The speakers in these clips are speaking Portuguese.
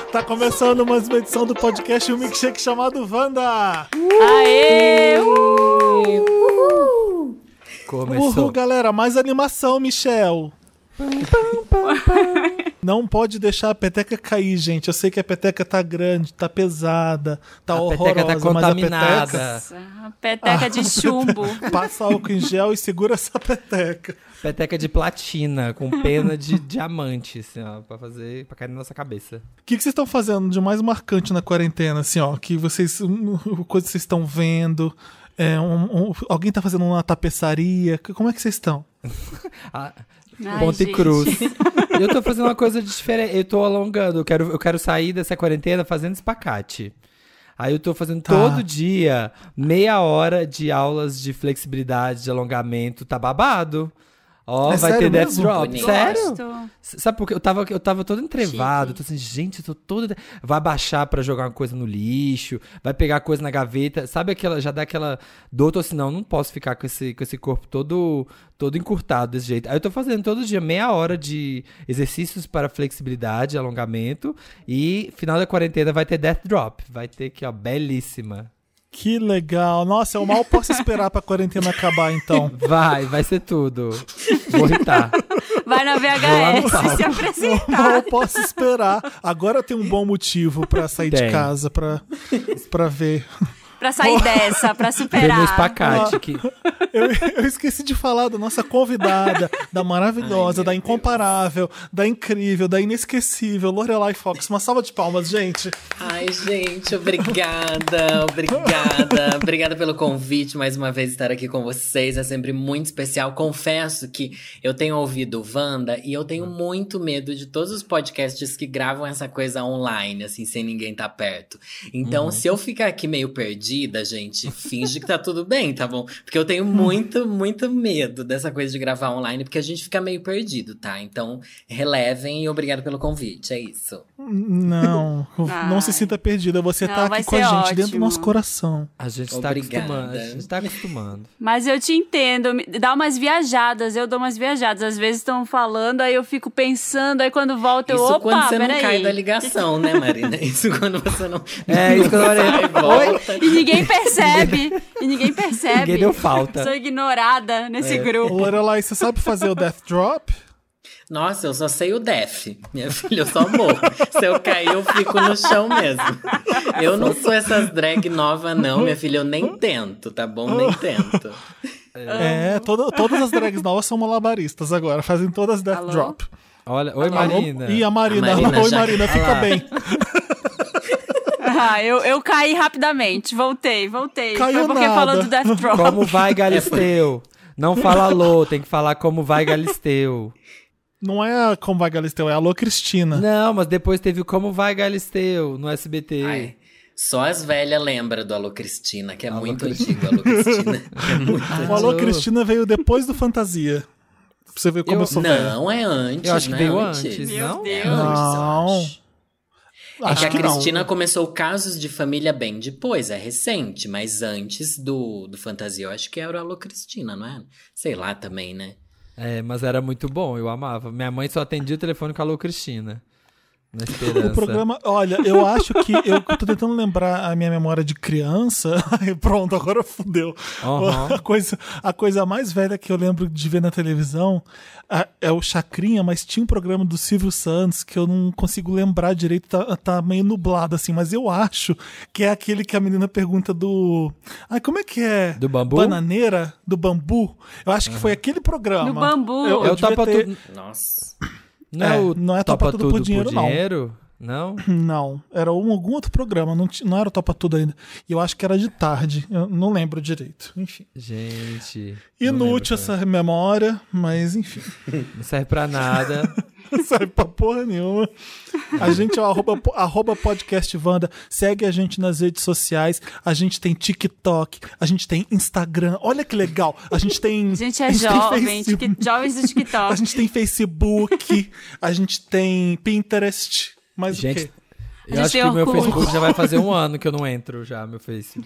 Tá começando mais uma edição do podcast, um milkshake chamado Wanda. Aê! Começou. Uhul, galera, mais animação, Michel. Não pode deixar a peteca cair, gente. Eu sei que a peteca tá grande, tá pesada, tá A horrorosa, peteca tá mas contaminada. A peteca de chumbo. Passa álcool em gel e segura essa peteca. Peteca de platina, com pena de diamante, assim, ó, pra cair na nossa cabeça. O que vocês estão fazendo de mais marcante na quarentena, assim, ó? Que vocês, coisas que vocês estão vendo? Alguém tá fazendo uma tapeçaria? Como é que vocês estão? Ponte gente. Cruz. Eu tô fazendo uma coisa diferente. Eu tô alongando. Eu quero sair dessa quarentena fazendo espacate. Aí eu tô fazendo todo dia meia hora de aulas de flexibilidade, de alongamento. Tá babado. Ó, vai ter death drop. Bonito. Sério? Gosto. Sabe por quê? Eu tava todo entrevado. Tô assim, gente, eu tô todo... Vai baixar pra jogar uma coisa no lixo. Vai pegar coisa na gaveta. Sabe aquela... Já dá aquela dor. Tô assim, não posso ficar com esse corpo todo encurtado desse jeito. Aí eu tô fazendo todo dia meia hora de exercícios para flexibilidade, alongamento. E final da quarentena vai ter death drop. Vai ter aqui, ó, belíssima. Que legal. Nossa, eu mal posso esperar pra quarentena acabar, então. Vai ser tudo. Vou irritar. Vai na Vou lá no VHS palco. se Eu apresentar. mal posso esperar. Agora tem um bom motivo pra sair de Tem. casa, pra ver. Pra sair dessa, pra Ver meu superar. espacate aqui. Eu esqueci de falar da nossa convidada, da maravilhosa, da incomparável, da incrível, da inesquecível, Lorelai Fox. Uma salva de palmas, gente. Ai, gente, obrigada. Obrigada pelo convite, mais uma vez estar aqui com vocês. É sempre muito especial. Confesso que eu tenho ouvido Wanda e eu tenho muito medo de todos os podcasts que gravam essa coisa online, assim, sem ninguém estar perto. Então, se eu ficar aqui meio perdida, gente, finge que tá tudo bem, tá bom? Porque eu tenho muito medo dessa coisa de gravar online, porque a gente fica meio perdido, tá? Então, relevem e obrigado pelo convite, é isso. Não se sinta perdida. Você Não, tá vai aqui com a ser gente, dentro do ótimo. nosso coração. A gente tá Obrigada. acostumando. A gente tá acostumando. Mas eu te entendo. Dá umas viajadas, eu dou umas viajadas. Às vezes estão falando, aí eu fico pensando, aí quando volta eu, Isso opa, quando você não peraí. cai da ligação, né, Marina? Isso quando você não... Isso que eu falei. sai, volta. E ninguém percebe. Ninguém deu falta. Sou ignorada nesse grupo. Lorelai, você sabe fazer o Death Drop? Nossa, eu só sei o def. Minha filha, eu só morro. Se eu cair, eu fico no chão mesmo. Eu não sou essas drag nova, não, minha filha. Eu nem tento, tá bom? Nem tento. Todas as drags novas são malabaristas agora, fazem todas Death Alô? Drop. Olha, oi, Marina. E a Marina. A Marina Oi, já- Marina, Olha fica lá. bem. Eu caí rapidamente. Voltei. Caiu Foi porque nada. falou do Death Drop. Como vai, Galisteu? Não fala alô, tem que falar como vai, Galisteu. Não é como vai Galisteu, é Alô Cristina. Não, mas depois teve o Como vai, Galisteu, no SBT. Ai, só as velhas lembram do Alô Cristina, que é muito antigo, Alô Cristina. É muito O Alô Cristina veio depois do Fantasia. Pra você ver como eu sou velho. Não, é antes. Eu acho que não é veio antes. antes, Meu não? Deus. É antes, eu Não. acho. É Acho que a que não. Cristina começou Casos de Família bem depois, é recente, mas antes do Fantasia, eu acho que era o Alô Cristina, não é? Sei lá também, né? É, mas era muito bom, eu amava. Minha mãe só atendia o telefone com a Alô Cristina. Na esperança. O programa, olha, eu acho que eu tô tentando lembrar a minha memória de criança. Ai, pronto, agora fudeu. Uhum. A coisa mais velha que eu lembro de ver na televisão é o Chacrinha, mas tinha um programa do Silvio Santos que eu não consigo lembrar direito, tá meio nublado assim, mas eu acho que é aquele que a menina pergunta do... Ai, como é que é? Do bambu? Bananeira, do bambu. Eu acho que foi aquele programa. Do bambu. Eu É o devia Topa ter- Tudo. Nossa. Não é o Topa Tudo por Dinheiro, não. Não? Não, era algum outro programa, não era o Topa Tudo ainda. E eu acho que era de tarde, eu não lembro direito. Enfim. Gente. Inútil não lembro essa memória, mas enfim. também. Não serve pra nada. Não serve pra porra nenhuma. A gente é o arroba podcast Wanda. Segue a gente nas redes sociais. A gente tem TikTok, a gente tem Instagram. Olha que legal. A gente tem. A gente é tem jovem, Facebook, jovens do a TikTok. gente tem Facebook, a gente tem Pinterest. Mas o Gente, quê? eu gente acho tem que o meu Orkut. Facebook já vai fazer um ano que eu não entro já, meu Face.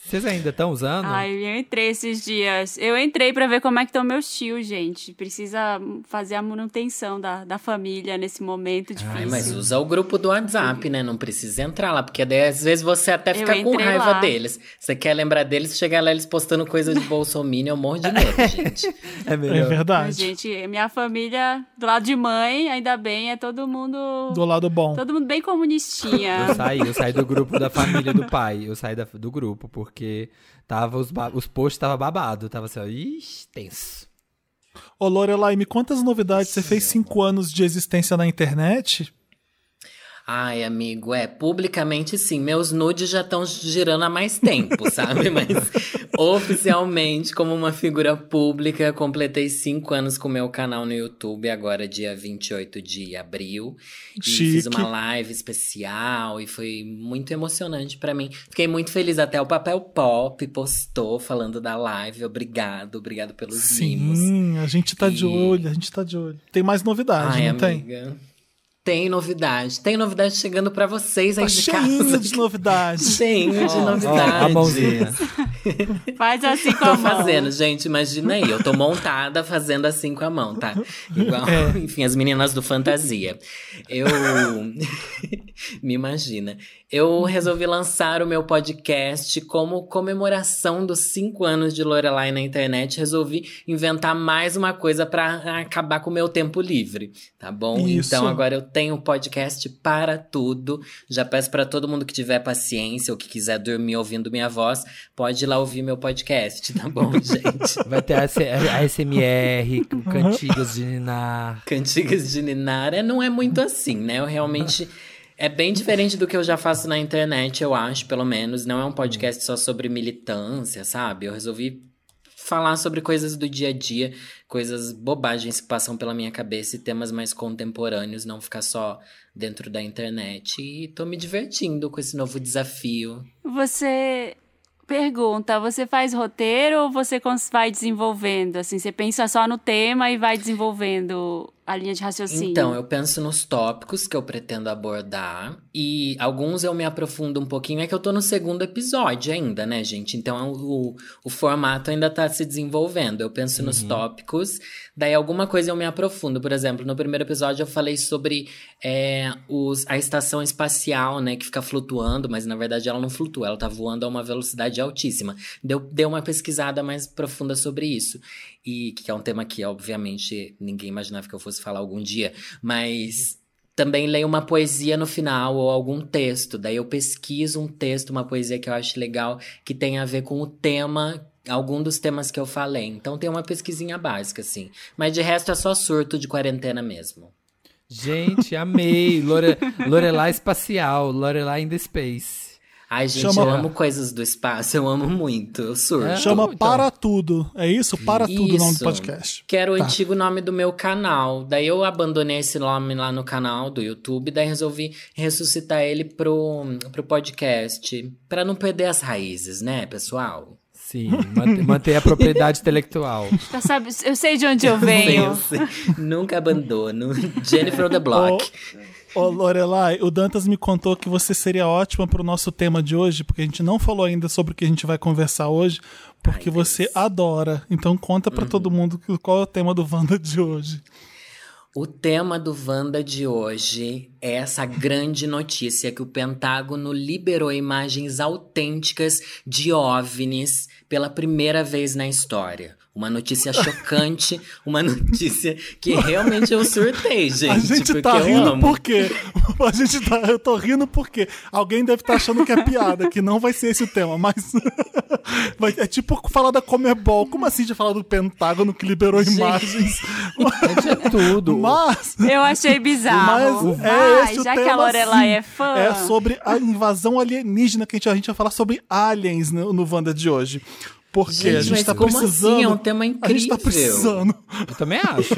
Vocês ainda estão usando? Ai, eu entrei esses dias. Eu entrei pra ver como é que estão meus tios, gente. Precisa fazer a manutenção da família nesse momento difícil. Ai, mas usa o grupo do WhatsApp, né? Não precisa entrar lá, porque daí às vezes você até fica com entrei raiva lá. deles. Você quer lembrar deles, chegar lá eles postando coisa de bolsominion, eu morro de medo, gente. É É melhor. verdade. Mas, gente, minha família, do lado de mãe, ainda bem, é todo mundo... Do lado bom. Todo mundo bem comunistinha. Eu saí do grupo da família do pai. Eu saí do grupo, porque tava os posts tava babado. Tava assim, ó, ixi, tenso. Ô, Lorelai, me conta as novidades. Você fez 5 anos de existência na internet? Ai, amigo, publicamente sim. Meus nudes já estão girando há mais tempo, sabe? Mas oficialmente, como uma figura pública, completei 5 anos com o meu canal no YouTube, agora dia 28 de abril. E fiz Chique. uma live especial e foi muito emocionante pra mim. Fiquei muito feliz, até o Papel Pop postou falando da live. Obrigado pelos mimos. Sim, a gente tá de E- olho, a gente tá de olho. Tem mais novidade, Ai, não tem? amiga. Tem novidade chegando pra vocês aí Tá de cheinho casa. de novidade. Cheinho de Ó, novidade. a mãozinha. Faz assim com a Tô mão. fazendo, gente, imagina aí. Eu tô montada fazendo assim com a mão, tá? Igual, enfim, as meninas do Fantasia. Eu... Me imagina. Eu resolvi lançar o meu podcast como comemoração dos 5 anos de Lorelai na internet. Resolvi inventar mais uma coisa pra acabar com o meu tempo livre, tá bom? Isso. Então agora eu tenho podcast para tudo. Já peço pra todo mundo que tiver paciência ou que quiser dormir ouvindo minha voz, pode ir lá ouvir meu podcast, tá bom, gente? Vai ter a ASMR, cantigas de ninar. Cantigas de Ninara não é muito assim, né? Eu realmente... É bem diferente do que eu já faço na internet, eu acho, pelo menos. Não é um podcast só sobre militância, sabe? Eu resolvi falar sobre coisas do dia a dia, coisas bobagens que passam pela minha cabeça e temas mais contemporâneos, não ficar só dentro da internet. E tô me divertindo com esse novo desafio. Você pergunta, você faz roteiro ou você vai desenvolvendo? Assim, você pensa só no tema e vai desenvolvendo a linha de raciocínio? Então, eu penso nos tópicos que eu pretendo abordar e alguns eu me aprofundo um pouquinho. É que eu tô no 2º episódio ainda, né, gente? Então, o formato ainda tá se desenvolvendo. Eu penso nos tópicos, daí alguma coisa eu me aprofundo. Por exemplo, no 1º episódio eu falei sobre a estação espacial, né, que fica flutuando, mas na verdade ela não flutua, ela tá voando a uma velocidade altíssima. Dei uma pesquisada mais profunda sobre isso. E que é um tema que, obviamente, ninguém imaginava que eu fosse falar algum dia. Mas também leio uma poesia no final ou algum texto. Daí eu pesquiso um texto, uma poesia que eu acho legal, que tem a ver com o tema, algum dos temas que eu falei. Então tem uma pesquisinha básica, assim. Mas de resto é só surto de quarentena mesmo. Gente, amei. Lorelai espacial, Lorelai in the space. Ai, gente, Chama- eu amo coisas do espaço, eu amo muito, eu surto. Chama Então. Para Tudo. É isso? Para Tudo o nome do Isso. podcast. Que era o Tá. antigo nome do meu canal. Daí eu abandonei esse nome lá no canal do YouTube, daí resolvi ressuscitar ele pro podcast. Pra não perder as raízes, né, pessoal? Sim, manter a propriedade intelectual. Tá, sabe, eu sei de onde eu venho. Sei. Nunca abandono. Jennifer on the Block. Ô, Lorelai, o Dantas me contou que você seria ótima pro nosso tema de hoje, porque a gente não falou ainda sobre o que a gente vai conversar hoje, porque você adora. Então conta pra todo mundo qual é o tema do Wanda de hoje. O tema do Wanda de hoje é essa grande notícia que o Pentágono liberou imagens autênticas de OVNIs pela primeira vez na história. Uma notícia chocante, uma notícia que realmente eu surtei, gente. A gente porque tá eu rindo amo. por quê? Eu tô rindo porque alguém deve estar achando que é piada, que não vai ser esse o tema, mas é tipo falar da Comebol. Como assim de falar do Pentágono que liberou imagens? Gente, é tudo. Mas Eu achei bizarro. Mas é esse o já tema, que a Lorelai sim. é fã. É sobre a invasão alienígena, que a gente vai falar sobre aliens no Wanda de hoje. Porque Gente, a gente mas tá como precisando. assim? É um tema A gente tá incrível. precisando. Eu também acho.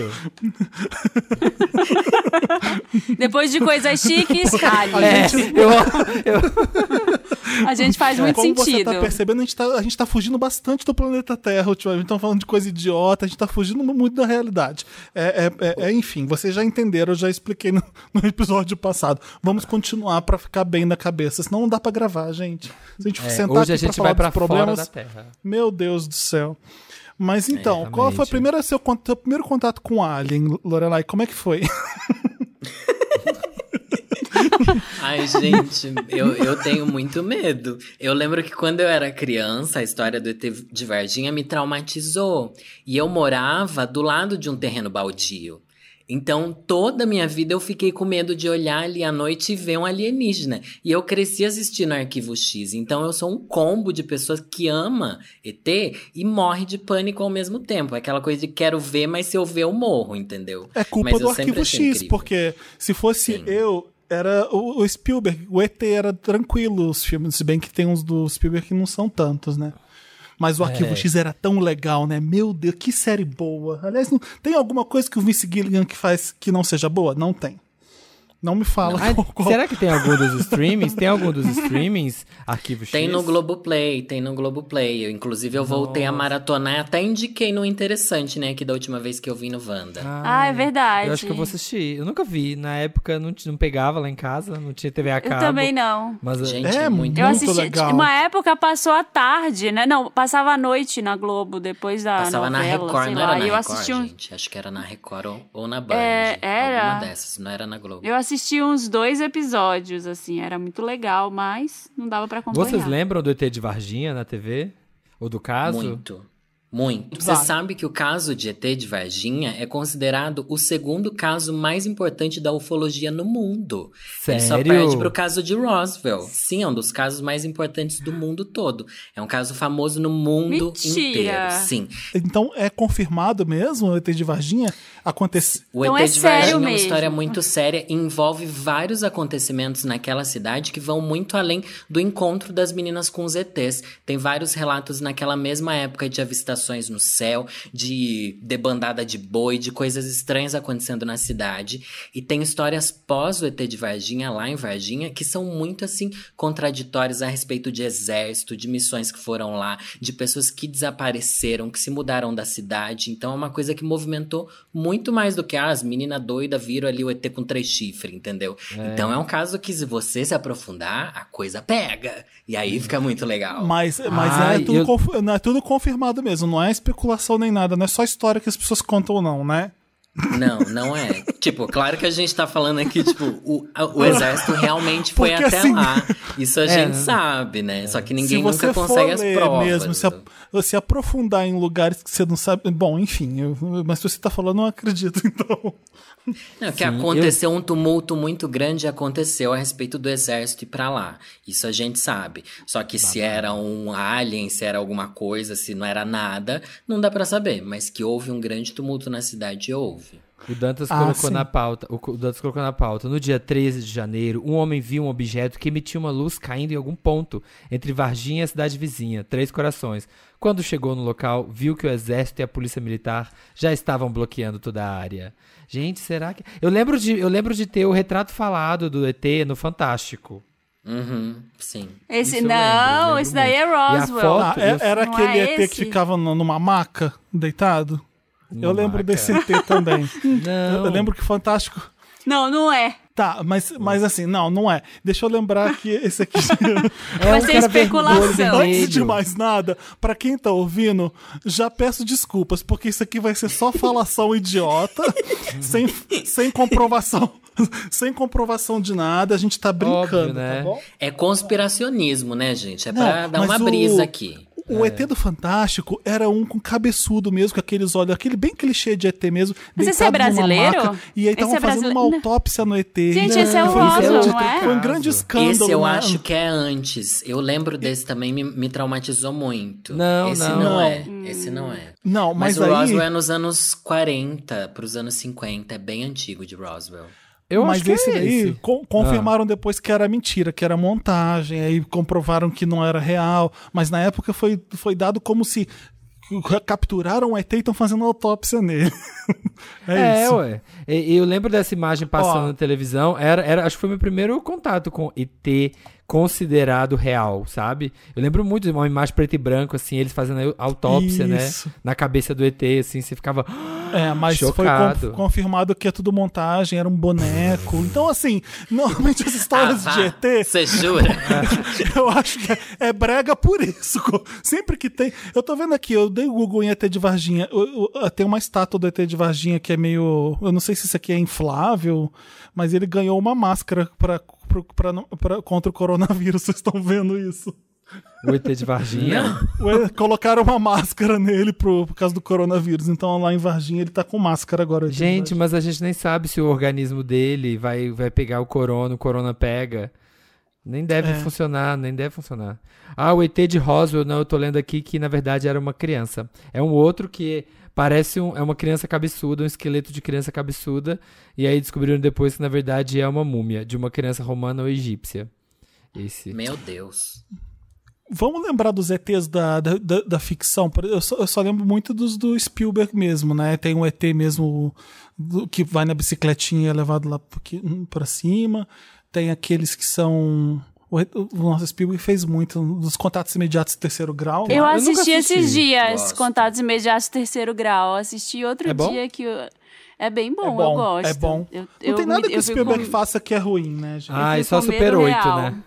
Depois de coisas chiques, É, aliens. A gente faz muito Como você sentido. tá percebendo, a gente tá fugindo bastante do planeta Terra ultimamente. Estamos falando de coisa idiota, a gente tá fugindo muito da realidade. Enfim, vocês já entenderam, eu já expliquei no episódio passado. Vamos continuar pra ficar bem na cabeça, senão não dá pra gravar, gente. Se a gente sentar Hoje a aqui pra gente falar vai pra dos problemas, fora da Terra. meu Deus do céu. Mas então, qual foi seu primeiro contato com o Alien, Lorelai? Como é que foi? Ai, gente, eu tenho muito medo. Eu lembro que quando eu era criança, a história do ET de Varginha me traumatizou. E eu morava do lado de um terreno baldio. Então, toda a minha vida eu fiquei com medo de olhar ali à noite e ver um alienígena. E eu cresci assistindo Arquivo X. Então, eu sou um combo de pessoas que ama ET e morre de pânico ao mesmo tempo. Aquela coisa de quero ver, mas se eu ver, eu morro, entendeu? É culpa mas do Arquivo X, porque se fosse era o Spielberg. O ET era tranquilo os filmes, se bem que tem uns do Spielberg que não são tantos, né? Mas o Arquivo X era tão legal, né? Meu Deus, que série boa. Aliás, tem alguma coisa que o Vince Gilligan que faz que não seja boa? Não tem. Não me fala. Será que tem algum dos streamings? Tem algum dos streamings? Arquivo X? Tem no Globoplay. Inclusive, eu voltei a maratonar e até indiquei no Interessante, né? Que da última vez que eu vi no Wanda. É verdade. Eu acho que eu vou assistir. Eu nunca vi. Na época não pegava lá em casa, não tinha TV a cabo. Eu também não. Mas Gente, é muito Eu assisti, legal. uma época passou à tarde, né? Não, passava à noite na Globo, depois da Passava novela, na Record, sei não lá. era na E eu Record, assisti gente. Acho que era na Record ou na Band. era. Alguma dessas, não era na Globo. Eu assisti uns 2 episódios, assim, era muito legal, mas não dava pra acompanhar. Vocês lembram do ET de Varginha na TV? Ou do caso? Muito. Você sabe que o caso de ET de Varginha é considerado o segundo caso mais importante da ufologia no mundo. Sério? Ele só perde pro caso de Roswell. Sim, é um dos casos mais importantes do mundo todo. É um caso famoso no mundo inteiro. Sim. Então é confirmado mesmo o ET de Varginha? Aconteceu. O Então ET é de sério Varginha é uma mesmo. história muito séria e envolve vários acontecimentos naquela cidade que vão muito além do encontro das meninas com os ETs. Tem vários relatos naquela mesma época de avistações no céu, de debandada de boi, de coisas estranhas acontecendo na cidade. E tem histórias pós o ET de Varginha, lá em Varginha, que são muito, assim, contraditórias a respeito de exército, de missões que foram lá, de pessoas que desapareceram, que se mudaram da cidade. Então é uma coisa que movimentou muito mais do que as meninas doidas viram ali o ET com 3 chifres, entendeu? Então é um caso que, se você se aprofundar, a coisa pega. E aí fica muito legal. Mas não é tudo confirmado mesmo, não é especulação nem nada, não é só história que as pessoas contam não, né? Não é. Tipo, claro que a gente tá falando aqui, tipo, o exército realmente foi Porque, até assim, lá. Isso a gente sabe, né? Só que ninguém se você nunca consegue as ler provas. mesmo, se aprofundar em lugares que você não sabe... Bom, enfim, mas se você tá falando, eu não acredito, então... Não, que aconteceu um tumulto muito grande, aconteceu a respeito do exército ir pra lá. Isso a gente sabe. Só que se era um alien, se era alguma coisa, se não era nada, não dá pra saber. Mas que houve um grande tumulto na cidade, houve. O Dantas colocou na pauta. O Dantas colocou na pauta. No dia 13 de janeiro, um homem viu um objeto que emitia uma luz caindo em algum ponto entre Varginha e a cidade vizinha, 3 Corações. Quando chegou no local, viu que o exército e a polícia militar já estavam bloqueando toda a área. Gente, será que... Eu lembro de ter o retrato falado do ET no Fantástico. Sim. Esse Isso eu não, lembro esse daí é muito. E a Roswell. foto- Era Não aquele é ET esse? que ficava numa maca, deitado? Eu lembro maca. desse ET também. Não. Eu lembro que Fantástico... Não é. Tá, mas assim, não é. Deixa eu lembrar que esse aqui... Vai ser especulação. Antes de mais nada, pra quem tá ouvindo, já peço desculpas, porque isso aqui vai ser só falação idiota, sem comprovação. Sem comprovação de nada, a gente tá brincando, Óbvio, né? tá bom? É conspiracionismo, né, gente? É pra Não, dar mas uma brisa aqui. O ET do Fantástico era um com cabeçudo mesmo, com aqueles olhos, aquele bem clichê de ET mesmo. Mas esse é deitado numa brasileiro? maca, e aí estavam Esse é fazendo uma brasileiro? autópsia no ET. Gente, esse é o Foi um Roswell, grande- não é? Foi um grande escândalo. Esse eu né? acho que é antes. Eu lembro desse também, me traumatizou muito. Não, Esse não. não é. Esse não é. Não, Mas mas o aí... Roswell é nos anos 40 pros anos 50. É bem antigo de Roswell. Eu Mas acho que esse é daí esse. confirmaram depois que era mentira, que era montagem, aí comprovaram que não era real, mas na época foi dado como se capturaram o ET e estão fazendo autópsia nele. É isso. Ué. Eu lembro dessa imagem passando Ó. na televisão. Acho que foi meu primeiro contato com ET, considerado real, sabe? Eu lembro muito de uma imagem preto e branco, assim, eles fazendo a autópsia, Isso. né? Na cabeça do ET, assim, você ficava Mas chocado. foi confirmado que é tudo montagem, era um boneco. Então, assim, normalmente as histórias de ET, Você jura? eu acho que é brega por isso. Sempre que tem. Eu tô vendo aqui, eu dei o Google em ET de Varginha. Tem uma estátua do ET de Varginha que é meio. Eu não sei se isso aqui é inflável, mas ele ganhou uma máscara contra o coronavírus. Vocês estão vendo isso? O ET de Varginha? Colocaram uma máscara nele por causa do coronavírus. Então lá em Varginha ele tá com máscara agora. o ET de Gente, Varginha. mas a gente nem sabe se o organismo dele vai pegar o corona pega. Nem deve funcionar, nem deve funcionar. O ET de Roswell, não, eu tô lendo aqui que na verdade era uma criança. É um outro que parece é uma criança cabeçuda, um esqueleto de criança cabeçuda, e aí descobriram depois que na verdade é uma múmia de uma criança romana ou egípcia. Meu Deus. Vamos lembrar dos ETs da ficção? Eu só lembro muito dos do Spielberg mesmo, né? Tem um ET mesmo que vai na bicicletinha e é levado lá pra cima. Tem aqueles que são... O nosso Spielberg fez muito dos contatos imediatos de terceiro grau. Eu nunca assisti esses assisti. dias, Gosto. Contatos Imediatos de Terceiro Grau. Assisti outro É bom? dia que... É bem bom, É bom, eu gosto. é bom. Eu Não tem nada que o fico Spielberg com- faça que é ruim, né, gente? E fico só com Super medo 8, real. né?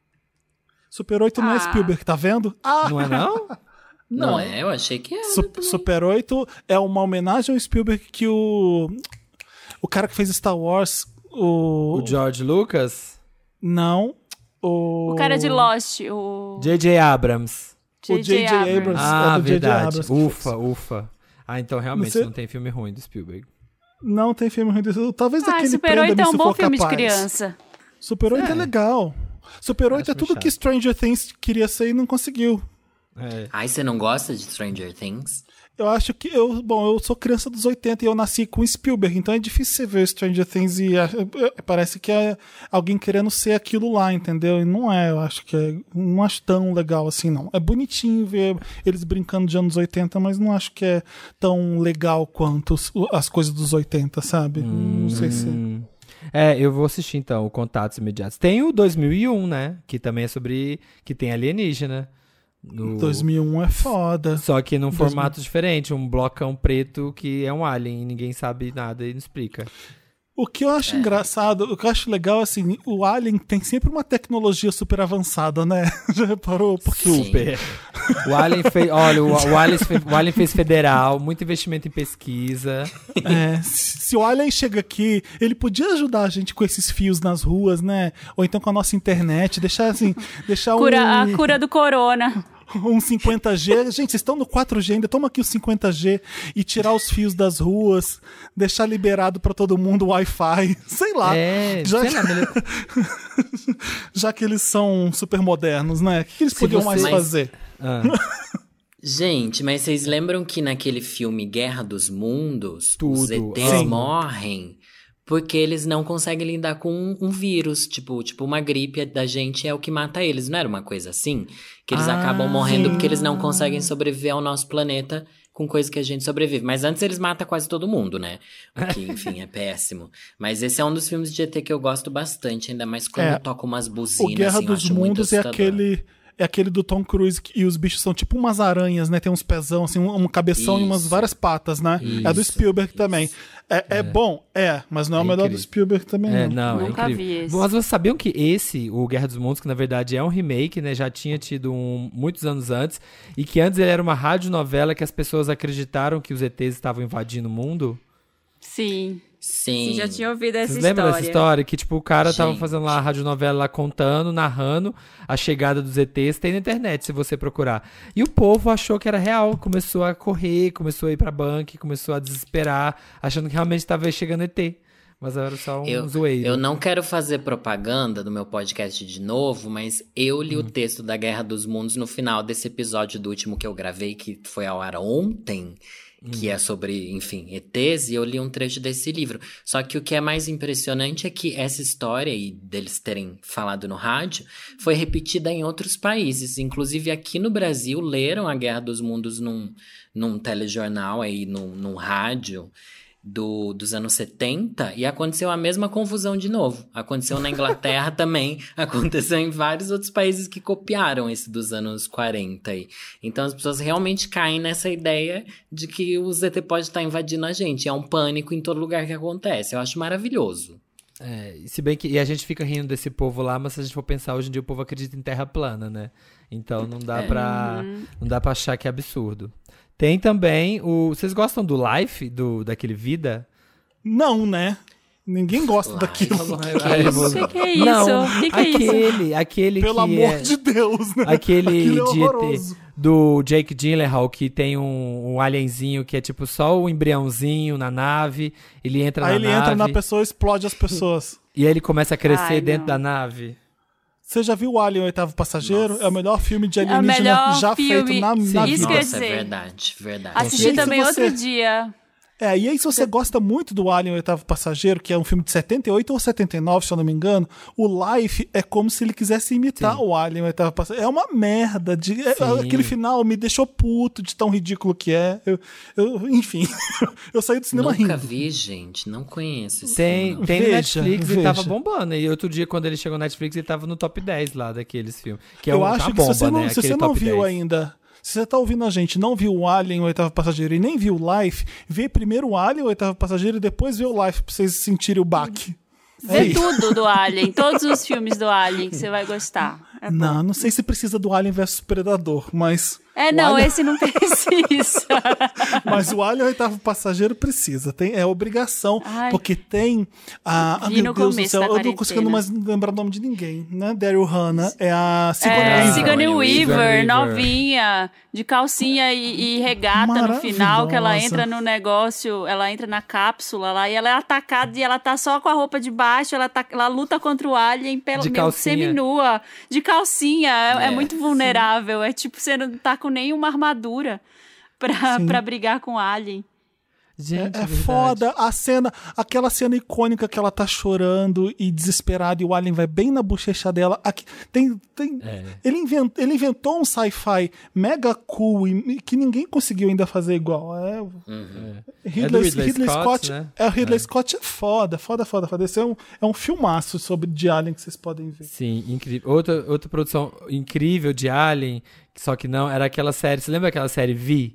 Super 8 não é Ah. Spielberg, tá vendo? Não é não? Não é? Eu achei que era. Super 8 é uma homenagem ao Spielberg que o cara que fez Star Wars, O George Lucas? Não. O cara de Lost, o J.J. Abrams. O J.J. Abrams. é do J.J. Verdade. Abrams. Ufa. Então realmente Você- não tem filme ruim do Spielberg. Não tem filme ruim desse. Talvez aquele Super Prenda-me 8 é um se bom for filme capaz. de criança. Super 8 é legal. Super 8 é Acho tudo meio que chato. Stranger Things queria ser e não conseguiu. Ai, você não gosta de Stranger Things? Eu acho que eu sou criança dos 80 e eu nasci com Spielberg, então é difícil você ver Stranger Things e parece que é alguém querendo ser aquilo lá, entendeu? E não é, eu acho que não acho tão legal assim, não. É bonitinho ver eles brincando de anos 80, mas não acho que é tão legal quanto as coisas dos 80, sabe? Não sei se... Eu vou assistir então o Contatos Imediatos. Tem o 2001, né? Que também é sobre... Que tem alienígena. 2001 é foda. Só que num formato diferente. Um blocão preto que é um alien e ninguém sabe nada e não explica. O que eu acho engraçado, o que eu acho legal, assim, o Alien tem sempre uma tecnologia super avançada, né? Já reparou? Super. O Alien fez... Olha, o Alien fez federal, muito investimento em pesquisa. Se o Alien chega aqui, ele podia ajudar a gente com esses fios nas ruas, né? Ou então com a nossa internet, deixar A cura do corona. um 50G. Gente, vocês estão no 4G ainda, toma aqui o 50G e tirar os fios das ruas, deixar liberado pra todo mundo o Wi-Fi, sei lá. Já que eles são super modernos, né? O que eles podiam mais fazer? Gente, mas vocês lembram que naquele filme Guerra dos Mundos, os Tudo. ETs morrem porque eles não conseguem lidar com um vírus, tipo uma gripe da gente é o que mata eles, não era uma coisa assim? Que eles acabam morrendo porque eles não conseguem sobreviver ao nosso planeta com coisa que a gente sobrevive. Mas antes eles matam quase todo mundo, né? O que, enfim, é péssimo. Mas esse é um dos filmes de ET que eu gosto bastante, ainda mais quando toca umas buzinas, O Guerra assim, eu dos acho muito Mundos é assustador. aquele do Tom Cruise e os bichos são tipo umas aranhas, né? Tem uns pezão, assim, um cabeção e umas Isso. várias patas, né? É do Isso, Spielberg também. É bom? mas não é o melhor do incrível. Spielberg também, não. Não, Nunca é incrível. vi esse. Mas vocês sabiam que o Guerra dos Mundos, que na verdade é um remake, né? Já tinha tido muitos anos antes, e que antes ele era uma radionovela que as pessoas acreditaram que os ETs estavam invadindo o mundo? Sim. Sim. Já tinha ouvido essa Vocês história. lembram dessa história? Que, tipo, o cara tava Gente. fazendo lá a radionovela lá contando, narrando a chegada dos ETs. Tem na internet, se você procurar. E o povo achou que era real. Começou a correr, começou a ir pra banca, começou a desesperar, achando que realmente tava chegando ET. Mas era só um zoeiro. Eu não quero fazer propaganda do meu podcast de novo, mas eu li o texto da Guerra dos Mundos no final desse episódio do último que eu gravei, que foi ao ar ontem, que é sobre, enfim, ETs, e eu li um trecho desse livro. Só que o que é mais impressionante é que essa história, e deles terem falado no rádio, foi repetida em outros países. Inclusive aqui no Brasil, leram a Guerra dos Mundos num telejornal aí, num rádio, dos anos 70 e aconteceu a mesma confusão de novo. Aconteceu na Inglaterra também, aconteceu em vários outros países que copiaram esse dos anos 40 aí. Então as pessoas realmente caem nessa ideia de que o ZT pode estar invadindo a gente. É um pânico em todo lugar que acontece. Eu acho maravilhoso. Se bem que... E a gente fica rindo desse povo lá, mas se a gente for pensar, hoje em dia o povo acredita em terra plana, né? Então não dá não dá pra achar que é absurdo. Tem também vocês gostam do Life, daquele Vida? Não, né? Ninguém gosta daquilo. O que é isso? Não, que é isso? aquele Pelo amor de Deus, né? Aquele Aquilo é horroroso. do Jake Gyllenhaal, que tem um alienzinho que é tipo só o embriãozinho na nave, ele entra na nave. Aí ele entra na pessoa e explode as pessoas. E aí ele começa a crescer dentro não. da nave. Você já viu o Alien, o Oitavo Passageiro? Nossa. É o melhor filme de É o alienígena melhor já filme. feito na Isso vida. que eu ia Nossa, dizer. é verdade. Assisti E aí, também se você- outro dia. E aí se você gosta muito do Alien, o Oitavo Passageiro, que é um filme de 78 ou 79, se eu não me engano, o Life é como se ele quisesse imitar o Alien, o Oitavo Passageiro. É uma merda. Aquele final me deixou puto de tão ridículo que é. Enfim, eu saí do cinema Nunca rindo. vi, gente. Não conheço esse Tem filme, no Veja, Netflix e tava veja. bombando. E outro dia, quando ele chegou no Netflix, ele tava no top 10 lá daqueles filmes. Que é Eu uma acho que bomba, se você não, né? se você Aquele não top viu 10. ainda, se você tá ouvindo a gente, não viu o Alien, o Oitavo Passageiro e nem viu o Life, vê primeiro o Alien, o Oitavo Passageiro e depois vê o Life pra vocês sentirem o baque. Vê tudo do Alien, todos os filmes do Alien que você vai gostar. É bom. Não sei se precisa do Alien versus Predador, mas... É, o não, Alien- esse não precisa. Mas o Alien, o Oitavo Passageiro, precisa. É obrigação, Ai. porque tem Vi meu no Deus do começo céu, da eu não consigo quarentena. mais lembrar o nome de ninguém, né? Daryl Hannah, é a Sigourney Weaver. Sigourney Weaver. Weaver, novinha, de calcinha e regata no final, que ela Maravilhosa. entra no negócio, ela entra na cápsula lá, e ela é atacada e ela tá só com a roupa de baixo, ela luta contra o alien De meio calcinha. seminua, de calcinha, é É, muito vulnerável, é tipo, você não tá com nenhuma armadura pra brigar com o alien. Gente, É verdade. foda aquela cena icônica que ela tá chorando e desesperada e o alien vai bem na bochecha dela. Ele inventou um sci-fi mega cool e que ninguém conseguiu ainda fazer igual. Ridley Scott, né? o Ridley Scott é foda. Esse é um filmaço de Alien que vocês podem ver. Sim, incrível. Outra produção incrível de Alien, só que não, era aquela série. Você lembra aquela série V?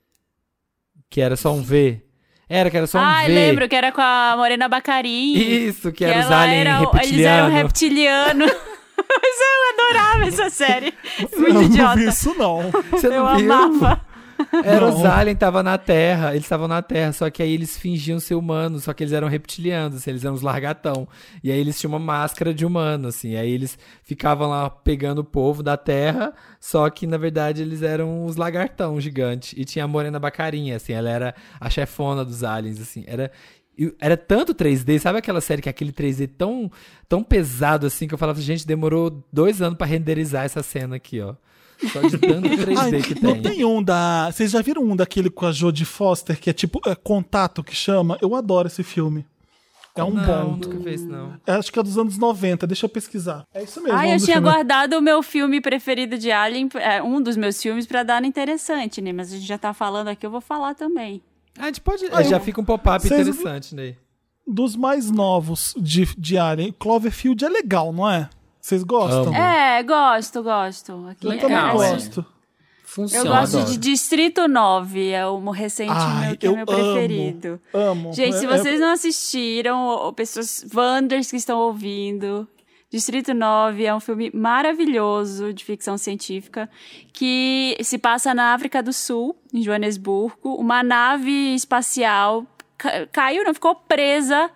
Que era só um V? Que era só um V. Lembro que era com a Morena Bacarin. Isso, que era os ela aliens eles eram reptilianos. reptilianos. Mas eu adorava essa série. Eu Muito não idiota. vi isso, não. Você Eu não viu? amava. Era Não. os aliens estavam na Terra, eles estavam na Terra, só que aí eles fingiam ser humanos, só que eles eram reptilianos, assim, eles eram os largatão. E aí eles tinham uma máscara de humano, assim, aí eles ficavam lá pegando o povo da Terra, só que na verdade eles eram os lagartão gigantes. E tinha a Morena Bacarinha, assim, ela era a chefona dos aliens, assim, era tanto 3D, sabe aquela série que é aquele 3D tão pesado assim, que eu falava, gente, demorou 2 anos pra renderizar essa cena aqui, ó. Só de tanto 3D que não tem. tem vocês já viram um daquele com a Jodie Foster, que é tipo Contato, que chama? Eu adoro esse filme. É um Não, bom. nunca vi isso, não. Acho que é dos anos 90, deixa eu pesquisar. É isso mesmo. o nome Eu do tinha filme. guardado o meu filme preferido de Alien, um dos meus filmes, pra dar no interessante, né? Mas a gente já tá falando aqui, eu vou falar também. A gente pode. Já fica um pop-up Vocês- interessante, né? Dos mais novos de Alien, Cloverfield é legal, não é? Vocês gostam? Gosto. Aqui, Eu também legal, gosto. Funciona. Eu gosto adoro. de Distrito 9, é o recente Ai, que é eu o meu preferido. Amo. Gente, se vocês não assistiram, ou pessoas Wanders que estão ouvindo, Distrito 9 é um filme maravilhoso de ficção científica que se passa na África do Sul, em Joanesburgo. Uma nave espacial caiu, não ficou presa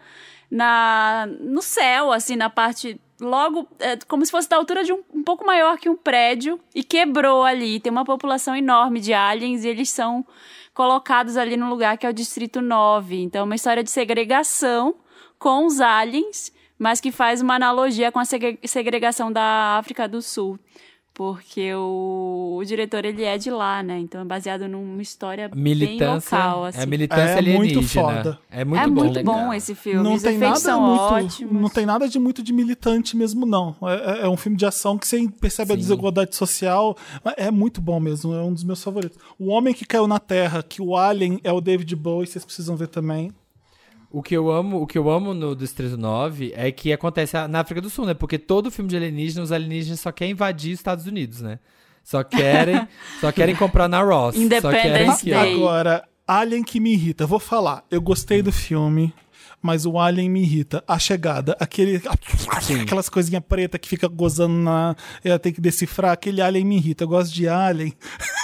no céu, assim, na parte logo, como se fosse da altura de um pouco maior que um prédio, e quebrou ali. Tem uma população enorme de aliens e eles são colocados ali num lugar que é o Distrito 9. Então, é uma história de segregação com os aliens, mas que faz uma analogia com a segregação da África do Sul. Porque o diretor, ele é de lá, né? Então é baseado numa história bem local, assim. É militância É alienígena. muito foda. É muito É bom. muito legal. bom esse filme. Não Os tem efeitos nada são muito, ótimos. não tem nada de muito de militante mesmo, não. É um filme de ação que você percebe a desigualdade social. É muito bom mesmo, é um dos meus favoritos. O Homem que Caiu na Terra, que o Alien é o David Bowie, vocês precisam ver também. O que eu amo no Distrito 9 é que acontece na África do Sul, né? Porque todo filme de alienígena, os alienígenas só querem invadir os Estados Unidos, né? Só querem comprar na Ross. Independence Day. Agora, Alien que me irrita. Vou falar, eu gostei do filme, mas o Alien me irrita. A Chegada, aquelas coisinhas pretas que fica gozando ela tem que decifrar, aquele Alien me irrita. Eu gosto de Alien.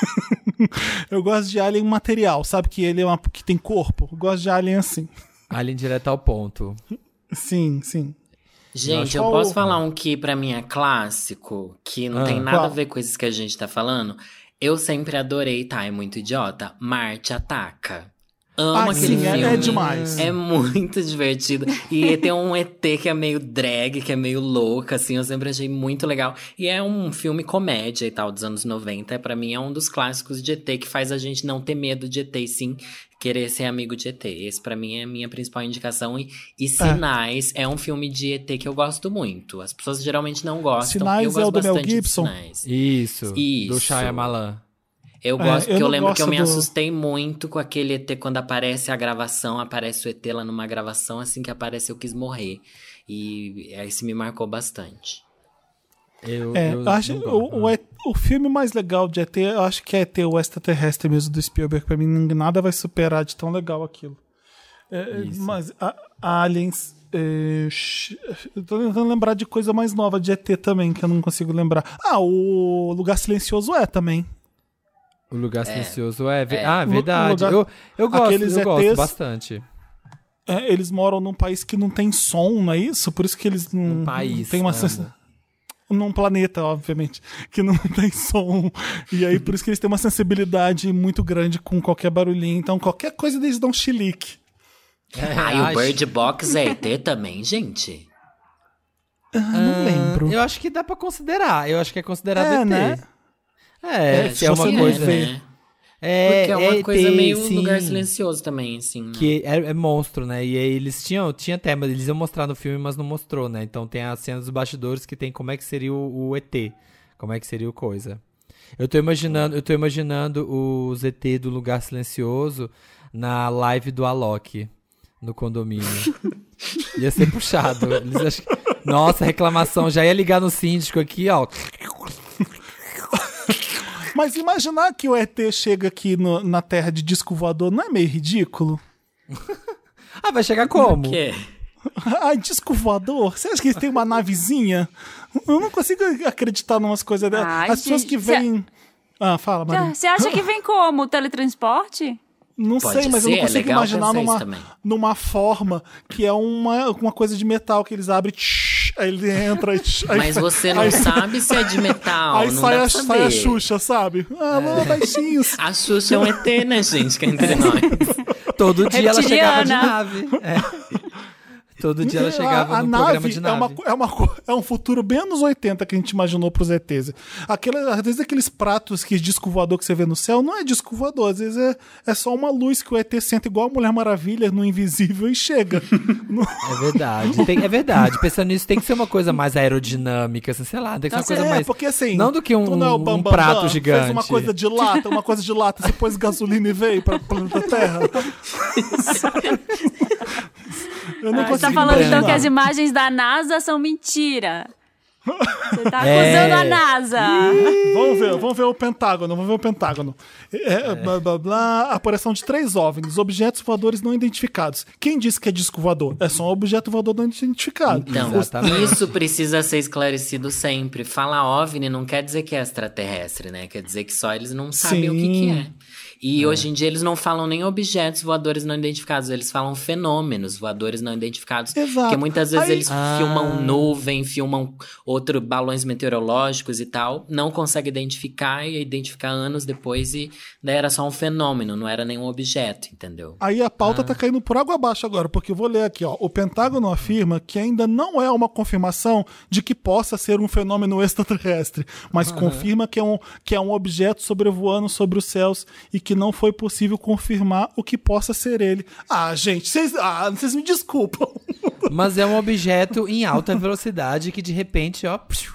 Eu gosto de Alien material, sabe? Que ele que tem corpo. Eu gosto de Alien assim. Alien direto ao ponto. Sim. Gente, eu posso falar um que pra mim é clássico, que não tem nada a ver com isso que a gente tá falando? Eu sempre adorei, tá? É muito idiota. Marte Ataca. Amo aquele filme. É demais. É muito divertido. E tem um ET que é meio drag, que é meio louco, assim. Eu sempre achei muito legal. E é um filme comédia e tal, dos anos 90. Pra mim é um dos clássicos de ET que faz a gente não ter medo de ET, e sim querer ser amigo de ET. Esse pra mim é a minha principal indicação. E Sinais é um filme de ET que eu gosto muito. As pessoas geralmente não gostam. Sinais eu gosto é o do Mel bastante Gibson? de Sinais. Isso. Do Shyamalan. Eu gosto, porque eu lembro que eu me do... assustei muito com aquele ET, quando aparece a gravação, aparece o ET lá numa gravação, assim que aparece eu quis morrer. E esse me marcou bastante. Eu acho o filme mais legal de ET, eu acho que é ET, o extraterrestre mesmo do Spielberg. Pra mim, nada vai superar de tão legal aquilo. Mas Aliens... eu tô tentando lembrar de coisa mais nova de ET também, que eu não consigo lembrar. O Lugar Silencioso também. O Lugar Silencioso verdade. Eu gosto bastante. Eles moram num país que não tem som, não é isso? Por isso que eles não tem uma num planeta, obviamente, que não tem som. E aí, por isso que eles têm uma sensibilidade muito grande com qualquer barulhinho. Então, qualquer coisa eles dão chilique. E o Bird Box é ET também, gente? Não lembro. Eu acho que dá pra considerar. Eu acho que é considerado ET. Né? Se é uma coisa... Porque é uma coisa meio sim, Lugar Silencioso também, assim. Né? Que é monstro, né? E aí eles tinha tema, eles iam mostrar no filme, mas não mostrou, né? Então tem a cena dos bastidores que tem como é que seria o ET. Como é que seria o coisa. Eu tô imaginando os ET do Lugar Silencioso na live do Alok, no condomínio. Ia ser puxado. Eles acham que... Nossa, reclamação. Já ia ligar no síndico aqui, ó. Mas imaginar que o ET chega aqui na Terra de disco voador não é meio ridículo? Vai chegar como? O quê? Disco voador? Você acha que eles têm uma navezinha? Eu não consigo acreditar em umas coisas dessas. As pessoas que vêm... fala, Maria. Você acha que vem como? Teletransporte? Não Pode sei, mas ser, eu não consigo imaginar numa forma que é uma coisa de metal que eles abrem, aí ele entra. Mas você não sabe se é de metal. Aí não sai, dá pra sai saber. a Xuxa, sabe? Alô, baixinhos. A Xuxa é um ET, né, gente? Que é entre nós. Todo dia ela chegava de Reptiliana. nave. Todo dia ela chegava no programa de nave. É um futuro bem anos 80 que a gente imaginou pros ETs. Às vezes aqueles pratos que disco voador que você vê no céu não é disco voador, às vezes é só uma luz que o ET senta igual a Mulher Maravilha no invisível e chega. É verdade. É verdade. Pensando nisso, tem que ser uma coisa mais aerodinâmica, assim, sei lá, tem que ser uma coisa mais... porque assim... Não do que um Bam, prato gigante. Fez uma coisa de lata, você pôs gasolina e veio pra planeta Terra. Eu não consigo Você tá falando imaginar. então que as imagens da NASA são mentira. Você tá acusando a NASA. Vamos ver o Pentágono. Blá, blá, blá, aparição de 3 OVNIs, objetos voadores não identificados. Quem disse que é disco voador? É só um objeto voador não identificado. Então, isso precisa ser esclarecido sempre. Falar OVNI não quer dizer que é extraterrestre, né? Quer dizer que só eles não sabem o que é. E hoje em dia eles não falam nem objetos voadores não identificados, eles falam fenômenos voadores não identificados. Exato. Porque muitas vezes eles filmam nuvem, filmam balões meteorológicos e tal, não conseguem identificar e identificar anos depois e daí era só um fenômeno, não era nenhum objeto, entendeu? Aí a pauta tá caindo por água abaixo agora, porque eu vou ler aqui, ó. O Pentágono afirma que ainda não é uma confirmação de que possa ser um fenômeno extraterrestre, mas confirma que é um objeto sobrevoando sobre os céus e que não foi possível confirmar o que possa ser ele. Gente, vocês me desculpam. Mas é um objeto em alta velocidade que de repente, ó,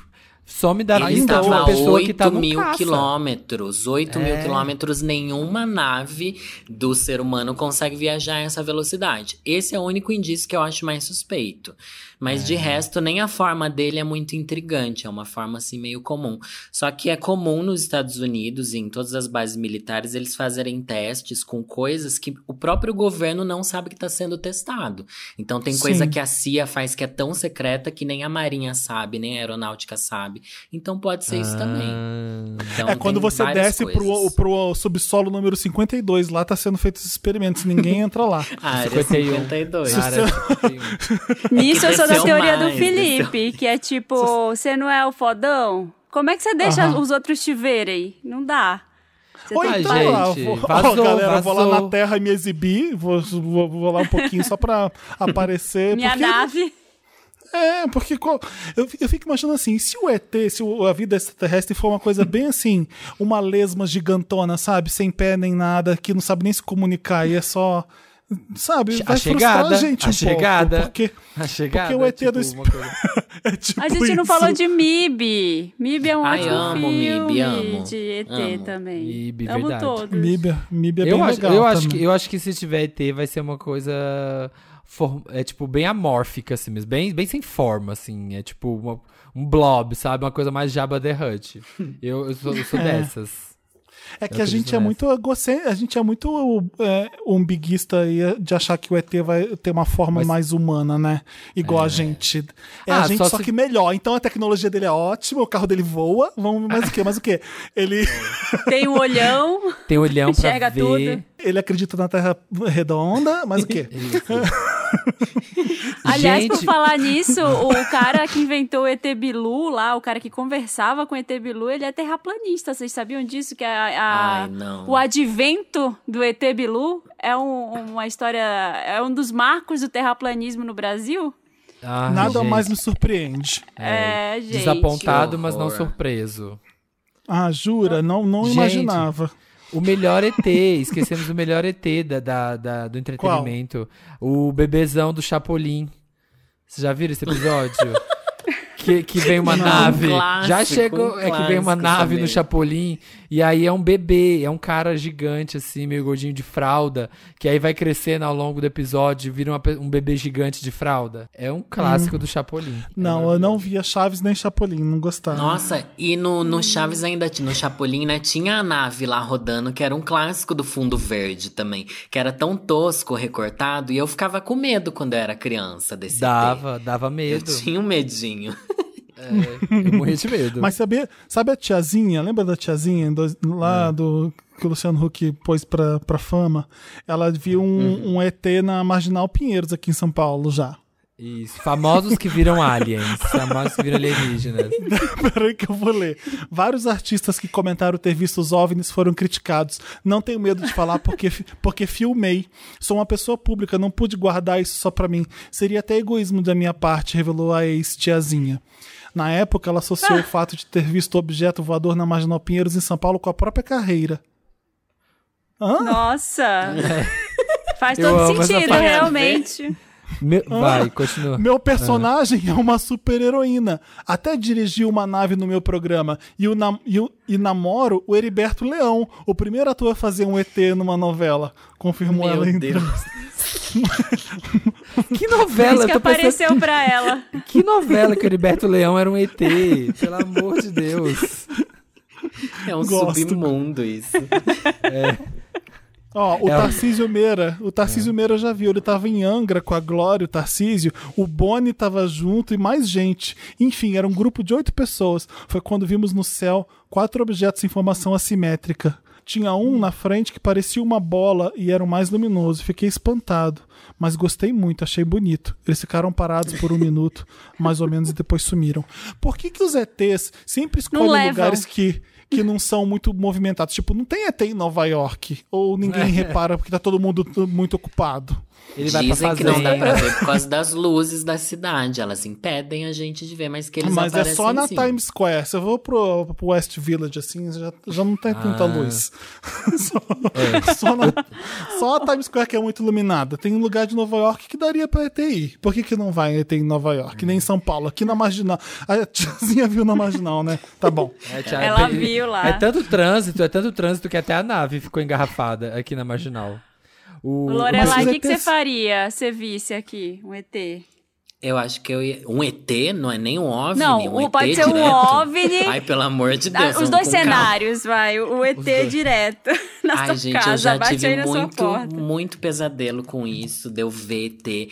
some da Ele vista de estava uma a pessoa que 8 tá no mil caça. quilômetros. 8 mil quilômetros, nenhuma nave do ser humano consegue viajar a essa velocidade. Esse é o único indício que eu acho mais suspeito. Mas de resto, nem a forma dele é muito intrigante. É uma forma assim meio comum. Só que é comum nos Estados Unidos e em todas as bases militares eles fazerem testes com coisas que o próprio governo não sabe que está sendo testado. Então tem coisa Sim. que a CIA faz que é tão secreta que nem a Marinha sabe, nem a Aeronáutica sabe. Então pode ser isso também. Então, É quando tem você várias desce coisas. pro subsolo número 52, lá tá sendo feitos experimentos, ninguém entra lá. Área 51. 52. Cara, Nisso eu sou da desceu teoria do mais, Felipe, que é tipo, você não é o fodão? Como é que você deixa os outros te verem? Não dá. Você Ou tem que então, gente, lá, vazou, galera, vou lá vazou. na Terra me exibir, vou lá um pouquinho só pra aparecer. Minha porque nave. Porque eu fico imaginando assim, se o ET, a vida extraterrestre for uma coisa bem assim, uma lesma gigantona, sabe? Sem pé nem nada, que não sabe nem se comunicar e é só... Sabe? A Vai chegada, frustrar a gente a um chegada. pouco. Porque A chegada, porque o ET tipo, do uma coisa- é tipo A gente não isso. falou de MIB. MIB é um Ai, ótimo amo filme MIB, amo. de ET Amo. também. MIB, amo verdade. todos. MIB é bem eu legal acho também. que, eu acho que se tiver ET vai ser uma coisa tipo bem amórfica assim mesmo, bem sem forma assim, é tipo um blob, sabe, uma coisa mais Jabba the Hutt. Eu sou dessas. É que Eu a gente acredito é muito a gente é muito umbiguista aí de achar que o ET vai ter uma forma mais humana, né? Igual a gente. A gente só que melhor. Então a tecnologia dele é ótima, o carro dele voa. Vamos mais o quê? Mais o quê? Ele Tem um olhão. Tem olhão pra Enxerga ver. tudo. ele acredita na Terra redonda, mas o quê? Aliás, Gente, por falar nisso, o cara que inventou o ET Bilu lá, o cara que conversava com o ET Bilu, ele é terraplanista. Vocês sabiam disso? Que Ai, não. o advento do ET Bilu é uma história... É um dos marcos do terraplanismo no Brasil? Nada gente, mais me surpreende. Gente. desapontado, que mas não horror. surpreso. Ah, jura? Não Gente, imaginava. O melhor ET, esquecemos o melhor ET do entretenimento. O bebezão do Chapolin. Vocês já viram esse episódio? que vem uma nave. clássico, Já chegou. É que vem uma clássico nave também. no Chapolin. E aí é um bebê. É um cara gigante, assim, meio gordinho de fralda. Que aí vai crescendo ao longo do episódio e vira um bebê gigante de fralda. É um clássico do Chapolin. Não, eu não via Chaves nem Chapolin, não gostava. Nossa, e no Chaves ainda tinha, no Chapolin, né, tinha a nave lá rodando, que era um clássico do fundo verde também, que era tão tosco, recortado, e eu ficava com medo quando eu era criança desse ET. Dava Eu medo. tinha um medinho. Eu morria de medo. Mas sabe a tiazinha? Lembra da tiazinha lá do que o Luciano Huck pôs pra fama? Ela viu um ET na Marginal Pinheiros aqui em São Paulo já. Isso, famosos que viram aliens, famosos que viram alienígenas. Peraí que eu vou ler. Vários artistas que comentaram ter visto os OVNIs foram criticados. Não tenho medo de falar porque filmei. Sou uma pessoa pública, não pude guardar isso só pra mim. Seria até egoísmo da minha parte, revelou a ex-tiazinha. Na época, ela associou o fato de ter visto o objeto voador na Marginal Pinheiros em São Paulo com a própria carreira. Nossa! Faz Eu todo amo essa sentido, parte. realmente. Vai, continua. Meu personagem é uma super-heroína. Até dirigi uma nave no meu programa. E namoro o Heriberto Leão, o primeiro ator a fazer um ET numa novela. Confirmou ela em Deus. Que Por novela? isso que Eu tô pensando- apareceu pra ela. Que novela que o Heriberto Leão era um ET? Pelo amor de Deus. É um Gosto. submundo isso. Ó, o Tarcísio Meira. O Tarcísio Meira já viu. Ele tava em Angra com a Glória, o Tarcísio. O Boni tava junto e mais gente. Enfim, era um grupo de 8 pessoas. Foi quando vimos no céu 4 objetos em formação assimétrica. Tinha um na frente que parecia uma bola e era o mais luminoso. Fiquei espantado, mas gostei muito, achei bonito. Eles ficaram parados por 1 minuto, mais ou menos, e depois sumiram. Por que os ETs sempre escolhem levam. lugares que não são muito movimentados? Tipo, não tem ET em Nova York. Ou ninguém repara porque tá todo mundo muito ocupado. Ele vai pra Dizem que não dá pra fazenda. ver por causa das luzes da cidade. Elas impedem a gente de ver, mas que eles Mas é aparecem só na sim. Times Square. Se eu vou pro West Village, assim, já não tem tanta luz. Só a Times Square que é muito iluminada. Tem um lugar de Nova York que daria pra ET ir. Por que não vai ET em Nova York? Nem em São Paulo. Aqui na Marginal. A tiazinha viu na Marginal, né? Tá bom. Ela viu lá. É tanto trânsito que até a nave ficou engarrafada aqui na Marginal. Lorelai, Mas o os que você faria se visse aqui um ET? Eu acho que eu ia... Um ET? Não é nem um OVNI? Não, um ET pode ser um direto? OVNI. Ai, pelo amor de Deus. Os vamos dois com calma. cenários, vai. O ET direto na Ai, sua gente, eu casa, já bate aí tive na sua porta. muito pesadelo com isso, de eu ver ET.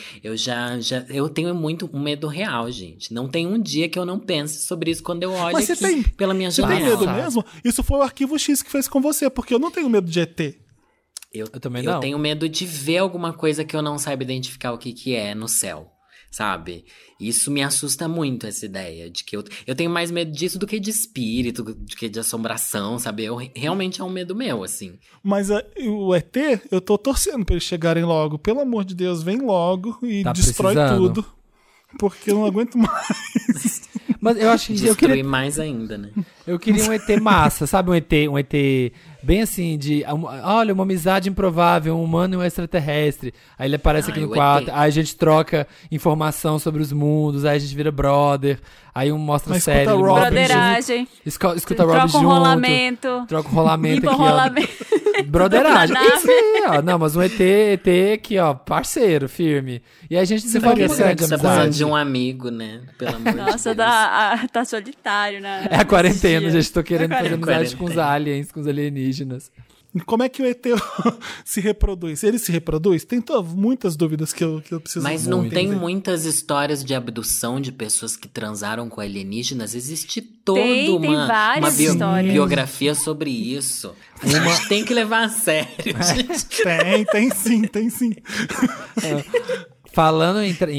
Eu tenho muito um medo real, gente. Não tem um dia que eu não pense sobre isso quando eu olho Mas aqui pela minha Você janela. tem medo mesmo? Isso foi o Arquivo X que fez com você, porque eu não tenho medo de ET. Eu também Eu não. tenho medo de ver alguma coisa que eu não saiba identificar o que é no céu, sabe? Isso me assusta muito, essa ideia de que eu tenho mais medo disso do que de espírito, do que de assombração, sabe? Realmente é um medo meu, assim. Mas o ET, eu tô torcendo pra eles chegarem logo. Pelo amor de Deus, vem logo e Tá destrói precisando. tudo. Porque eu não aguento mais. Mas eu acho que Destruir mais ainda, né? eu queria um ET massa, sabe? Um ET bem assim, olha, uma amizade improvável, um humano e um extraterrestre. Aí ele aparece aqui no o quarto, ET. aí a gente troca informação sobre os mundos, aí a gente vira brother, aí um mostra Mas série, escuta ele mostra Broderagem. escuta Rob Troca um junto, rolamento. troca um rolamento Limpa aqui, um ó. rolamento. Broderagem. Na nave. Isso aí, ó. Não, mas um ET aqui, ó, parceiro, firme. E aí a gente desenvolve uma faria grande Você tá precisando amizade. de um amigo, né? Pelo amor de Nossa, Deus. tá solitário, né? É a quarentena, nesses dias. gente. Tô querendo fazer amizade quarentena. com os aliens, com os alienígenas. Como é que o ET se reproduz? Ele se reproduz? Tem muitas dúvidas que eu preciso Mas não entender. tem muitas histórias de abdução de pessoas que transaram com alienígenas? Existe toda Tem uma várias histórias. biografia sobre isso. A gente tem que levar a sério, gente. Tem sim. Falando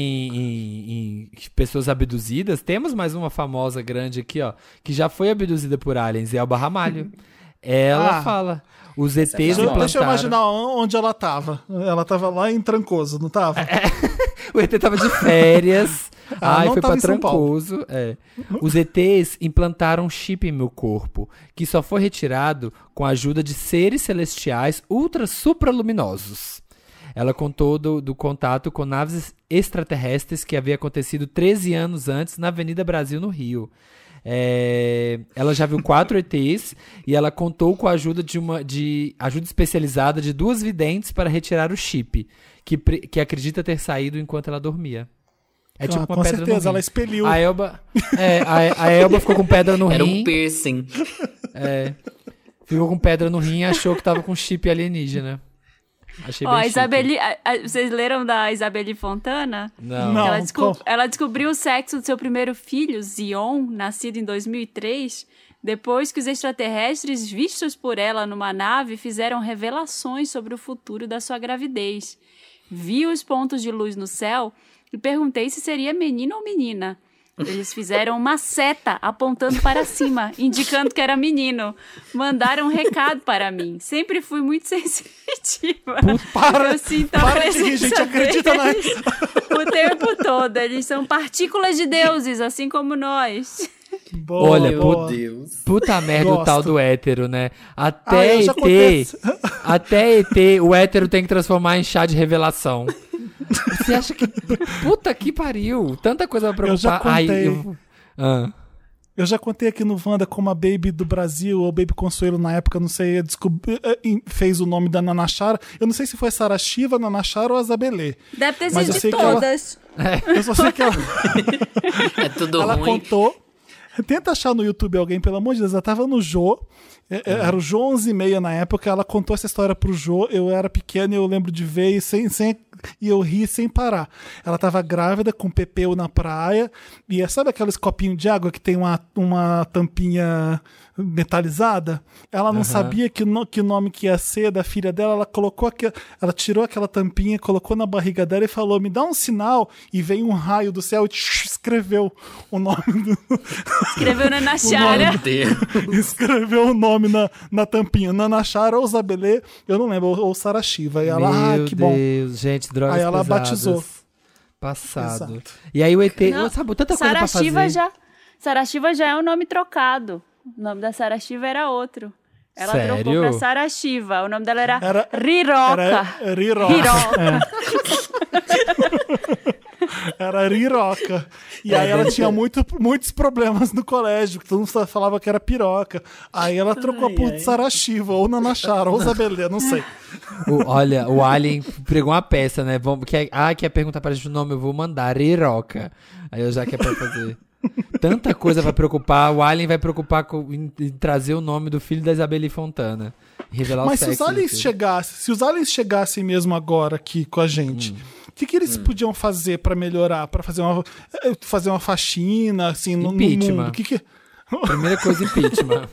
em pessoas abduzidas, temos mais uma famosa grande aqui, ó, que já foi abduzida por aliens, Elba Ramalho. Ela fala, os ETs famosa. implantaram... Deixa eu imaginar onde ela tava. Ela tava lá em Trancoso, não tava? O ET tava de férias. Ai, não foi tava pra em São Paulo. Trancoso. É. Os ETs implantaram um chip em meu corpo, que só foi retirado com a ajuda de seres celestiais supraluminosos. Ela contou do contato com naves extraterrestres que havia acontecido 13 anos antes na Avenida Brasil, no Rio. Ela já viu 4 ETs e ela contou com a ajuda de ajuda especializada de 2 videntes para retirar o chip, que acredita ter saído enquanto ela dormia. É tipo uma com pedra certeza, no rim. ela expeliu. A Elba, a Elba ficou com pedra no Era rim. um piercing. Ficou com pedra no rim e achou que tava com chip alienígena. Achei Ó, bem a chique. Isabeli, vocês leram da Isabeli Fontana? Não. Não. Ela descobriu o sexo do seu primeiro filho, Zion, nascido em 2003, depois que os extraterrestres vistos por ela numa nave fizeram revelações sobre o futuro da sua gravidez. Vi os pontos de luz no céu e perguntei se seria menino ou menina. Eles fizeram uma seta apontando para cima, indicando que era menino. Mandaram um recado para mim. Sempre fui muito sensitiva. Eu sinto a Para de rir, presença gente, acredita deles o tempo todo. Eles são partículas de deuses, assim como nós. Boa, Olha, boa. Deus. Puta merda o Gosto. tal do hétero, né? eu já Até ET, o hétero tem que transformar em chá de revelação. Você acha que... Puta que pariu. Tanta coisa pra Eu já preocupar. contei. Eu já contei aqui no Wanda como a Baby do Brasil, ou Baby Consuelo na época, não sei, fez o nome da Nanachara. Eu não sei se foi Sara Shiva, Nanachara ou Azabelê. Deve ter Mas sido eu de sei que ela- todas. Eu só sei que ela, É tudo ela ruim. contou. Tenta achar no YouTube alguém, pelo amor de Deus. Ela tava no Jô. Era o Jô 11h30 na época. Ela contou essa história pro Jô. Eu era pequeno e eu lembro de ver e eu ri sem parar. Ela tava grávida com pepeu na praia. E sabe aqueles copinhos de água que tem uma tampinha metalizada? Ela não sabia que nome que ia ser da filha dela. Ela tirou aquela tampinha, colocou na barriga dela e falou: me dá um sinal. E veio um raio do céu e escreveu o nome do. Escreveu na Nachara. Meu Deus. Escreveu o nome nome na tampinha. Nana Chara ou Zabelê, eu não lembro, ou Sara Shiva. E ela, Meu que bom. Deus, gente, drogas Aí ela pesadas. batizou. Passado. Exato. E aí o ET, Não, sabe, tanta coisa pra fazer. Sara Shiva já é um nome trocado. O nome da Sara Shiva era outro. Ela Sério? trocou pra Sara Shiva. O nome dela era Riroca. Riroca. Riroca. Era Riroca. E aí ela tinha muitos problemas no colégio, que todo mundo falava que era piroca. Aí ela trocou por Sara Shiva, ou Nana Chara, ou Zabelê, não sei. Olha, o Alien pregou uma peça, né? Quer perguntar pra gente o nome? Eu vou mandar Riroca. Aí eu já quero fazer. Tanta coisa pra preocupar. O Alien vai preocupar em trazer o nome do filho da Isabelle Fontana. Revelar Mas o sexo. se os aliens chegassem mesmo agora aqui com a gente, o que eles podiam fazer pra melhorar? Pra fazer uma faxina, assim, no Impeachment. mundo? Primeira coisa, impeachment.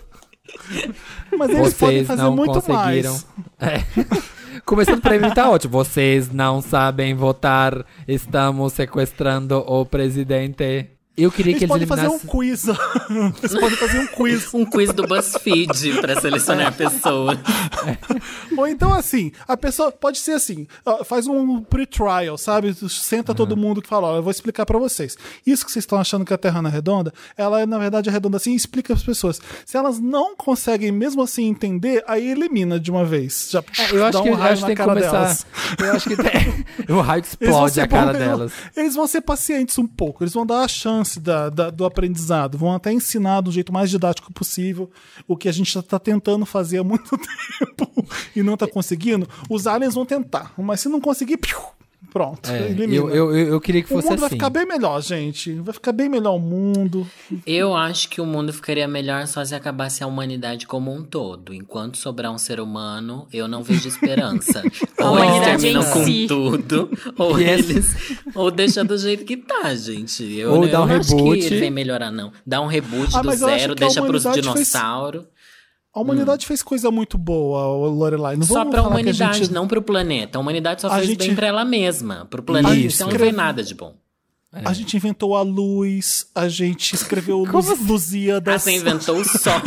Mas eles podem fazer não muito conseguiram. mais. Começando pra mim tá ótimo. Vocês não sabem votar. Estamos sequestrando o presidente. Eu queria que Eles eles podem fazer eliminassem... um quiz. Eles podem fazer um quiz. Um quiz do BuzzFeed pra selecionar a pessoa. Ou então, assim, a pessoa pode ser assim, faz um pre-trial, sabe? Senta todo mundo que fala, ó, eu vou explicar pra vocês. Isso que vocês estão achando que a Terra não é redonda, ela na verdade é redonda assim, e explica pras pessoas. Se elas não conseguem mesmo assim entender, aí elimina de uma vez. Já Eu acho dá que, um raio acho que na tem que cara começar... delas. Eu acho que o raio Eles vão explode ser a cara bons, delas. Eles vão ser pacientes um pouco, eles vão dar a chance do aprendizado, vão até ensinar do jeito mais didático possível o que a gente está tentando fazer há muito tempo e não está conseguindo. Os aliens vão tentar, mas se não conseguir, pronto, elimina. Eu queria que O fosse mundo vai assim. ficar bem melhor, gente. Vai ficar bem melhor o mundo. Eu acho que o mundo ficaria melhor só se acabasse a humanidade como um todo. Enquanto sobrar um ser humano, eu não vejo esperança. Ou eles humanidade terminam em com si. tudo, ou ou deixa do jeito que tá, gente. Ou eu dá um não acho reboot. que ele vem melhorar, não. Dá um reboot do mas eu acho zero, que a deixa pros humanidade fez- dinossauros. A humanidade fez coisa muito boa, Lorelai. Não Só vamos pra falar que a humanidade, gente... não pro planeta. A humanidade só A fez gente- bem pra ela mesma. Pro planeta, Isso. então não vem nada de bom. A gente inventou a luz, a gente escreveu Lusíadas. Você inventou o sol.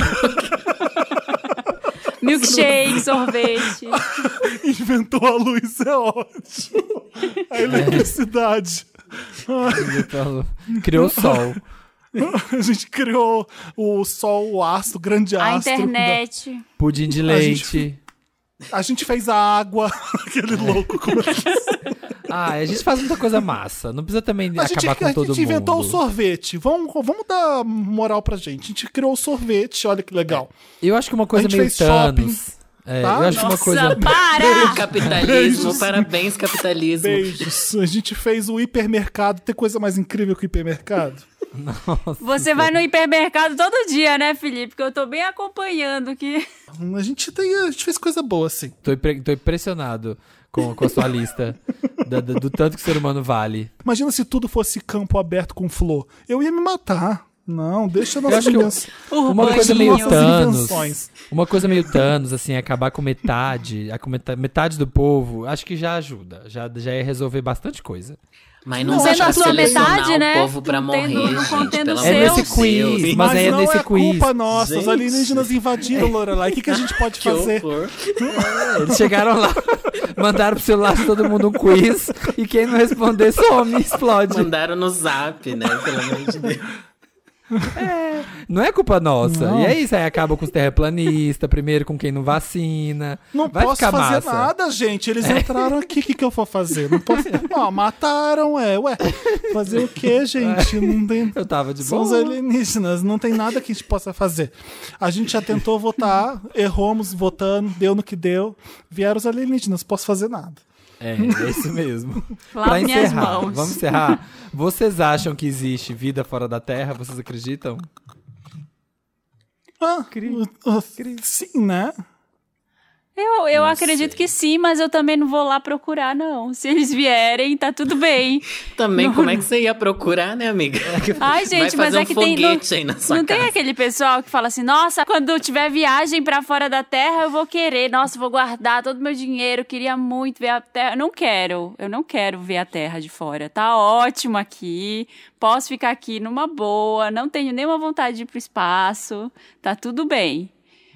Milkshake, sorvete. Inventou a luz, é ótimo. A eletricidade. Criou o sol. A gente criou o sol, o astro, o grande A astro. internet. Pudim de leite. A gente fez a água, aquele louco. Como é que... A gente faz muita coisa massa. Não precisa também acabar com todo mundo. A gente inventou o sorvete. Vamos dar moral pra gente. A gente criou o sorvete, olha que legal. Eu acho que uma coisa A gente meio fez shopping. Thanos. Tá? Eu acho que uma Nossa, coisa... para! Capitalismo, Beijos. parabéns, capitalismo. Beijos. A gente fez o hipermercado. Tem coisa mais incrível que o hipermercado? Você vai no hipermercado todo dia, né, Felipe? Porque eu tô bem acompanhando que... A gente fez coisa boa, sim. Tô impressionado com a sua lista. Do tanto que o ser humano vale. Imagina se tudo fosse campo aberto com flor. Eu ia me matar. Não, deixa Eu nossas acho que invenções. uma coisa meio Urbaninho. Thanos. invenções. Uma coisa meio Thanos, assim, acabar com metade do povo, acho que já ajuda. Já ia resolver bastante coisa. Mas não Não, dá sendo pra a sua selecionar metade, o né? povo pra Não morrer, tendo- não gente. contendo Pelo o É amor nesse de quiz, Deus. mas aí é não nesse é quiz. culpa nossa. Os Gente. alienígenas invadiram, Lorelai. O que a gente pode Que fazer? horror. Eles chegaram lá, mandaram pro celular de todo mundo um quiz, e quem não responder some, explode. Mandaram no zap, né? Pelo amor de Deus. Não é culpa nossa. Não. E é isso, aí acaba com os terraplanistas, primeiro com quem não vacina. Não Vai posso ficar fazer massa. nada, gente. Eles entraram aqui. O que eu vou fazer? Não posso. Mataram, Ué, fazer o quê, gente? Não tem. Eu tava de São os boa. alienígenas. Não tem nada que a gente possa fazer. A gente já tentou votar, erramos votando, deu no que deu. Vieram os alienígenas. Não posso fazer nada. É isso mesmo. Lavo Pra minhas encerrar, mãos. vamos encerrar. Vocês acham que existe vida fora da Terra? Vocês acreditam? Sim, né? Eu acredito que sim, mas eu também não vou lá procurar, não. Se eles vierem, tá tudo bem. Também, como é que você ia procurar, né, amiga? Ai, gente, Vai mas fazer é que um tem. foguete aí na sua Não casa. tem aquele pessoal que fala assim: nossa, quando tiver viagem pra fora da Terra, eu vou querer. Nossa, vou guardar todo o meu dinheiro. Queria muito ver a Terra. Eu não quero ver a Terra de fora. Tá ótimo aqui. Posso ficar aqui numa boa. Não tenho nenhuma vontade de ir pro espaço. Tá tudo bem.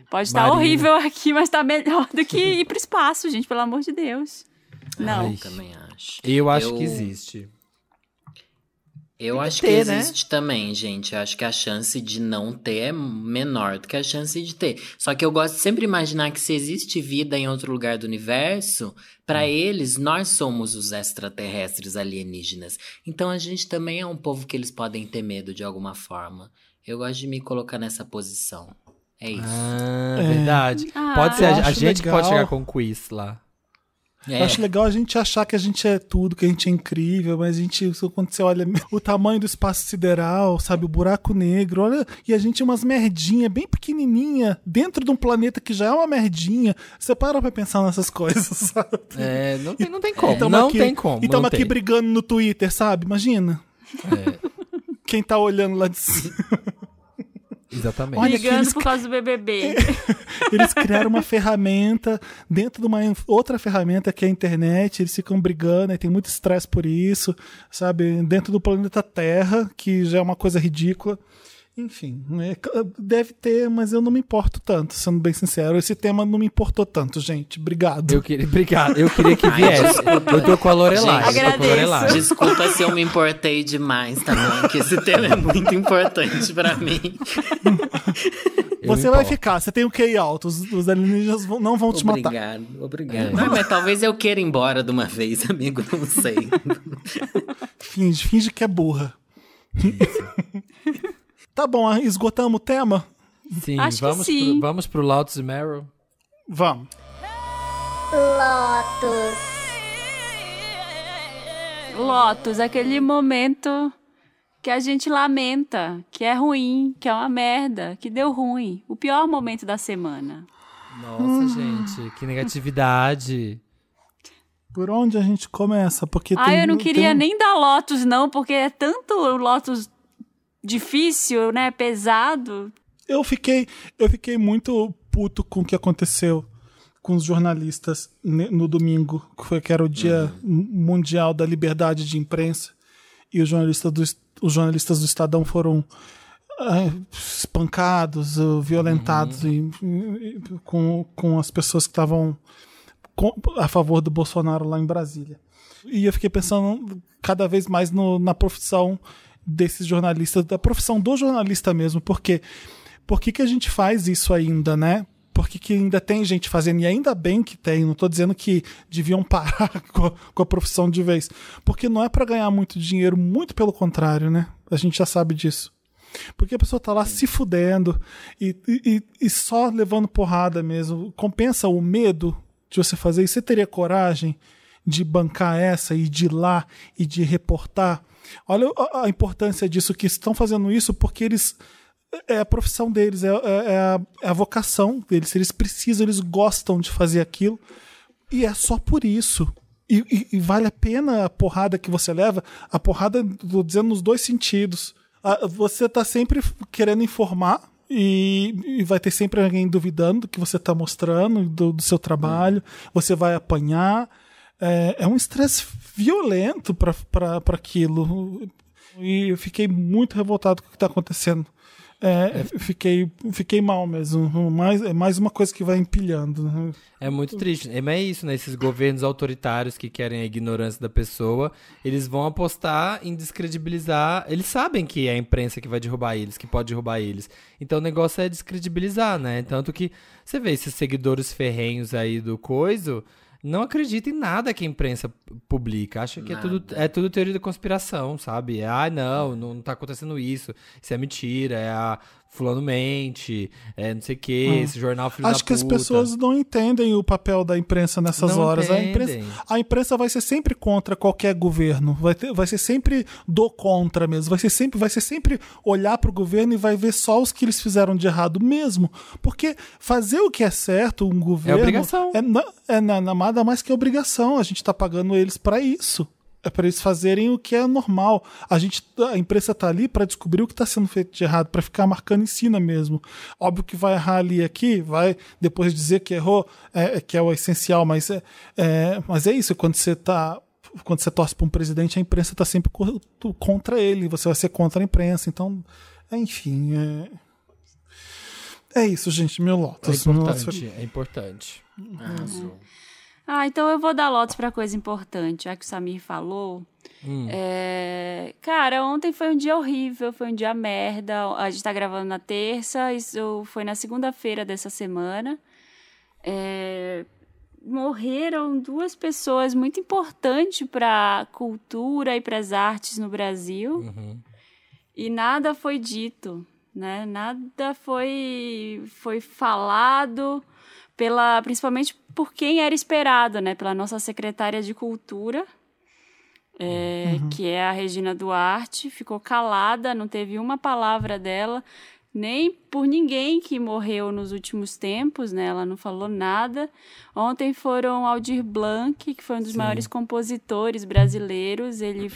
Pode estar horrível aqui, mas tá melhor do que ir pro espaço, gente, pelo amor de Deus. Não. Eu também acho. Eu acho que existe. Eu acho que existe também, gente. Eu acho que a chance de não ter é menor do que a chance de ter. Só que eu gosto de sempre imaginar que se existe vida em outro lugar do universo, pra eles, nós somos os extraterrestres alienígenas. Então a gente também é um povo que eles podem ter medo de alguma forma. Eu gosto de me colocar nessa posição. É isso. Verdade. Pode ser, a gente legal. pode chegar com um quiz lá. Eu acho legal a gente achar que a gente é tudo, que a gente é incrível, mas quando você olha o tamanho do espaço sideral, sabe, o buraco negro, olha, e a gente é umas merdinhas bem pequenininha dentro de um planeta que já é uma merdinha. Você para pra pensar nessas coisas, sabe? Não tem como. Tem como. E estamos aqui brigando no Twitter, sabe? Imagina. Quem tá olhando lá de cima. Exatamente. Olha, Brigando por causa do BBB. Eles criaram uma ferramenta dentro de uma outra ferramenta que é a internet. Eles ficam brigando e tem muito estresse por isso, sabe? Dentro do planeta Terra, que já é uma coisa ridícula. Enfim, deve ter, mas eu não me importo tanto, sendo bem sincero. Esse tema não me importou tanto, gente. Obrigado. Eu queria que viesse. Eu tô com a Lorelai. Agradeço. Desculpa se eu me importei demais, tá bom? Que esse tema é muito importante pra mim. Você vai ficar, você tem o QI alto, os alienígenas não vão te matar. Obrigado. Não, mas talvez eu queira ir embora de uma vez, amigo, não sei. Finge que é burra. Tá bom, esgotamos o tema? Sim, Acho que sim. Vamos pro Lotus e Meryl? Vamos. Lotus, aquele momento que a gente lamenta, que é ruim, que é uma merda, que deu ruim. O pior momento da semana. Nossa, gente, que negatividade. Por onde a gente começa? Porque eu não queria nem dar Lotus, não, porque é tanto Lotus difícil, né? Pesado. Eu fiquei muito puto com o que aconteceu com os jornalistas no domingo, que era o Dia Mundial da Liberdade de Imprensa, e os jornalistas do Estadão foram espancados, violentados com as pessoas que estavam a favor do Bolsonaro lá em Brasília. E eu fiquei pensando cada vez mais na profissão desses jornalistas, da profissão do jornalista mesmo, porque por que a gente faz isso ainda, né? Por que ainda tem gente fazendo? E ainda bem que tem, não estou dizendo que deviam parar com a profissão de vez, porque não é para ganhar muito dinheiro, muito pelo contrário, né? A gente já sabe disso. Porque a pessoa tá lá se fudendo e só levando porrada mesmo. Compensa o medo de você fazer isso? Você teria coragem de bancar essa e de ir lá e de reportar? Olha a importância disso, que estão fazendo isso porque eles... É a profissão deles, é a vocação deles. Eles precisam, eles gostam de fazer aquilo. E é só por isso. E vale a pena a porrada que você leva. A porrada, tô dizendo nos dois sentidos. Você tá sempre querendo informar e vai ter sempre alguém duvidando do que você tá mostrando, do seu trabalho. Você vai apanhar. É um estresse violento para aquilo. E eu fiquei muito revoltado com o que tá acontecendo. Fiquei mal mesmo. Mais uma coisa que vai empilhando. É muito triste. É isso, né? Esses governos autoritários que querem a ignorância da pessoa, eles vão apostar em descredibilizar. Eles sabem que é a imprensa que vai derrubar eles, que pode derrubar eles. Então o negócio é descredibilizar, né? Tanto que você vê esses seguidores ferrenhos aí do coiso, não acredita em nada que a imprensa publica. Acha que é tudo teoria da conspiração, sabe? Não tá acontecendo isso. Isso é mentira, fulano mente, não sei o quê, esse jornal filho da puta. Acho que as pessoas não entendem o papel da imprensa nessas horas. A imprensa vai ser sempre contra qualquer governo. Vai ser sempre do contra mesmo. Vai ser sempre olhar pro governo e vai ver só os que eles fizeram de errado mesmo. Porque fazer o que é certo, um governo... É obrigação. Nada mais que obrigação. A gente tá pagando eles para isso. É para eles fazerem o que é normal. A imprensa tá ali para descobrir o que está sendo feito de errado, para ficar marcando em cima mesmo. Óbvio que vai errar ali e aqui, vai depois dizer que errou, que é o essencial, mas é isso. Quando você torce para um presidente, a imprensa está sempre contra ele, você vai ser contra a imprensa. Então, enfim... É isso, gente, meu Lotus. É importante. Arrasou. Então eu vou dar Lotus pra coisa importante, já que o Samir falou. Cara, ontem foi um dia horrível, foi um dia merda. A gente tá gravando na terça, isso foi na segunda-feira dessa semana. Morreram 2 pessoas muito importantes para a cultura e para as artes no Brasil. E nada foi dito, né? Nada foi falado, principalmente por quem era esperado, né? Pela nossa secretária de Cultura, que é a Regina Duarte. Ficou calada, não teve uma palavra dela, nem por ninguém que morreu nos últimos tempos, né? Ela não falou nada. Ontem foram Aldir Blanc, que foi um dos maiores compositores brasileiros. Ele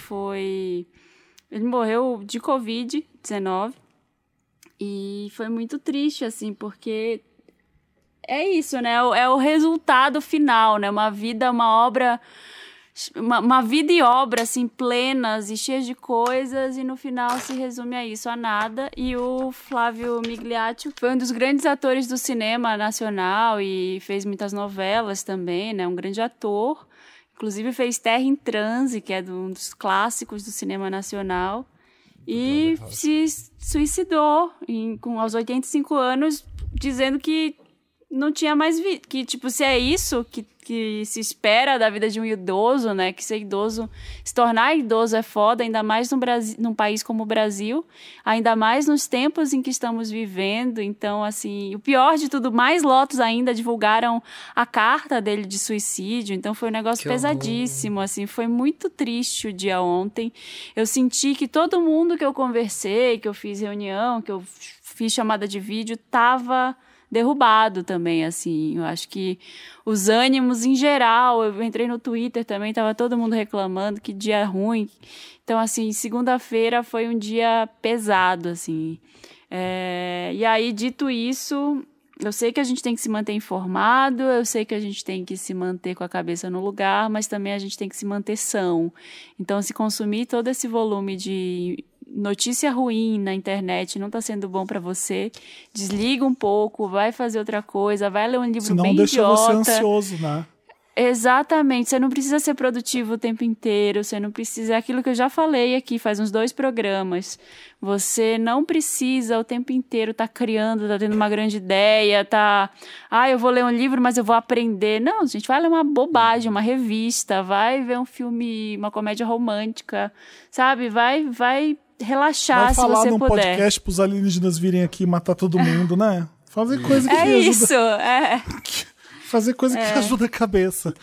morreu de Covid-19 e foi muito triste, assim, porque é isso, né? É o resultado final, né? Uma vida e obra, assim, plenas e cheias de coisas, e no final se resume a isso, a nada. E o Flávio Migliaccio foi um dos grandes atores do cinema nacional e fez muitas novelas também, né? Um grande ator. Inclusive fez Terra em Transe, que é um dos clássicos do cinema nacional. E se suicidou aos 85 anos, dizendo que não tinha mais vida. Que, tipo, se é isso que se espera da vida de um idoso, né? Que ser idoso, se tornar idoso é foda, ainda mais num país como o Brasil, ainda mais nos tempos em que estamos vivendo. Então, assim, o pior de tudo, mais Lotus ainda divulgaram a carta dele de suicídio. Então, foi um negócio pesadíssimo, assim. Foi muito triste o dia ontem. Eu senti que todo mundo que eu conversei, que eu fiz reunião, que eu fiz chamada de vídeo, tava derrubado também, assim. Eu acho que os ânimos em geral, eu entrei no Twitter também, tava todo mundo reclamando, que dia ruim. Então, assim, segunda-feira foi um dia pesado, assim. E aí, dito isso, eu sei que a gente tem que se manter informado, eu sei que a gente tem que se manter com a cabeça no lugar, mas também a gente tem que se manter são. Então, se consumir todo esse volume de notícia ruim na internet não tá sendo bom pra você, desliga um pouco, vai fazer outra coisa, vai ler um livro Senão bem deixa idiota. você ansioso, né? Exatamente, você não precisa ser produtivo o tempo inteiro, você não precisa, é aquilo que eu já falei aqui, faz uns 2 programas, você não precisa o tempo inteiro tá criando, tá tendo uma grande ideia, eu vou ler um livro, mas eu vou aprender. Não, gente, vai ler uma bobagem, uma revista, vai ver um filme, uma comédia romântica, sabe, vai relaxar, vai se falar você num puder. podcast pros alienígenas virem aqui e matar todo mundo, né? Fazer coisa que ajuda. Isso, Fazer coisa que ajuda a cabeça.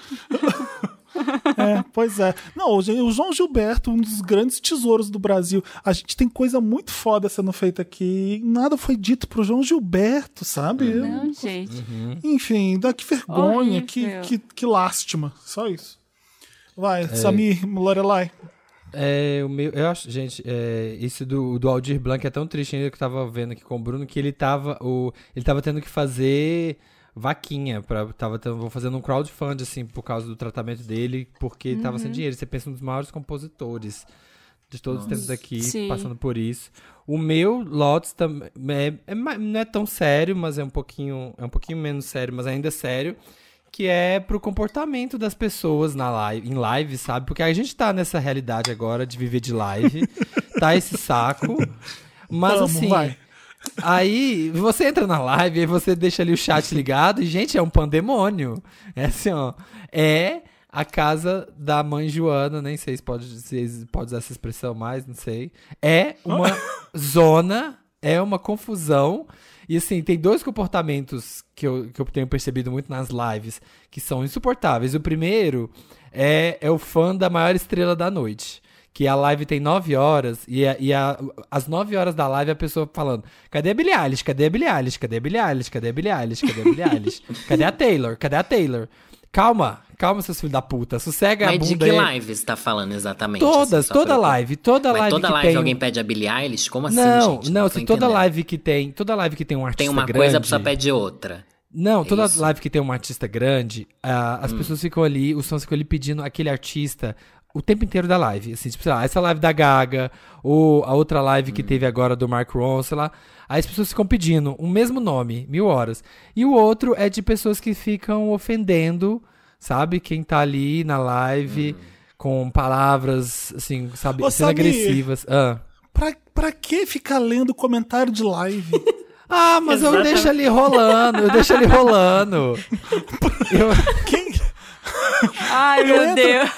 Pois é. Não, o João Gilberto, um dos grandes tesouros do Brasil. A gente tem coisa muito foda sendo feita aqui. Nada foi dito pro João Gilberto, sabe? Não, gente. Enfim, que vergonha, que lástima. Só isso. Vai, Samir, Lorelai. Eu acho, gente, isso do Aldir Blanc é tão triste ainda, que eu tava vendo aqui com o Bruno, que ele tava tendo que fazer vaquinha, vou fazendo um crowdfunding, assim, por causa do tratamento dele, porque ele tava sem dinheiro. Você pensa, um dos maiores compositores de todos os tempos aqui, passando por isso. O meu Lotus também não é tão sério, mas é um pouquinho menos sério, mas ainda é sério, que é pro comportamento das pessoas em live, sabe? Porque a gente tá nessa realidade agora de viver de live, tá esse saco, mas assim... Vai. Aí você entra na live, aí você deixa ali o chat ligado e, gente, é um pandemônio. É assim, ó. É a casa da mãe Joana, nem sei se pode usar essa expressão mais, não sei. É uma zona, é uma confusão. E assim, tem 2 comportamentos que eu tenho percebido muito nas lives que são insuportáveis. O primeiro é o fã da maior estrela da noite. Que a live tem 9 horas e às 9 horas da live a pessoa falando: cadê a Billie Eilish? Cadê a Billie Eilish? Cadê a Billie Eilish? Cadê a Billie Eilish? Cadê a Billie Eilish? Cadê a Taylor? Cadê a Taylor? Calma, seus filhos da puta. Sossega a bunda. Mas de que live você tá falando exatamente? Todas, assim, toda live. Toda Mas live toda que live tem... alguém pede a Billie Eilish? Como assim, gente? Não, se toda live que tem um artista grande... Tem uma coisa, a pessoa pede outra. Não, toda live que tem um artista grande, as pessoas ficam ali, os fãs ficam ali pedindo aquele artista o tempo inteiro da live. Assim, tipo, sei lá, essa live da Gaga, ou a outra live que teve agora do Mark Ronson, sei lá. Aí as pessoas ficam pedindo o mesmo nome, 1000 horas. E o outro é de pessoas que ficam ofendendo, sabe? Quem tá ali na live com palavras, assim, sabe? Ô, sendo Samir, agressivas. Pra que ficar lendo comentário de live? Ah, mas eu deixo ali rolando, Quem... Ai, meu Deus.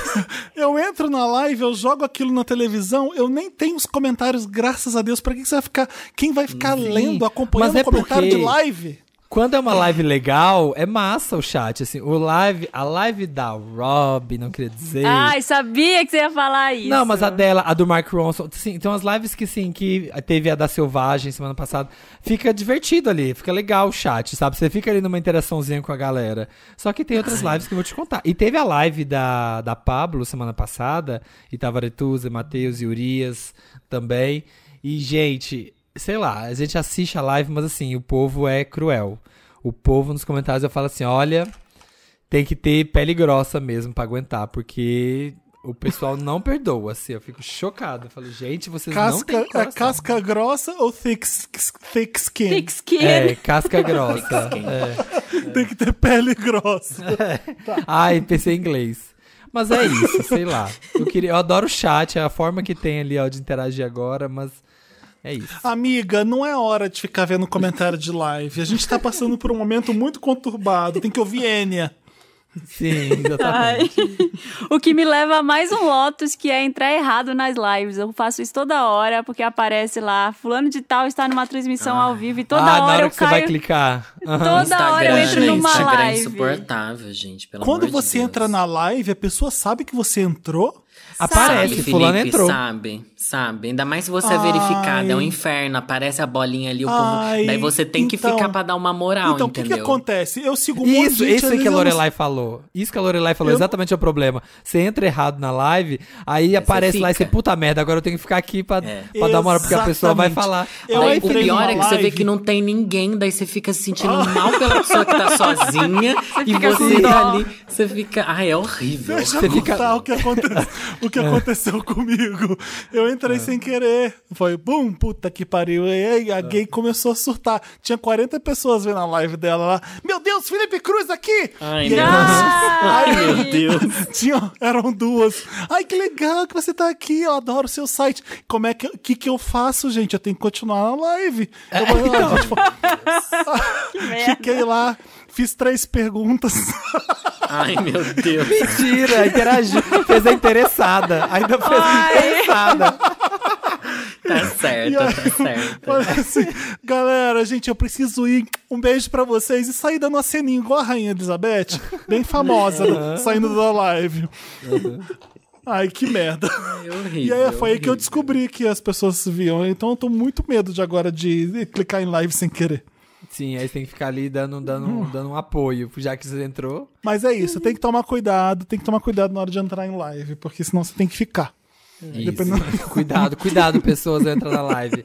Eu entro na live, eu jogo aquilo na televisão, eu nem tenho os comentários, graças a Deus. Pra que você vai ficar... Quem vai ficar lendo, acompanhando mas é o comentário porque- de live? Quando é uma live legal, é massa o chat, assim. A live da Rob, não queria dizer... Ai, sabia que você ia falar isso. Não, mas a dela, a do Mark Ronson, sim, tem umas lives que sim, que teve a da Selvagem semana passada, fica divertido ali, fica legal o chat, sabe? Você fica ali numa interaçãozinha com a galera. Só que tem outras lives que eu vou te contar. E teve a live da Pablo semana passada, e tava Aretusa, Matheus e Urias também. E, gente, sei lá, a gente assiste a live, mas assim, o povo é cruel. O povo nos comentários eu falo assim, olha, tem que ter pele grossa mesmo pra aguentar, porque o pessoal não perdoa, assim, eu fico chocado. Eu falo, gente, vocês não têm É coração. casca grossa ou thick skin? Thick skin. É, casca grossa. Tem que ter pele grossa. Ai, pensei em inglês. Mas é isso, sei lá. Eu adoro o chat, é a forma que tem ali, ó, de interagir agora, mas é isso. Amiga, não é hora de ficar vendo comentário de live. A gente tá passando por um momento muito conturbado. Tem que ouvir Enya. Sim, Ai. exatamente. O que me leva a mais um Lotus, que é entrar errado nas lives. Eu faço isso toda hora, porque aparece lá, fulano de tal está numa transmissão ao vivo, e toda na hora eu que você vai caio... clicar. Aham. Toda hora eu entro numa Instagram é live. insuportável, gente, pelo Quando amor de você Deus. entra na live, a pessoa sabe que você entrou. Aparece, Sabe, fulano Felipe, entrou. Sabe. Ainda mais se você é verificado, é um inferno. Aparece a bolinha ali, o povo... Ai, Daí você tem que então- ficar pra dar uma moral, Então, o que entendeu? acontece? Eu sigo um monte de Isso, gente, isso às aí que a vezes eu não- Lorelai falou. Isso que a Lorelai falou, Eu- exatamente é o problema. Você entra errado na live, aí aparece lá e você, fica. puta merda, agora eu tenho que ficar aqui pra dar uma hora, porque a pessoa vai Exatamente. falar. Eu Daí, o entrei pior numa é que você vê live- que não tem ninguém, daí você fica se sentindo mal pela pessoa que tá sozinha. E fica com você dó. tá ali, você fica... Ai, é horrível. Deixa Você eu fica- contar o que aconteceu comigo. Eu entrei sem querer. Foi, bum, puta que pariu. E aí a gay começou a surtar. Tinha 40 pessoas vendo a live dela lá. Meu Deus, Felipe Cruz aqui! Ai, E aí, não. Ai, Meu Deus. eram duas. Ai, que legal que você tá aqui. Eu adoro o seu site. Como é que eu faço, gente? Eu tenho que continuar na live. Fiquei lá, fiz 3 perguntas. Ai, meu Deus. Mentira, interagiu, fez a interessada. Ainda fez a interessada. Tá certo, E aí- tá certo. Falei assim, galera, gente, eu preciso ir. Um beijo pra vocês. E sair dando aceninho, igual a Rainha Elizabeth, bem famosa, saindo da live. Ai, que merda. É E horrível. aí foi aí que eu horrível. descobri que as pessoas viam. Então eu tô muito medo de agora de clicar em live sem querer. Sim, aí você tem que ficar ali dando um apoio, já que você entrou. Mas é isso, tem que tomar cuidado na hora de entrar em live, porque senão você tem que ficar. Isso. Dependendo- Cuidado, pessoas, entram na live.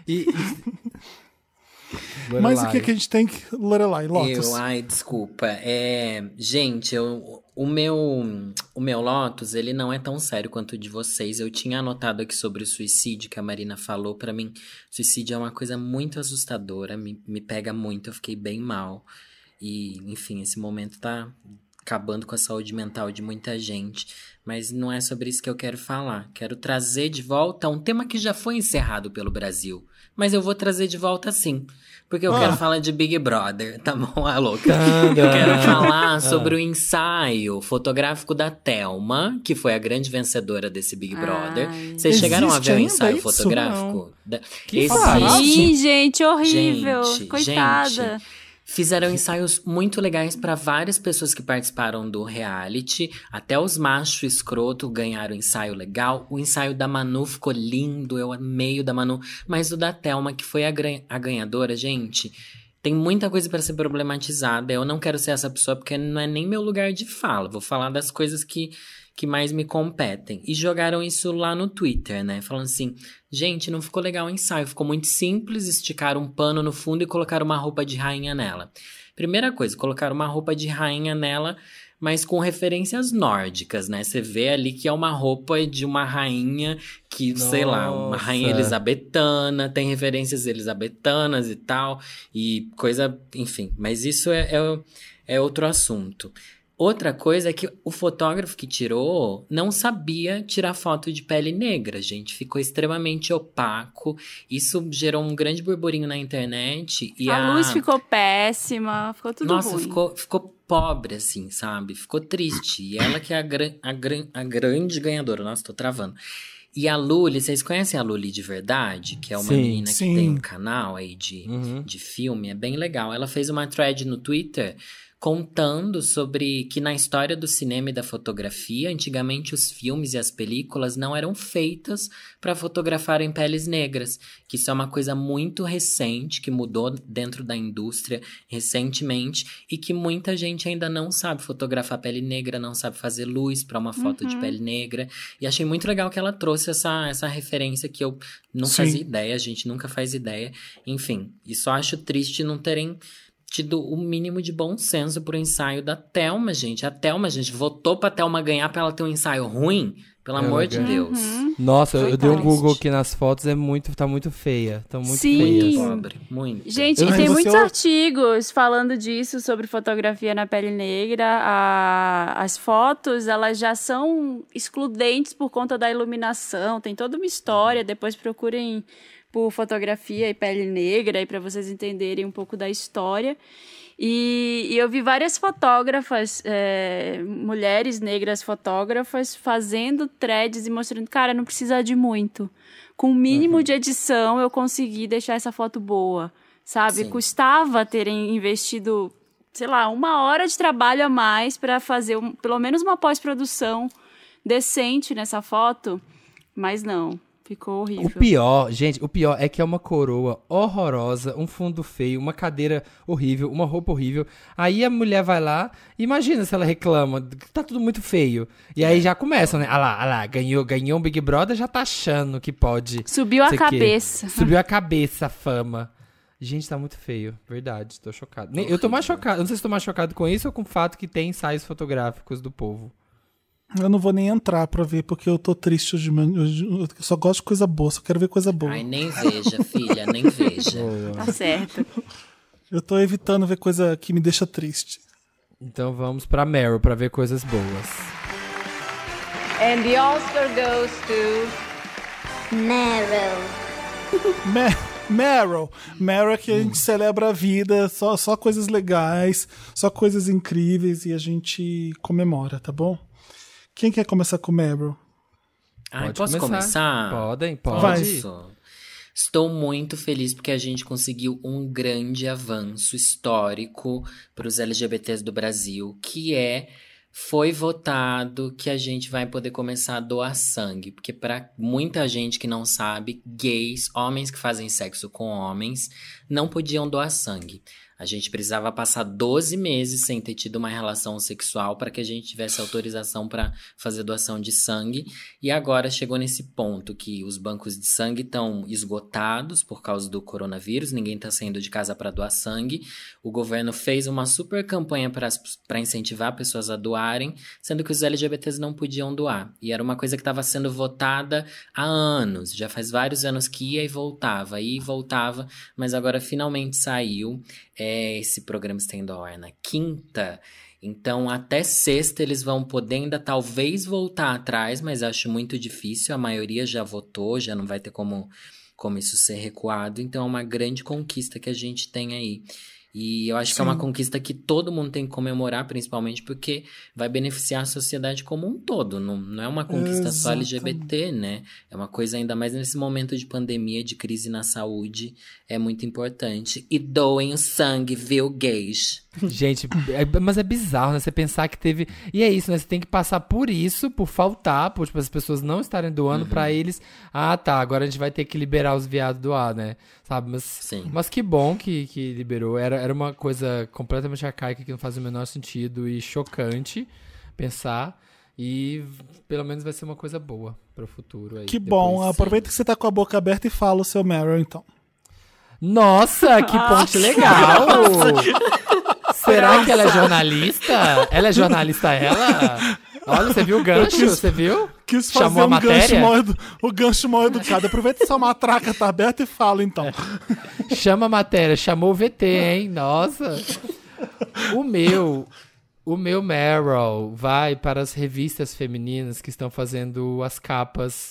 Mas o Lorelai. que a gente tem que... Lorelai, Lotus. Ai, desculpa. Gente, o meu Lotus, ele não é tão sério quanto o de vocês. Eu tinha anotado aqui sobre o suicídio que a Marina falou. Pra mim, suicídio é uma coisa muito assustadora, me pega muito, eu fiquei bem mal. E, enfim, esse momento tá acabando com a saúde mental de muita gente. Mas não é sobre isso que eu quero falar. Quero trazer de volta um tema que já foi encerrado pelo Brasil. Mas eu vou trazer de volta sim. Porque eu quero falar de Big Brother, tá bom, a louca? Eu quero falar sobre o ensaio fotográfico da Thelma, que foi a grande vencedora desse Big Brother. Vocês chegaram a Existe ver o ainda ensaio isso? fotográfico? Que fala? Sim, gente, horrível. Gente, Coitada. gente, fizeram ensaios muito legais para várias pessoas que participaram do reality. Até os machos escroto ganharam ensaio legal. O ensaio da Manu ficou lindo, eu amei o da Manu. Mas o da Thelma, que foi a ganhadora, gente, tem muita coisa para ser problematizada. Eu não quero ser essa pessoa porque não é nem meu lugar de fala. Vou falar das coisas que mais me competem. E jogaram isso lá no Twitter, né? Falando assim, gente, não ficou legal o ensaio. Ficou muito simples, esticaram um pano no fundo e colocaram uma roupa de rainha nela. Primeira coisa, colocaram uma roupa de rainha nela, mas com referências nórdicas, né? Você vê ali que é uma roupa de uma rainha que, sei lá, uma rainha elisabetana, tem referências elisabetanas e tal, e coisa, enfim. Mas isso é outro assunto. Outra coisa é que o fotógrafo que tirou não sabia tirar foto de pele negra, gente. Ficou extremamente opaco. Isso gerou um grande burburinho na internet. E a luz ficou péssima, ficou tudo ruim. Nossa, ficou pobre, assim, sabe? Ficou triste. E ela que é a grande ganhadora. Nossa, tô travando. E a Luli, vocês conhecem a Luli de verdade? Que é uma menina que tem um canal aí de filme. É bem legal. Ela fez uma thread no Twitter contando sobre que na história do cinema e da fotografia, antigamente os filmes e as películas não eram feitas para fotografar em peles negras, que isso é uma coisa muito recente, que mudou dentro da indústria recentemente e que muita gente ainda não sabe fotografar pele negra, não sabe fazer luz para uma foto de pele negra. E achei muito legal que ela trouxe essa referência que eu não fazia ideia, a gente nunca faz ideia. Enfim, e só acho triste não terem tido o mínimo de bom senso pro ensaio da Thelma, gente. A Thelma, gente, votou pra Thelma ganhar pra ela ter um ensaio ruim? Pelo amor de Deus. Nossa, eu dei um Google aqui nas fotos, tá muito feia. Tá muito feia. Pobre, muito. Gente, e tem muitos artigos falando disso, sobre fotografia na pele negra. As fotos, elas já são excludentes por conta da iluminação. Tem toda uma história, depois procurem por fotografia e pele negra, aí para vocês entenderem um pouco da história. E eu vi várias fotógrafas, mulheres negras fotógrafas, fazendo threads e mostrando, cara, não precisa de muito. Com o mínimo de edição, eu consegui deixar essa foto boa, sabe? Sim. Custava terem investido, sei lá, 1 hora de trabalho a mais para fazer pelo menos uma pós-produção decente nessa foto, mas não. Ficou horrível. O pior é que é uma coroa horrorosa, um fundo feio, uma cadeira horrível, uma roupa horrível. Aí a mulher vai lá, imagina se ela reclama, tá tudo muito feio. E aí já começa, né? Ah lá, ganhou um Big Brother, já tá achando que pode. Subiu a cabeça. Subiu a cabeça a fama. Gente, tá muito feio. Verdade, tô chocado. Eu tô mais chocado, não sei se tô mais chocado com isso ou com o fato que tem ensaios fotográficos do povo. Eu não vou nem entrar pra ver, porque eu tô triste hoje. Eu só gosto de coisa boa, só quero ver coisa boa. Ai, nem veja, filha, nem veja. Tá certo. Eu tô evitando ver coisa que me deixa triste. Então vamos pra Meryl, pra ver coisas boas. And the Oscar goes to... Meryl. Meryl é que a gente celebra a vida, só coisas legais, só coisas incríveis e a gente comemora, tá bom? Quem quer começar com o Meryl? Posso começar? Pode. Estou muito feliz porque a gente conseguiu um grande avanço histórico para os LGBTs do Brasil, foi votado que a gente vai poder começar a doar sangue. Porque para muita gente que não sabe, gays, homens que fazem sexo com homens, não podiam doar sangue. A gente precisava passar 12 meses sem ter tido uma relação sexual para que a gente tivesse autorização para fazer doação de sangue. E agora chegou nesse ponto que os bancos de sangue estão esgotados por causa do coronavírus, ninguém está saindo de casa para doar sangue. O governo fez uma super campanha para incentivar pessoas a doarem, sendo que os LGBTs não podiam doar. E era uma coisa que estava sendo votada há anos, já faz vários anos que ia e voltava, mas agora finalmente saiu. Esse programa está indo ao ar na quinta, então até sexta eles vão poder ainda talvez voltar atrás, mas acho muito difícil, a maioria já votou, já não vai ter como isso ser recuado, então é uma grande conquista que a gente tem aí. E eu acho que é uma conquista que todo mundo tem que comemorar, principalmente porque vai beneficiar a sociedade como um todo. Não é uma conquista só LGBT, né? É uma coisa ainda mais nesse momento de pandemia, de crise na saúde. É muito importante. E doem o sangue, viu, gays? Gente, mas é bizarro, né? Você pensar que teve... E é isso, né? Você tem que passar por isso, por faltar, por tipo, as pessoas não estarem doando pra eles. Ah, tá, agora a gente vai ter que liberar os viados doar, né? Sabe? Mas que bom que liberou. Era uma coisa completamente arcaica que não faz o menor sentido e chocante pensar. E pelo menos vai ser uma coisa boa pro futuro. Aí, que bom. Aproveita que você tá com a boca aberta e fala o seu Meryl, então. Nossa, que ponte legal! Será que ela é jornalista? Ela é jornalista, ela? Olha, você viu o gancho? Você viu? Quis fazer Chamou a matéria? o gancho mal educado. Aproveita que essa matraca tá aberta e fala, então. Chama a matéria, chamou o VT, hein? Nossa. O meu Meryl vai para as revistas femininas que estão fazendo as capas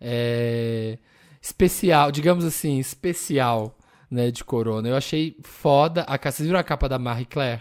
especial, digamos assim, especial, né, de Corona. Eu achei foda. Vocês viram a capa da Marie Claire?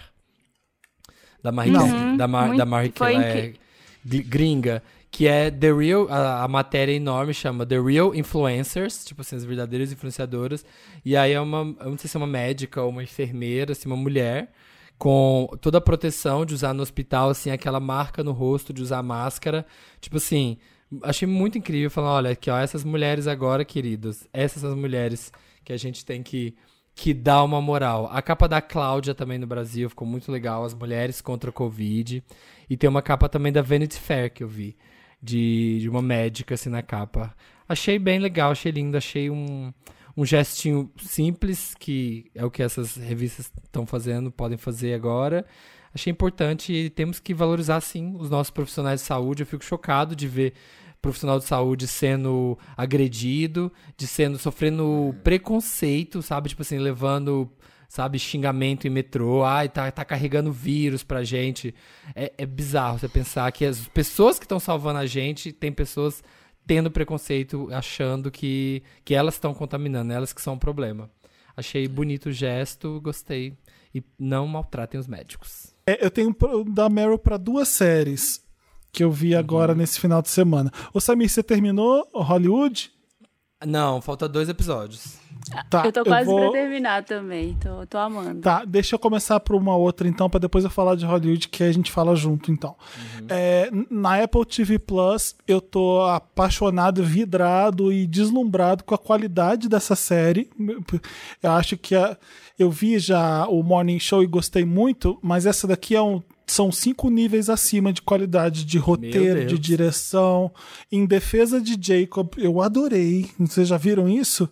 Da Marie Claire, da Marie Claire gringa, que é The Real, a matéria enorme chama The Real Influencers, tipo assim, as verdadeiras influenciadoras. E aí eu não sei se é uma médica ou uma enfermeira, assim, uma mulher, com toda a proteção de usar no hospital, assim, aquela marca no rosto de usar máscara. Tipo assim, achei muito incrível, falando, olha, aqui, ó, essas mulheres agora, queridos, essas são as mulheres que a gente tem que dar uma moral. A capa da Cláudia também no Brasil ficou muito legal, as mulheres contra o Covid. E tem uma capa também da Vanity Fair que eu vi, de uma médica, assim, na capa. Achei bem legal, achei lindo, achei um gestinho simples, que é o que essas revistas estão fazendo, podem fazer agora. Achei importante e temos que valorizar, sim, os nossos profissionais de saúde. Eu fico chocado de ver profissional de saúde sendo agredido, sofrendo preconceito, sabe? Tipo assim, levando, sabe, xingamento em metrô. Ai, tá carregando vírus pra gente. É bizarro você pensar que as pessoas que estão salvando a gente, tem pessoas tendo preconceito, achando que elas estão contaminando, elas que são o problema. Achei bonito o gesto, gostei. E não maltratem os médicos. Eu tenho da Meryl pra 2 séries que eu vi agora nesse final de semana. Ô Samir, você terminou Hollywood? Não, falta 2 episódios. Tá, eu tô quase pra terminar também, tô amando. Tá, deixa eu começar por uma outra então, pra depois eu falar de Hollywood, que a gente fala junto então. Na Apple TV Plus, eu tô apaixonado, vidrado e deslumbrado com a qualidade dessa série. Eu acho que eu vi já o Morning Show e gostei muito, mas essa daqui são 5 níveis acima de qualidade de roteiro, de direção. Em defesa de Jacob, eu adorei. Vocês já viram isso?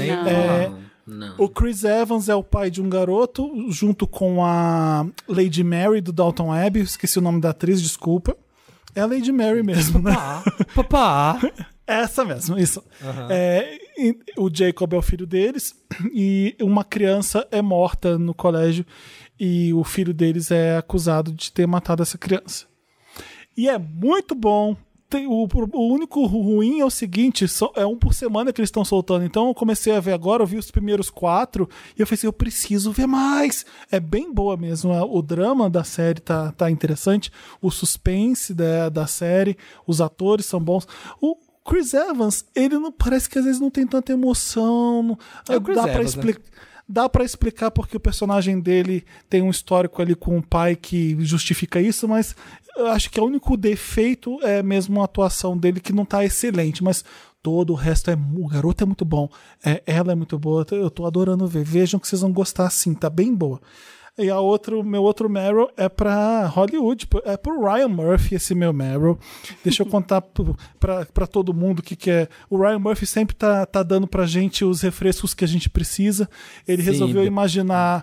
Não. O Chris Evans é o pai de um garoto, junto com a Lady Mary do Downton Abbey. Esqueci o nome da atriz, desculpa. É a Lady Mary mesmo, né? Papá. Essa mesmo, isso. O Jacob é o filho deles e uma criança é morta no colégio e o filho deles é acusado de ter matado essa criança. E é muito bom. O único ruim é o seguinte, é 1 por semana que eles estão soltando. Então eu comecei a ver agora, eu vi os primeiros 4 e eu falei assim, eu preciso ver mais. É bem boa mesmo, o drama da série tá interessante, o suspense da série, os atores são bons. O Chris Evans, ele não parece que às vezes não tem tanta emoção, dá pra explicar porque o personagem dele tem um histórico ali com o pai que justifica isso, mas eu acho que o único defeito é mesmo a atuação dele, que não tá excelente, mas todo o resto o garoto é muito bom, ela é muito boa, eu tô adorando ver, vejam que vocês vão gostar sim, tá bem boa. E meu outro Meryl é pra Hollywood, é pro Ryan Murphy esse meu Meryl. Deixa eu contar pra todo mundo o que é. O Ryan Murphy sempre tá dando pra gente os refrescos que a gente precisa. Ele resolveu imaginar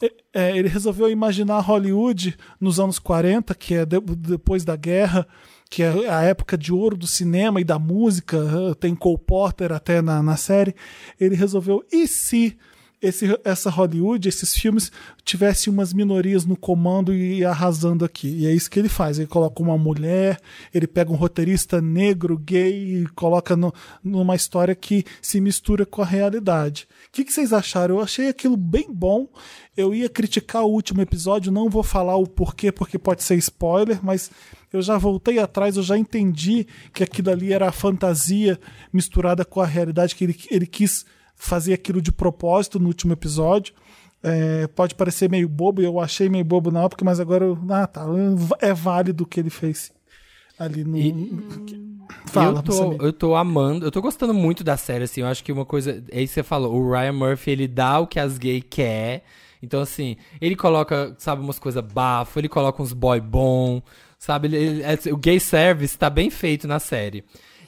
Hollywood nos anos 40, que é depois da guerra, que é a época de ouro do cinema e da música, tem Cole Porter até na série. Ele resolveu, e se essa Hollywood, esses filmes, tivesse umas minorias no comando e arrasando aqui. E é isso que ele faz. Ele coloca uma mulher, ele pega um roteirista negro, gay, e coloca numa história que se mistura com a realidade. O que vocês acharam? Eu achei aquilo bem bom. Eu ia criticar o último episódio, não vou falar o porquê, porque pode ser spoiler, mas eu já voltei atrás, eu já entendi que aquilo ali era a fantasia misturada com a realidade, que ele quis fazer aquilo de propósito no último episódio. Pode parecer meio bobo, eu achei meio bobo na época, mas agora é válido o que ele fez ali no... Fala, eu tô amando, eu tô gostando muito da série, assim, eu acho que uma coisa, é isso que você falou, o Ryan Murphy, ele dá o que as gays quer, então assim, ele coloca, sabe, umas coisas bafo, ele coloca uns boy bom, sabe, o gay service tá bem feito na série.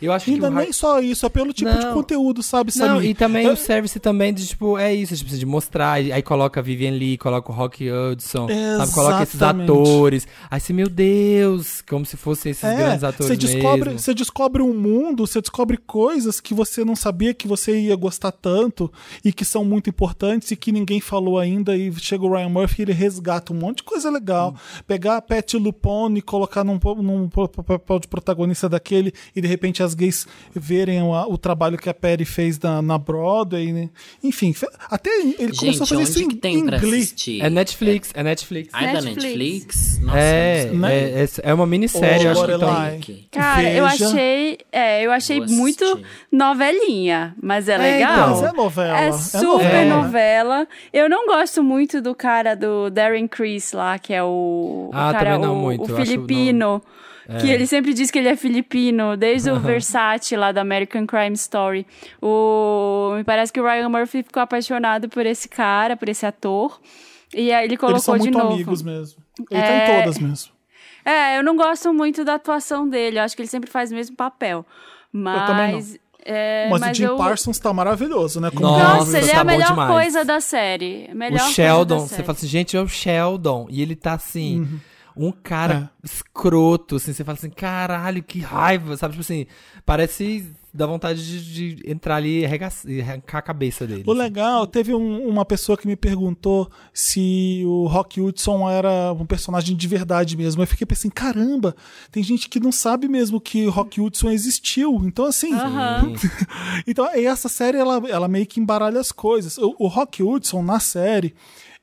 Eu acho Ainda que nem só isso, é pelo tipo de Não. conteúdo, sabe, Não, Samir? e também o service também de, tipo, é isso, tipo, de mostrar, aí coloca a Vivian Lee, coloca o Rock Hudson, sabe, coloca esses Exatamente. atores, aí você, meu Deus, como se fossem esses grandes atores mesmo. Você descobre um mundo, você descobre coisas que você não sabia que você ia gostar tanto e que são muito importantes e que ninguém falou ainda, e chega o Ryan Murphy e ele resgata um monte de coisa legal. Pegar a Patti LuPone e colocar num papel de protagonista daquele e de repente as gays verem o trabalho que a Perry fez na Broadway, né? Enfim, até ele começou a fazer onde isso que tem em pra Glee. assistir? É Netflix, é Netflix. Ah, é da Netflix. Netflix? Nossa, É, não sabia. é uma minissérie, Ô, eu acho que Lorelai. então. Cara, eu Veja. achei Vou muito assistir. novelinha, mas é É, legal. então. Mas é novela. É é super novela. novela. Eu não gosto muito do cara do Darren Criss lá, que é o cara, também não muito. o Eu acho filipino. Que ele sempre diz que ele é filipino, desde o Versace lá da American Crime Story. Me parece que o Ryan Murphy ficou apaixonado por esse cara, por esse ator. E aí ele colocou Eles são de muito novo. amigos mesmo. Ele tá em todas mesmo. Eu não gosto muito da atuação dele. Eu acho que ele sempre faz o mesmo papel. Mas. também não. Mas o Jim eu... Parsons tá maravilhoso, né? Como Nossa, Nossa, ele é tá a bom melhor demais. coisa da série. Melhor O Sheldon, coisa da você série. fala assim, gente, é o Sheldon. E ele tá assim, um cara É. escroto, assim, você fala assim, caralho, que raiva, sabe? Tipo assim, parece dar vontade de entrar ali e arrancar a cabeça dele. O legal, teve uma pessoa que me perguntou se o Rock Hudson era um personagem de verdade mesmo. Eu fiquei pensando, caramba, tem gente que não sabe mesmo que o Rock Hudson existiu. Então, assim, então essa série, ela meio que embaralha as coisas. O Rock Hudson, na série,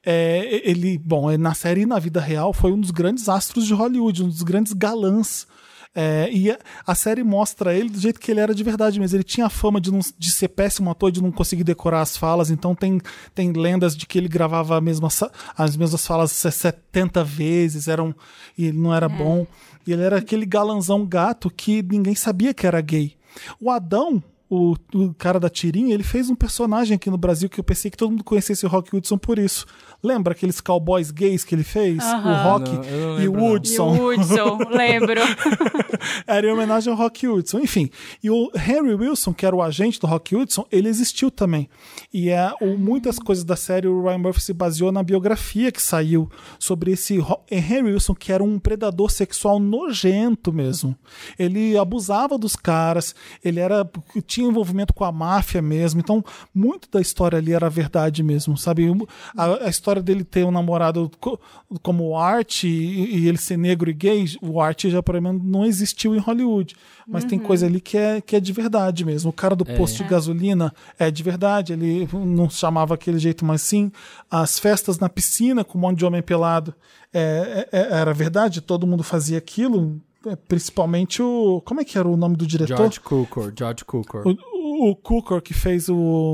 na série e na vida real, foi um dos grandes astros de Hollywood, um dos grandes galãs. E a série mostra ele do jeito que ele era de verdade mesmo. Ele tinha a fama de ser péssimo ator, de não conseguir decorar as falas. Então tem lendas de que ele gravava as mesmas falas 70 vezes, e ele não era bom. E ele era aquele galanzão gato que ninguém sabia que era gay. O Adão, o cara da tirinha, ele fez um personagem aqui no Brasil que eu pensei que todo mundo conhecesse o Rock Hudson por isso. Lembra aqueles cowboys gays que ele fez? O Rock Não, eu não e o lembro, não. E Hudson. o Hudson, lembro. Era em homenagem ao Rock Hudson. Enfim, e o Henry Wilson, que era o agente do Rock Hudson, ele existiu também. E muitas coisas da série, o Ryan Murphy se baseou na biografia que saiu sobre esse Henry Wilson, que era um predador sexual nojento mesmo. Ele abusava dos caras, tinha envolvimento com a máfia mesmo. Então, muito da história ali era verdade mesmo, sabe? A história dele ter um namorado como o Art e ele ser negro e gay, o Art já, por exemplo, não existiu em Hollywood. Mas tem coisa ali que é de verdade mesmo. O cara do posto de gasolina é de verdade. Ele não chamava aquele jeito, mas sim. As festas na piscina com um monte de homem pelado era verdade. Todo mundo fazia aquilo. Principalmente como é que era o nome do diretor? George Cukor. O Cukor que fez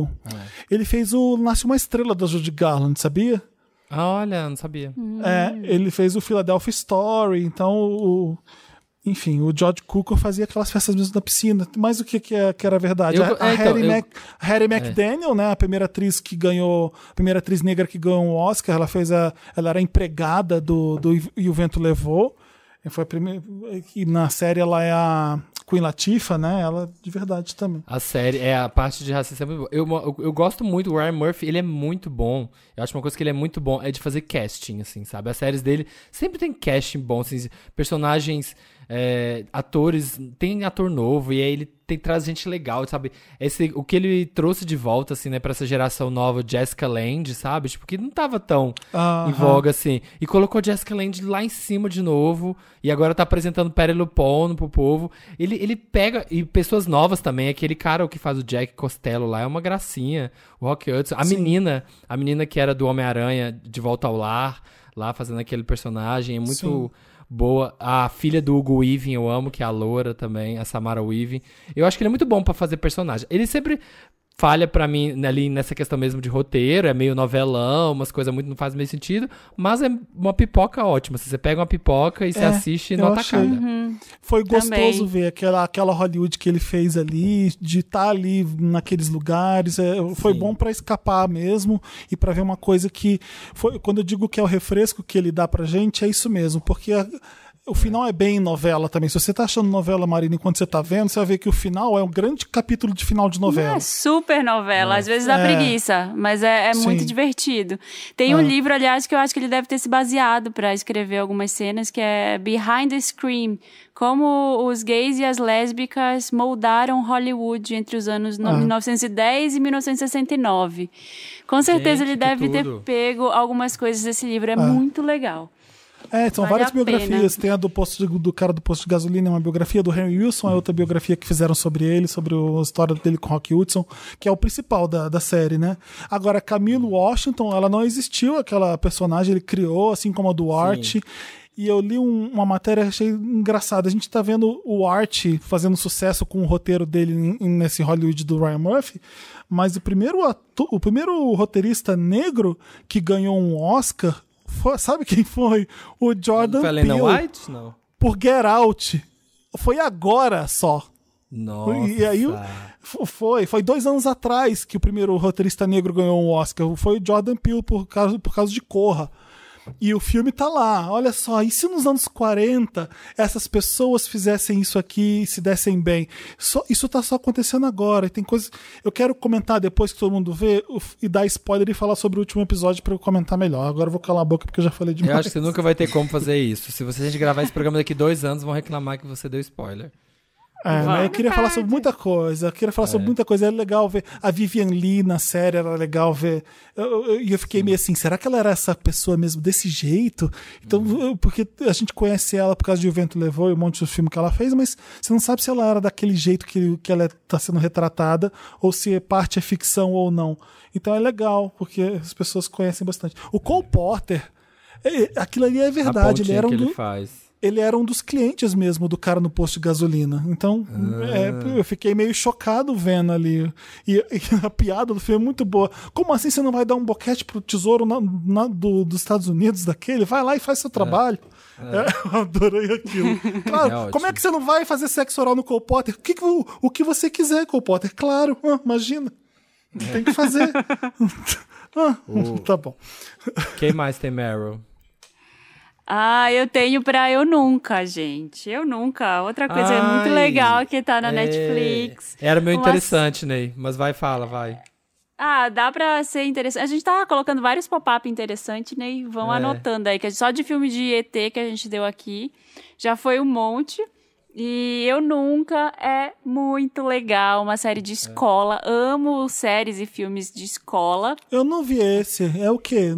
ele fez o Nasce uma Estrela da Judy Garland, sabia? Olha, não sabia. Ele fez o Philadelphia Story, então enfim, o George Cukor fazia aquelas festas mesmo na piscina. Mas o que era verdade? Hattie McDaniel, né, a primeira atriz negra que ganhou o Oscar, ela era empregada do E o Vento Levou. Foi a primeira, e na série ela é a Queen Latifah, né? Ela de verdade também. A série, a parte de racismo é muito boa. Eu gosto muito, o Ryan Murphy, ele é muito bom. Eu acho uma coisa que ele é muito bom é de fazer casting, assim, sabe? As séries dele sempre tem casting bom, assim, personagens, atores, tem ator novo, e aí ele traz gente legal, sabe? O que ele trouxe de volta, assim, né, pra essa geração nova, Jessica Lange, sabe? Tipo, que não tava tão em voga, assim. E colocou Jessica Lange lá em cima de novo, e agora tá apresentando Patti LuPone pro povo. Ele pega, e pessoas novas também, aquele cara que faz o Jack Costello lá, é uma gracinha. O Rock Hudson, a menina que era do Homem-Aranha, de Volta ao Lar, lá fazendo aquele personagem, é muito boa. A filha do Hugo Weaving eu amo, que é a loura também, a Samara Weaving. Eu acho que ele é muito bom pra fazer personagem. Ele sempre falha pra mim ali nessa questão mesmo de roteiro, é meio novelão, umas coisas muito não fazem meio sentido, mas é uma pipoca ótima. Se você pega uma pipoca e você assiste nota cada. Foi gostoso Também. ver aquela Hollywood que ele fez ali, de estar ali naqueles lugares. Foi bom pra escapar mesmo e pra ver uma coisa que quando eu digo que é o refresco que ele dá pra gente, é isso mesmo, porque o final é bem novela também. Se você tá achando novela, Marina, enquanto você tá vendo, você vai ver que o final é um grande capítulo de final de novela. É super novela, às vezes dá preguiça, mas é muito divertido. Tem um livro, aliás, que eu acho que ele deve ter se baseado pra escrever algumas cenas, que é Behind the Screen, como os gays e as lésbicas moldaram Hollywood entre os anos 1910 e 1969. Com certeza ele deve ter pego algumas coisas desse livro, é muito legal. São várias biografias. Tem a do cara do posto de gasolina, uma biografia do Henry Wilson, é outra biografia que fizeram sobre ele, sobre a história dele com Rock Hudson, que é o principal da série, né? Agora, Camille Washington, ela não existiu, aquela personagem, ele criou, assim como a do Art. E eu li uma matéria, achei engraçada. A gente tá vendo o Art fazendo sucesso com o roteiro dele nesse Hollywood do Ryan Murphy, mas o primeiro roteirista negro que ganhou um Oscar, sabe quem foi? O Jordan Peele. White? Não. Por Get Out. Foi agora só. Nossa. E aí foi 2 anos atrás que o primeiro roteirista negro ganhou um Oscar. Foi o Jordan Peele por causa de Corra. E o filme tá lá, olha só, e se nos anos 40 essas pessoas fizessem isso aqui e se dessem bem? Isso tá só acontecendo agora, e tem coisas... Eu quero comentar depois que todo mundo vê e dar spoiler e falar sobre o último episódio pra eu comentar melhor. Agora eu vou calar a boca porque eu já falei demais. Eu acho que você nunca vai ter como fazer isso. Se a gente gravar esse programa daqui 2 anos, vão reclamar que você deu spoiler. Eu queria falar sobre muita coisa. É legal ver a Vivian Lee na série, era legal ver. E eu fiquei meio assim, será que ela era essa pessoa mesmo desse jeito? Então, porque a gente conhece ela por causa de O Vento Levou e um monte de filme que ela fez, mas você não sabe se ela era daquele jeito que ela está sendo retratada, ou se parte é ficção ou não. Então é legal, porque as pessoas conhecem bastante. O Cole Porter, aquilo ali é verdade. Ele era um dos clientes mesmo do cara no posto de gasolina. Então, eu fiquei meio chocado vendo ali. E a piada do filme é muito boa. Como assim você não vai dar um boquete pro tesouro dos Estados Unidos daquele? Vai lá e faz seu trabalho. Eu adorei aquilo. Claro, como é que você não vai fazer sexo oral no Cole Porter? O que você quiser, Cole Porter. Claro, imagina. Tem que fazer. Tá bom. Quem mais tem Meryl? Eu tenho pra Eu Nunca, gente. Eu Nunca. Outra coisa muito legal que tá na Netflix. Era meio interessante, Ney. Mas vai. Dá pra ser interessante. A gente tá colocando vários pop-up interessantes, Ney. Vão anotando aí. Que só de filme de ET que a gente deu aqui, já foi um monte. E Eu Nunca é muito legal, uma série de escola. Amo séries e filmes de escola. Eu não vi esse. É o quê?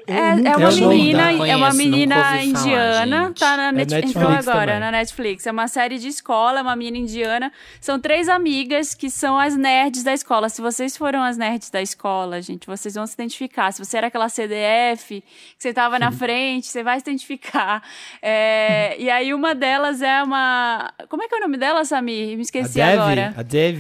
É uma menina indiana. Tá na Netflix agora, na Netflix. É uma série de escola, é uma menina indiana. São 3 amigas que são as nerds da escola. Se vocês foram as nerds da escola, gente, vocês vão se identificar. Se você era aquela CDF, que você tava na frente, você vai se identificar. E aí uma delas é uma... Como é que é o nome dela, Samir? Me esqueci agora. A Devi.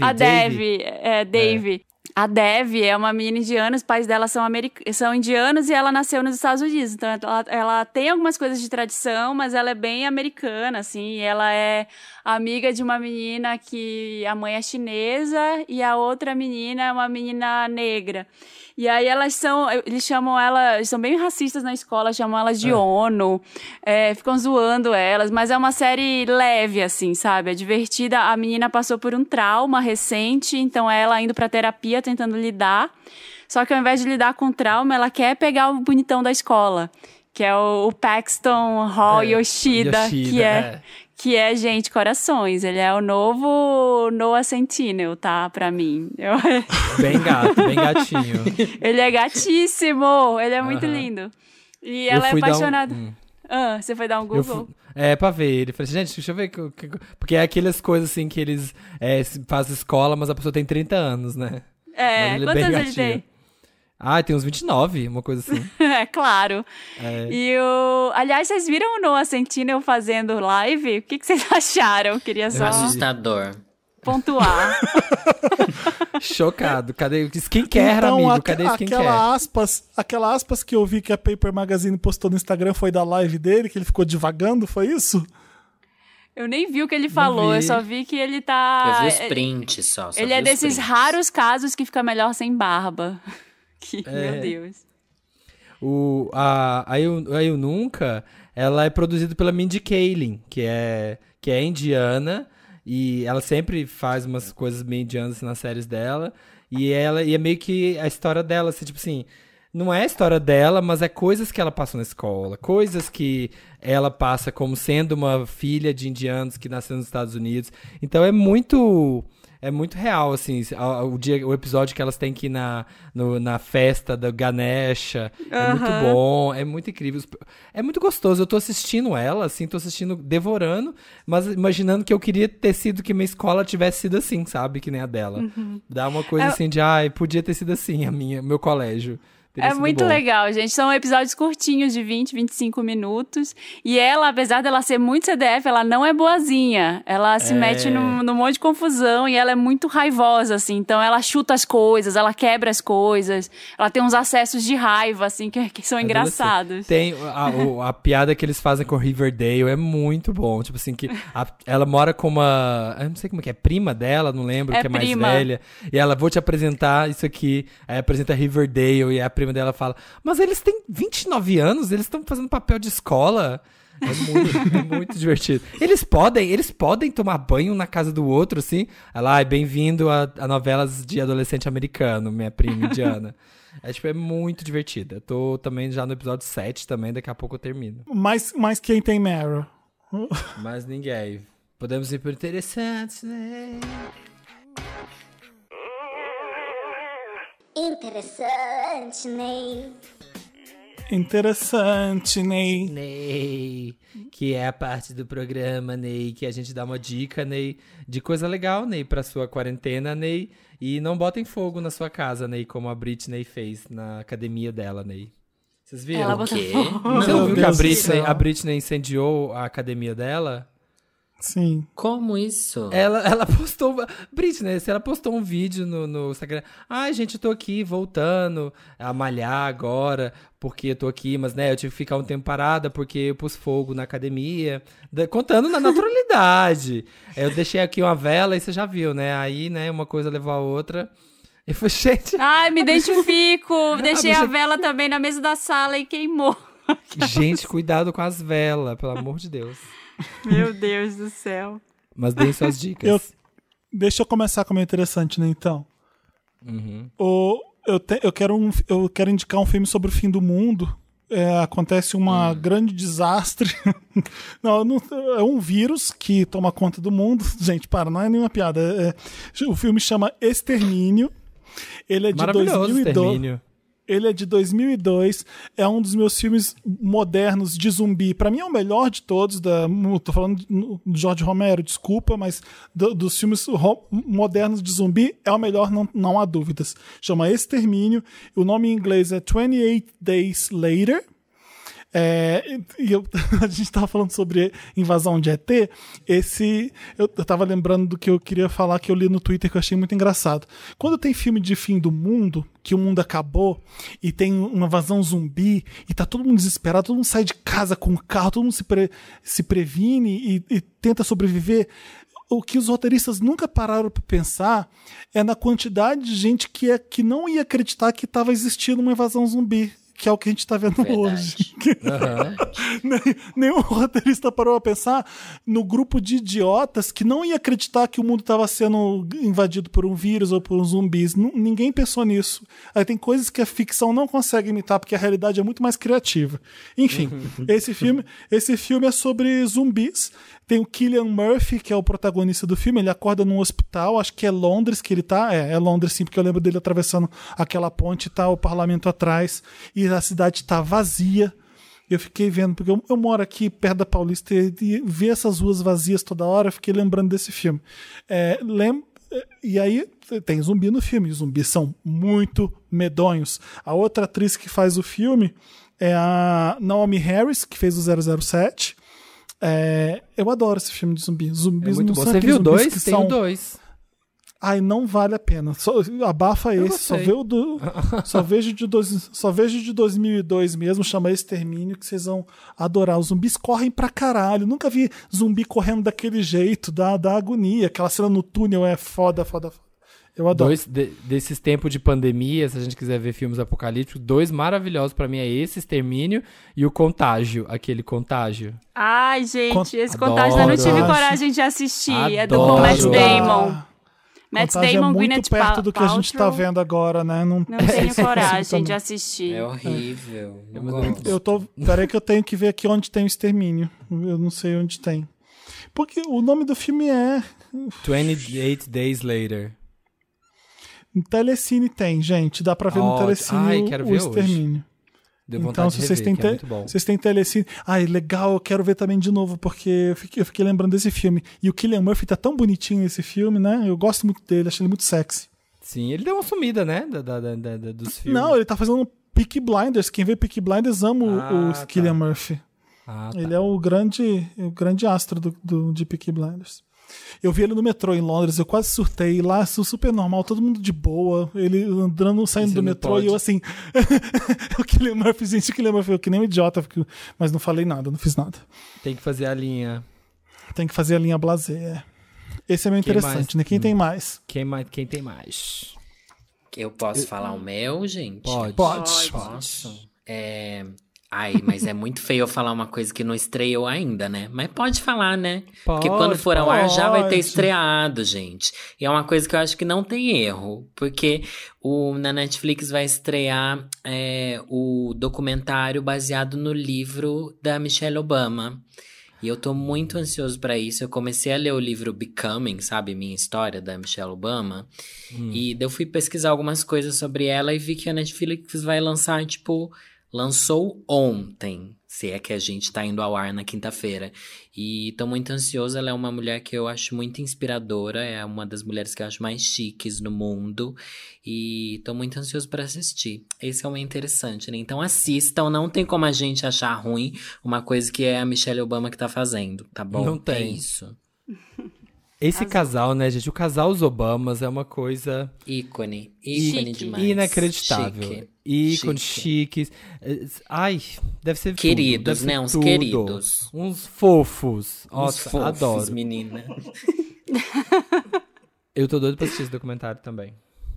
Dave. A Devi é uma menina indiana, os pais dela são indianos e ela nasceu nos Estados Unidos. Então, ela tem algumas coisas de tradição, mas ela é bem americana, assim. Ela é amiga de uma menina que a mãe é chinesa e a outra menina é uma menina negra. E aí eles são bem racistas na escola, chamam elas de ONU, ficam zoando elas, mas é uma série leve, assim, sabe? É divertida. A menina passou por um trauma recente, então ela indo pra terapia, tentando lidar. Só que ao invés de lidar com o trauma, ela quer pegar o bonitão da escola, que é o Paxton Hall Yoshida, que é, gente, corações. Ele é o novo Noah Centineo, tá? Pra mim. Bem gatinho. Ele é gatíssimo. Ele é muito lindo. E ela é apaixonada. Você foi dar um Google? Pra ver. Ele falou assim, gente, deixa eu ver. Porque é aquelas coisas assim que eles fazem escola, mas a pessoa tem 30 anos, né? Quantos anos ele tem? Tem uns 29, uma coisa assim. Claro. Aliás, vocês viram o Noah Centineo fazendo live? O que vocês acharam? Queria só... Assustador. Pontuar. Chocado. Cadê o skincare, então, amigo? Cadê o skincare? Aquela aspas que eu vi que a Paper Magazine postou no Instagram foi da live dele, que ele ficou divagando, foi isso? Eu nem vi o que ele falou, eu só vi que ele tá... Eu vi os prints só. Ele é desses raros casos que fica melhor sem barba. Meu Deus. A Eu Nunca, ela é produzida pela Mindy Kaling, que é indiana, e ela sempre faz umas coisas meio indianas nas séries dela, e é meio que a história dela, assim, tipo assim, não é a história dela, mas é coisas que ela passou na escola, coisas que ela passa como sendo uma filha de indianos que nasceu nos Estados Unidos. Então é muito real, assim, o episódio que elas têm que ir na festa da Ganesha. É muito bom, é muito incrível. É muito gostoso. Eu tô assistindo ela, assim, tô assistindo, devorando, mas imaginando que eu queria ter sido que minha escola tivesse sido assim, sabe? Que nem a dela. Dá uma coisa assim de, podia ter sido assim meu colégio. É muito legal, gente. São episódios curtinhos de 20, 25 minutos. E ela, apesar dela ser muito CDF, ela não é boazinha. Ela se mete num monte de confusão e ela é muito raivosa, assim. Então, ela chuta as coisas, ela quebra as coisas. Ela tem uns acessos de raiva, assim, que são engraçados. Tem a piada que eles fazem com Riverdale, é muito bom. Tipo assim, que ela mora com uma... Eu não sei como é prima dela, não lembro, que é mais velha. E ela, vou te apresentar isso aqui. Aí apresenta Riverdale e a prima dela fala, mas eles têm 29 anos, eles estão fazendo papel de escola. É muito divertido. Eles podem tomar banho na casa do outro, assim. Ela, bem-vindo a novelas de adolescente americano, minha prima indiana. É muito divertido. Eu tô também já no episódio 7 também, daqui a pouco eu termino. Mas quem tem Meryl? Mas ninguém. Podemos ir por interessante, né? Interessante, Ney. Interessante, Ney. Ney, que é a parte do programa, Ney, que a gente dá uma dica, Ney, de coisa legal, Ney, pra sua quarentena, Ney. E não botem fogo na sua casa, Ney, como a Britney fez na academia dela, Ney. Vocês viram? Ela botou fogo. Você não viu que a Britney incendiou a academia dela? Sim. Como isso? Ela postou... Britney, ela postou um vídeo no Instagram. Ai, gente, eu tô aqui voltando a malhar agora, porque eu tô aqui, mas, né, eu tive que ficar um tempo parada porque eu pus fogo na academia. Contando na naturalidade. Eu deixei aqui uma vela e você já viu, né? Aí, né, uma coisa levou a outra. E foi, gente... Ai, me identifico. Deixei a vela também na mesa da sala e queimou. Gente, cuidado com as velas, pelo amor de Deus. Meu Deus do céu. Mas deem suas dicas. Deixa eu começar com o meu interessante, né, então. Eu quero indicar um filme sobre o fim do mundo. Acontece um grande desastre. não, é um vírus que toma conta do mundo. Gente, não é nenhuma piada. O filme chama Extermínio. Ele é de 2002. Extermínio. Ele é de 2002, é um dos meus filmes modernos de zumbi. Pra mim é o melhor de todos. Tô falando do Jorge Romero, desculpa, mas dos filmes modernos de zumbi é o melhor, não há dúvidas. Chama Extermínio, o nome em inglês é 28 Days Later. A gente tava falando sobre invasão de ET. Eu tava lembrando do que eu queria falar, que eu li no Twitter, que eu achei muito engraçado. Quando tem filme de fim do mundo, que o mundo acabou e tem uma invasão zumbi e tá todo mundo desesperado, todo mundo sai de casa com o carro, todo mundo se previne e tenta sobreviver. O que os roteiristas nunca pararam para pensar é na quantidade de gente que não ia acreditar que estava existindo uma invasão zumbi, que é o que a gente tá vendo hoje. Nenhum roteirista parou a pensar no grupo de idiotas que não ia acreditar que o mundo estava sendo invadido por um vírus ou por uns zumbis. Ninguém pensou nisso. Aí tem coisas que a ficção não consegue imitar, porque a realidade é muito mais criativa. Enfim, esse filme é sobre zumbis. Tem o Cillian Murphy, que é o protagonista do filme. Ele acorda num hospital, acho que é Londres que ele tá. É Londres sim, porque eu lembro dele atravessando aquela ponte e tá o parlamento atrás. E a cidade tá vazia. Eu fiquei vendo, porque eu moro aqui perto da Paulista e ver essas ruas vazias toda hora, eu fiquei lembrando desse filme. E aí tem zumbi no filme. Os zumbis são muito medonhos. A outra atriz que faz o filme é a Naomi Harris, que fez o 007. Eu adoro esse filme de zumbis. Zumbis muito não bom. são Você viu zumbis dois? que Tem são... o 2. Ai, não vale a pena. Abafa esse. Só vejo de 2002 mesmo. Chama Extermínio, que vocês vão adorar. Os zumbis correm pra caralho. Nunca vi zumbi correndo daquele jeito. Dá agonia. Aquela cena no túnel é foda. Eu adoro. Desses tempos de pandemia, se a gente quiser ver filmes apocalípticos, 2 maravilhosos pra mim é esse, Extermínio, e o Contágio, aquele Contágio. Ai, gente, esse Adoro. Contágio eu não tive coragem de assistir. É do com Adoro. Matt Damon. Matt Contágio Damon, é muito Gwyneth perto do que a gente tá Paltrow. vendo agora, né? Não tenho coragem de assistir. É horrível. Não Mas é muito gosto. Peraí que eu tenho que ver aqui onde tem o Extermínio. Eu não sei onde tem. Porque o nome do filme é... 28 Days Later. No Telecine tem, gente. Dá pra ver no Ótimo. Telecine Ai, quero o ver hoje. Extermínio. Deu vontade Então, de se vocês rever, têm, que é muito bom. vocês têm Telecine... Ai, legal, eu quero ver também de novo, porque eu fiquei lembrando desse filme. E o Cillian Murphy tá tão bonitinho nesse filme, né? Eu gosto muito dele, acho ele muito sexy. Sim, ele deu uma sumida, né? Dos filmes. Não, ele tá fazendo um Peaky Blinders. Quem vê Peaky Blinders ama o tá. Cillian Murphy. Ah, tá. Ele é o grande astro de Peaky Blinders. Eu vi ele no metrô em Londres, eu quase surtei. Lá, super normal, todo mundo de boa. Ele andando, saindo Você do não metrô pode. e eu assim... o Cillian Murphy, gente, o Cillian Murphy, eu que nem um idiota. Mas não falei nada, não fiz nada. Tem que fazer a linha. Tem que fazer a linha blasé. Esse é meio Quem interessante, mais? né? Quem tem mais? Quem tem mais? Eu posso falar o meu, gente? Pode. Posso? Ai, mas é muito feio eu falar uma coisa que não estreou ainda, né? Mas pode falar, né? Porque quando for ao ar já vai ter pode. estreado, gente. E é uma coisa que eu acho que não tem erro. Porque na Netflix vai estrear o documentário baseado no livro da Michelle Obama. E eu tô muito ansioso pra isso. Eu comecei a ler o livro Becoming, sabe? Minha história da Michelle Obama. E daí eu fui pesquisar algumas coisas sobre ela e vi que a Netflix vai lançar, lançou ontem, se é que a gente tá indo ao ar na quinta-feira. E tô muito ansioso, ela é uma mulher que eu acho muito inspiradora, é uma das mulheres que eu acho mais chiques no mundo. E tô muito ansioso pra assistir. Esse é o interessante, né? Então assistam, não tem como a gente achar ruim uma coisa que é a Michelle Obama que tá fazendo, tá bom? Não tem. É isso. Esse casal, né, gente? O casal Os Obamas é uma coisa Ícone Chique. demais. inacreditável. Chique. Ícones Chique. chiques. Ai, deve ser Queridos, tudo, deve né? ser Uns tudo. queridos. Uns fofos. Uns Nossa, fofos, adoro. menina. Eu tô doido pra assistir esse documentário também.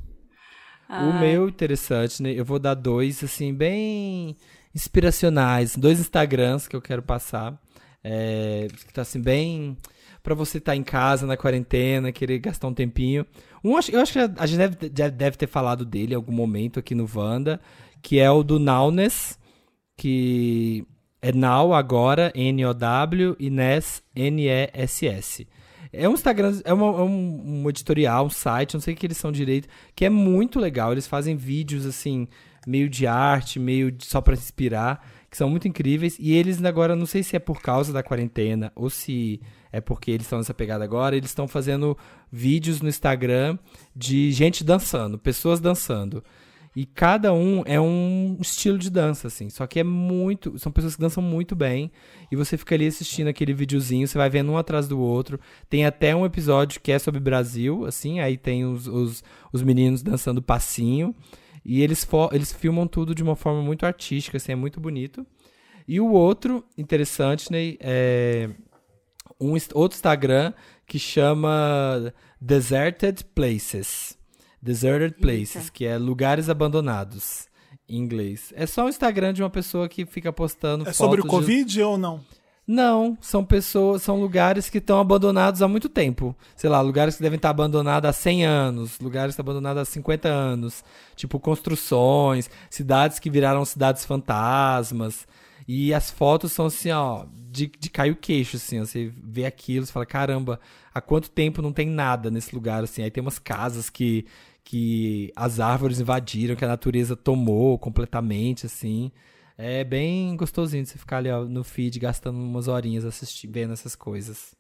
O meu interessante, né? Eu vou dar 2, assim, bem inspiracionais. 2 Instagrams que eu quero passar. Que tá, assim, bem... Pra você estar em casa, na quarentena, querer gastar um tempinho. Eu acho que a gente deve ter falado dele em algum momento aqui no Wanda, que é o do Nowness, que é Now agora, N-O-W, e Ness, N-E-S-S. É um Instagram, é um editorial, um site, não sei o que eles são direito, que é muito legal. Eles fazem vídeos, assim, meio de arte, só pra se inspirar, que são muito incríveis. E eles agora, não sei se é por causa da quarentena ou se é porque eles estão nessa pegada agora, eles estão fazendo vídeos no Instagram de gente dançando, pessoas dançando. E cada um é um estilo de dança, assim. Só que são pessoas que dançam muito bem. E você fica ali assistindo aquele videozinho, você vai vendo um atrás do outro. Tem até um episódio que é sobre Brasil, assim. Aí tem os meninos dançando passinho. E eles filmam tudo de uma forma muito artística, assim, é muito bonito. E o outro interessante, né, é outro Instagram que chama Deserted Places. Deserted Places, que é lugares abandonados, em inglês. É só um Instagram de uma pessoa que fica postando fotos. É sobre o Covid ou não? Não, são lugares que estão abandonados há muito tempo. Sei lá, lugares que devem estar abandonados há 100 anos, lugares que estão abandonados há 50 anos. Tipo, construções, cidades que viraram cidades fantasmas. E as fotos são assim, ó, de cair o queixo, assim. Ó, você vê aquilo, você fala, caramba, há quanto tempo não tem nada nesse lugar, assim. Aí tem umas casas que as árvores invadiram, que a natureza tomou completamente, assim. É bem gostosinho de você ficar ali, ó, no feed, gastando umas horinhas vendo essas coisas.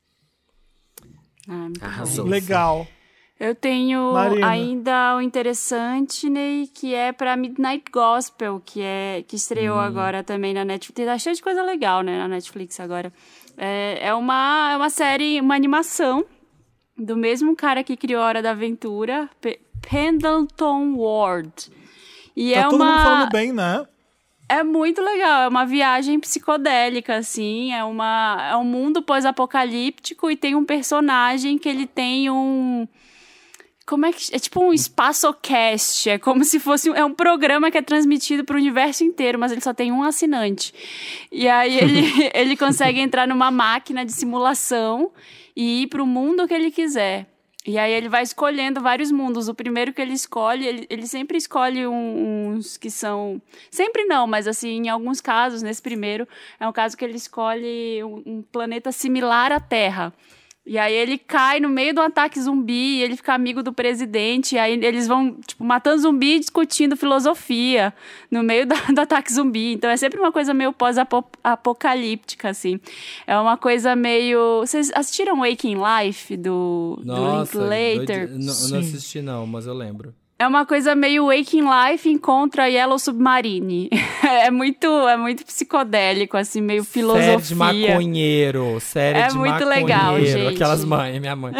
Arrasou. Legal. Eu tenho Marina. ainda o interessante, né, que é pra Midnight Gospel, que estreou agora também na Netflix. Tá cheio de coisa legal, né, na Netflix agora. É uma série, uma animação do mesmo cara que criou A Hora da Aventura, Pendleton Ward. E Tá todo mundo falando bem, né? É muito legal, é uma viagem psicodélica, assim, é um mundo pós-apocalíptico e tem um personagem que ele tem Como é que... É tipo um espaçocast. É como se fosse... É um programa que é transmitido pro universo inteiro, mas ele só tem um assinante. E aí ele consegue entrar numa máquina de simulação e ir pro mundo que ele quiser. E aí ele vai escolhendo vários mundos. O primeiro que ele escolhe, ele sempre escolhe uns que são... Sempre não, mas assim, em alguns casos, nesse primeiro, é um caso que ele escolhe um planeta similar à Terra. E aí ele cai no meio de um ataque zumbi, e ele fica amigo do presidente, e aí eles vão, tipo, matando zumbi e discutindo filosofia no meio do ataque zumbi. Então é sempre uma coisa meio pós-apocalíptica, assim. É uma coisa meio... Vocês assistiram Waking Life, do Linklater? Não assisti não, mas eu lembro. É uma coisa meio Waking Life encontra Yellow Submarine. É muito psicodélico, assim, meio filosofia. Série de maconheiro. É muito legal, gente. Aquelas mães, minha mãe.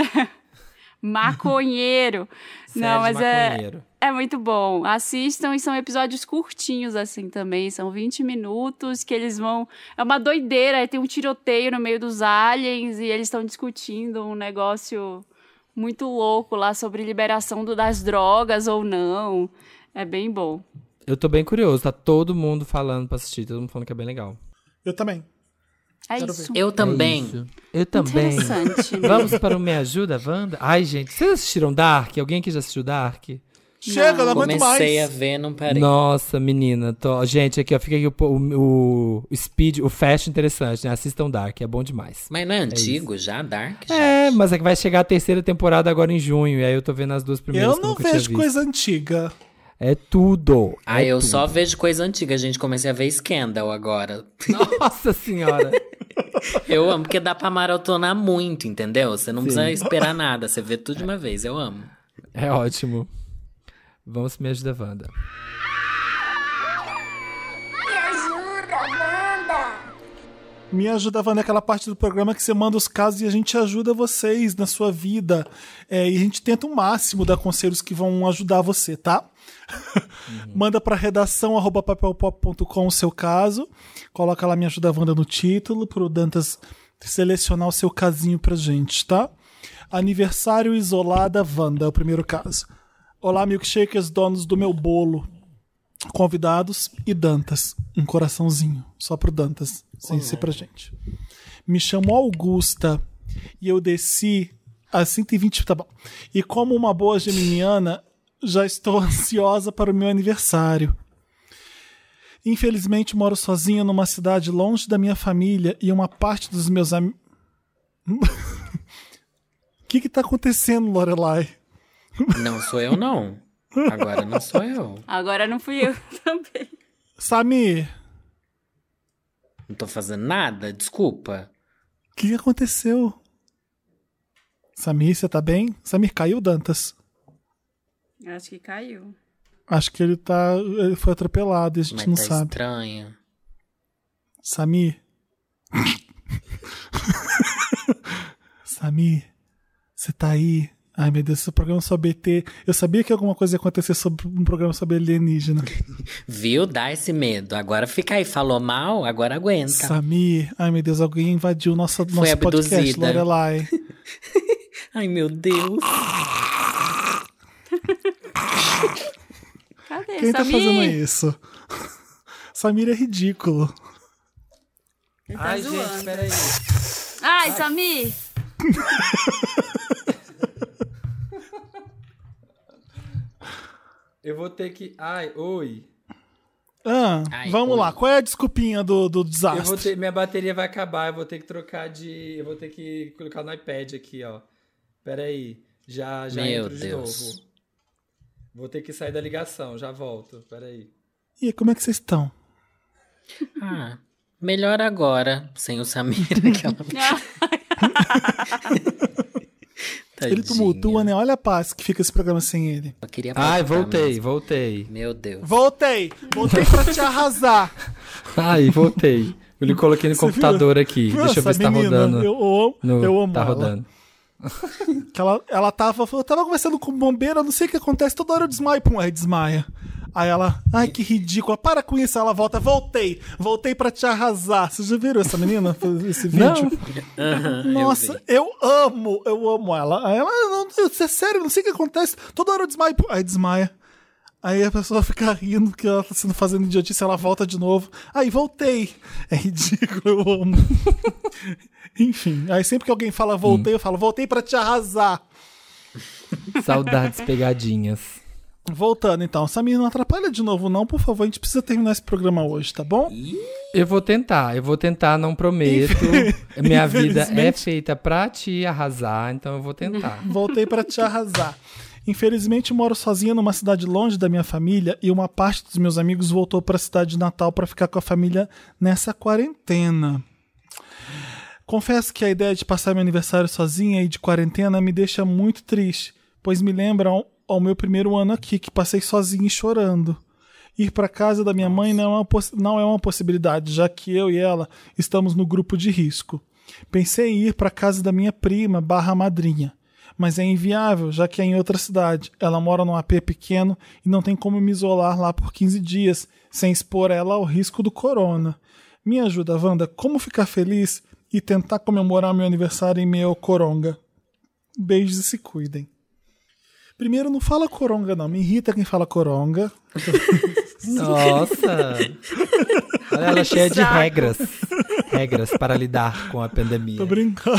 Maconheiro. Não, mas maconheiro. é muito bom. Assistam, e são episódios curtinhos, assim, também. São 20 minutos que eles vão... É uma doideira, aí tem um tiroteio no meio dos aliens e eles estão discutindo um negócio... muito louco lá sobre liberação das drogas ou não. É bem bom. Eu tô bem curioso, tá todo mundo falando pra assistir, todo mundo falando que é bem legal. Eu também. É Quero isso. Eu também. Eu também. Interessante, né? Vamos para o Me Ajuda, Wanda? Ai, gente, vocês assistiram Dark? Alguém aqui já assistiu Dark? Chega, não aguento mais. Comecei a ver, não parei. Nossa, menina. Gente, aqui, ó, fica aqui o Speed, o Fast interessante, né? Assistam Dark, é bom demais. Mas não é antigo já, Dark? É, mas é que vai chegar a terceira temporada agora em junho, e aí eu tô vendo as duas primeiras. Eu não vejo coisa antiga. É tudo. Eu só vejo coisa antiga, gente. Comecei a ver Scandal agora. Nossa senhora. Eu amo, porque dá pra maratonar muito, entendeu? Você não precisa esperar nada, você vê tudo de uma vez. Eu amo. É ótimo. Vamos Me Ajuda, Wanda. Me ajuda, Wanda! Me Ajuda, Wanda, é aquela parte do programa que você manda os casos e a gente ajuda vocês na sua vida. E a gente tenta o máximo dar conselhos que vão ajudar você, tá? Manda pra redação@papelpop.com o seu caso. Coloca lá Me Ajuda, Wanda no título, pro Dantas selecionar o seu casinho pra gente, tá? Aniversário Isolada Wanda é o primeiro caso. Olá, milkshakers, donos do meu bolo, convidados e Dantas. Um coraçãozinho, só pro Dantas, sem ser pra gente. Me chamo Augusta e eu desci a 120, tá bom. E como uma boa geminiana, já estou ansiosa para o meu aniversário. Infelizmente, moro sozinha numa cidade longe da minha família e uma parte dos meus amigos... O que tá acontecendo, Lorelai? Não sou eu, não. Agora não sou eu. Agora não fui eu também. Samir, Não tô fazendo nada, desculpa. o que aconteceu? Samir, você tá bem? Samir, caiu, Dantas? Acho que caiu. Acho que ele foi atropelado e a gente Mas não tá sabe. estranho. Samir. Samir, você tá aí? Ai, meu Deus, esse programa sobre ET. Eu sabia que alguma coisa ia acontecer sobre um programa sobre alienígena. Viu? Dá esse medo. Agora fica aí. Falou mal, agora aguenta. Samir, ai meu Deus, alguém invadiu nosso podcast, abduzida. Lorelai. Ai, meu Deus. Cadê, Quem tá Samir? fazendo isso? Samir é ridículo. Ele tá Ai, zoando. gente, peraí. Ai, Samir! Eu vou ter que... Ai, oi. Ai, Vamos oi. lá, qual é a desculpinha do desastre? Minha bateria vai acabar, eu vou ter que trocar de... Eu vou ter que colocar no iPad aqui, ó. Pera aí, já Meu entro de Deus. novo. Vou ter que sair da ligação, já volto, pera aí. E como é que vocês estão? Melhor agora, sem o Samir. Ele tumultua, né? Olha a paz que fica esse programa sem ele. Eu queria Ai, participar mesmo. voltei. Meu Deus. Voltei pra te arrasar. Ai, voltei. Eu lhe coloquei no Você computador aqui. Deixa eu ver Essa se tá menina, rodando. Eu amo Tá ela. rodando. Que eu tava conversando com o bombeiro, eu não sei o que acontece, toda hora eu desmaio, pum, aí desmaia. Aí ela, ai, que ridícula, para com isso. Ela volta, voltei pra te arrasar. Vocês já viram essa menina, esse vídeo? Nossa, eu amo ela. Aí ela, não, isso é sério, não sei o que acontece. Toda hora eu desmaio. Aí desmaia. Aí a pessoa fica rindo que ela tá sendo fazendo idiotice, ela volta de novo. Aí voltei. É ridículo, eu amo. Enfim, aí sempre que alguém fala voltei, eu falo, voltei pra te arrasar. Saudades pegadinhas. Voltando então, Samir, não atrapalha de novo não, por favor, a gente precisa terminar esse programa hoje, tá bom? Eu vou tentar, não prometo. Minha vida é feita pra te arrasar, então eu vou tentar. Voltei pra te arrasar. Infelizmente, moro sozinha numa cidade longe da minha família e uma parte dos meus amigos voltou pra cidade de Natal pra ficar com a família nessa quarentena. Confesso que a ideia de passar meu aniversário sozinha e de quarentena me deixa muito triste, pois me lembra ao meu primeiro ano aqui, que passei sozinho e chorando. Ir para casa da minha mãe não é uma possibilidade, já que eu e ela estamos no grupo de risco. Pensei em ir para casa da minha prima / madrinha, mas é inviável, já que é em outra cidade. Ela mora num AP pequeno e não tem como me isolar lá por 15 dias, sem expor ela ao risco do corona. Me ajuda, Wanda, como ficar feliz e tentar comemorar meu aniversário em meio ao coronga? Beijos e se cuidem. Primeiro, não fala coronga, não. Me irrita quem fala coronga. Nossa! Olha ela cheia de regras. Regras para lidar com a pandemia. Tô brincando.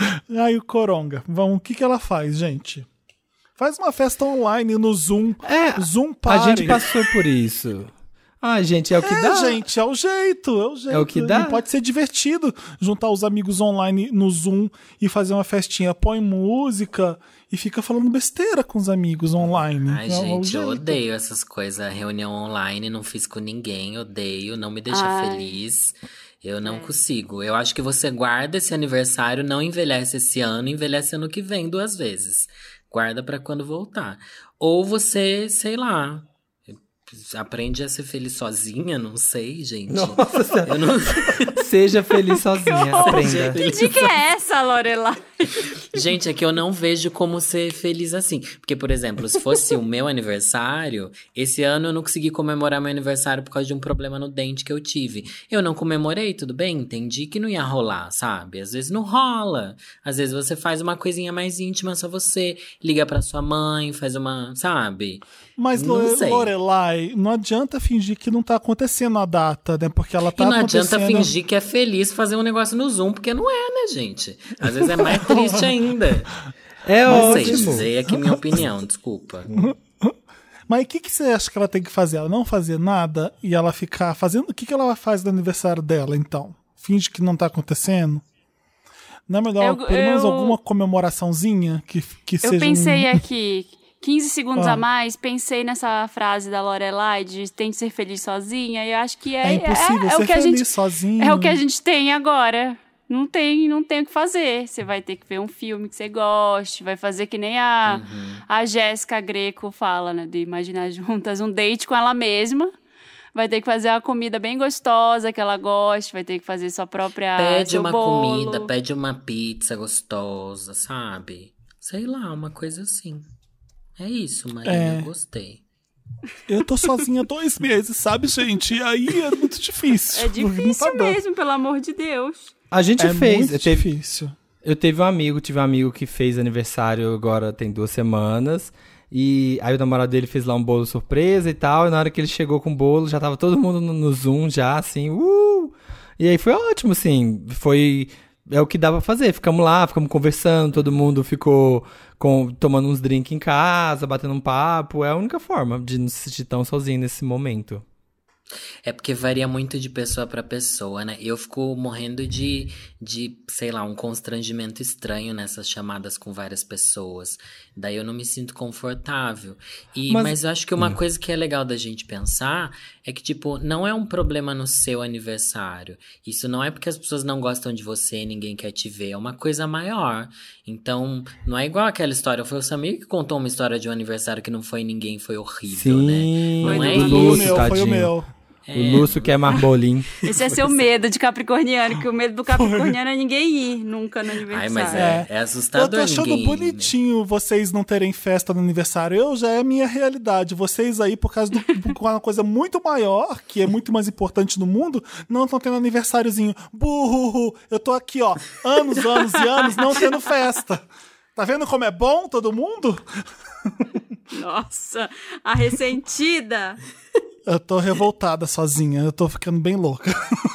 Aí o coronga. Vamos, o que ela faz, gente? Faz uma festa online no Zoom. Zoom Party. A gente passou por isso. Ah, gente, é o que dá. Gente, é o jeito. É o que dá. Não pode ser divertido juntar os amigos online no Zoom e fazer uma festinha. Põe música e fica falando besteira com os amigos online. Ai, gente, eu odeio essas coisas. Reunião online, não fiz com ninguém, odeio, não me deixa feliz. Eu não consigo. Eu acho que você guarda esse aniversário, não envelhece esse ano, envelhece ano que vem 2 vezes. Guarda pra quando voltar. Ou você, sei lá, aprende a ser feliz sozinha, não sei, gente. Nossa, eu não... Seja feliz sozinha, aprenda. Que dica é essa, Lorelai? Gente, é que eu não vejo como ser feliz assim. Porque, por exemplo, se fosse o meu aniversário, esse ano eu não consegui comemorar meu aniversário por causa de um problema no dente que eu tive. Eu não comemorei, tudo bem? Entendi que não ia rolar, sabe? Às vezes não rola. Às vezes você faz uma coisinha mais íntima, só você liga pra sua mãe, faz uma, sabe? Mas, Lorelai, não adianta fingir que não tá acontecendo a data, né? Porque ela tá acontecendo... E não adianta fingir que é feliz fazer um negócio no Zoom, porque não é, né, gente? Às vezes é mais triste ainda. É não ótimo. sei dizer aqui minha opinião, desculpa. Mas o que você acha que ela tem que fazer? Ela não fazer nada e ela ficar fazendo... O que ela faz no aniversário dela, então? Finge que não tá acontecendo? Não é melhor, pelo menos, alguma comemoraçãozinha que seja... Eu pensei aqui... 15 segundos a mais, pensei nessa frase da Lorelai de tem que ser feliz sozinha, e eu acho que é impossível ser o que feliz sozinha. É o que a gente tem agora. Não tem o que fazer. Você vai ter que ver um filme que você goste, vai fazer que nem a Jéssica Greco fala, né? De imaginar juntas um date com ela mesma. Vai ter que fazer uma comida bem gostosa que ela goste, vai ter que fazer sua própria... Pede uma bolo. comida, pede uma pizza gostosa, sabe? Sei lá, uma coisa assim. É isso, Maria, eu gostei. Eu tô sozinha 2 meses, sabe, gente? E aí é muito difícil. É difícil mesmo, pelo amor de Deus. A gente fez. Muito difícil. Eu tive um amigo que fez aniversário agora tem 2 semanas. E aí o namorado dele fez lá um bolo surpresa e tal. E na hora que ele chegou com o bolo, já tava todo mundo no Zoom já, assim, E aí foi ótimo, assim, é o que dá pra fazer. Ficamos lá, ficamos conversando, todo mundo ficou tomando uns drinks em casa, batendo um papo. É a única forma de não se sentir tão sozinho nesse momento. É porque varia muito de pessoa pra pessoa, né? Eu fico morrendo de, sei lá, um constrangimento estranho nessas chamadas com várias pessoas. Daí eu não me sinto confortável. Mas eu acho que uma coisa que é legal da gente pensar é que, tipo, não é um problema no seu aniversário. Isso não é porque as pessoas não gostam de você e ninguém quer te ver. É uma coisa maior. Então, não é igual aquela história. Foi o Samir que contou uma história de um aniversário que não foi ninguém, foi horrível, Sim, né? Não é Foi isso. o meu. O Lúcio quer marbolim. Esse é seu medo de capricorniano, que o medo do capricorniano é ninguém ir nunca no aniversário. Ai, mas é assustador. Eu tô achando ninguém ir, né? bonitinho vocês não terem festa no aniversário. Eu já é a minha realidade. Vocês aí, por causa de uma coisa muito maior, que é muito mais importante no mundo, não estão tendo aniversáriozinho. Burro! Eu tô aqui, ó, anos e anos não tendo festa. Tá vendo como é bom todo mundo? Nossa, a ressentida. Eu tô revoltada sozinha. Eu tô ficando bem louca.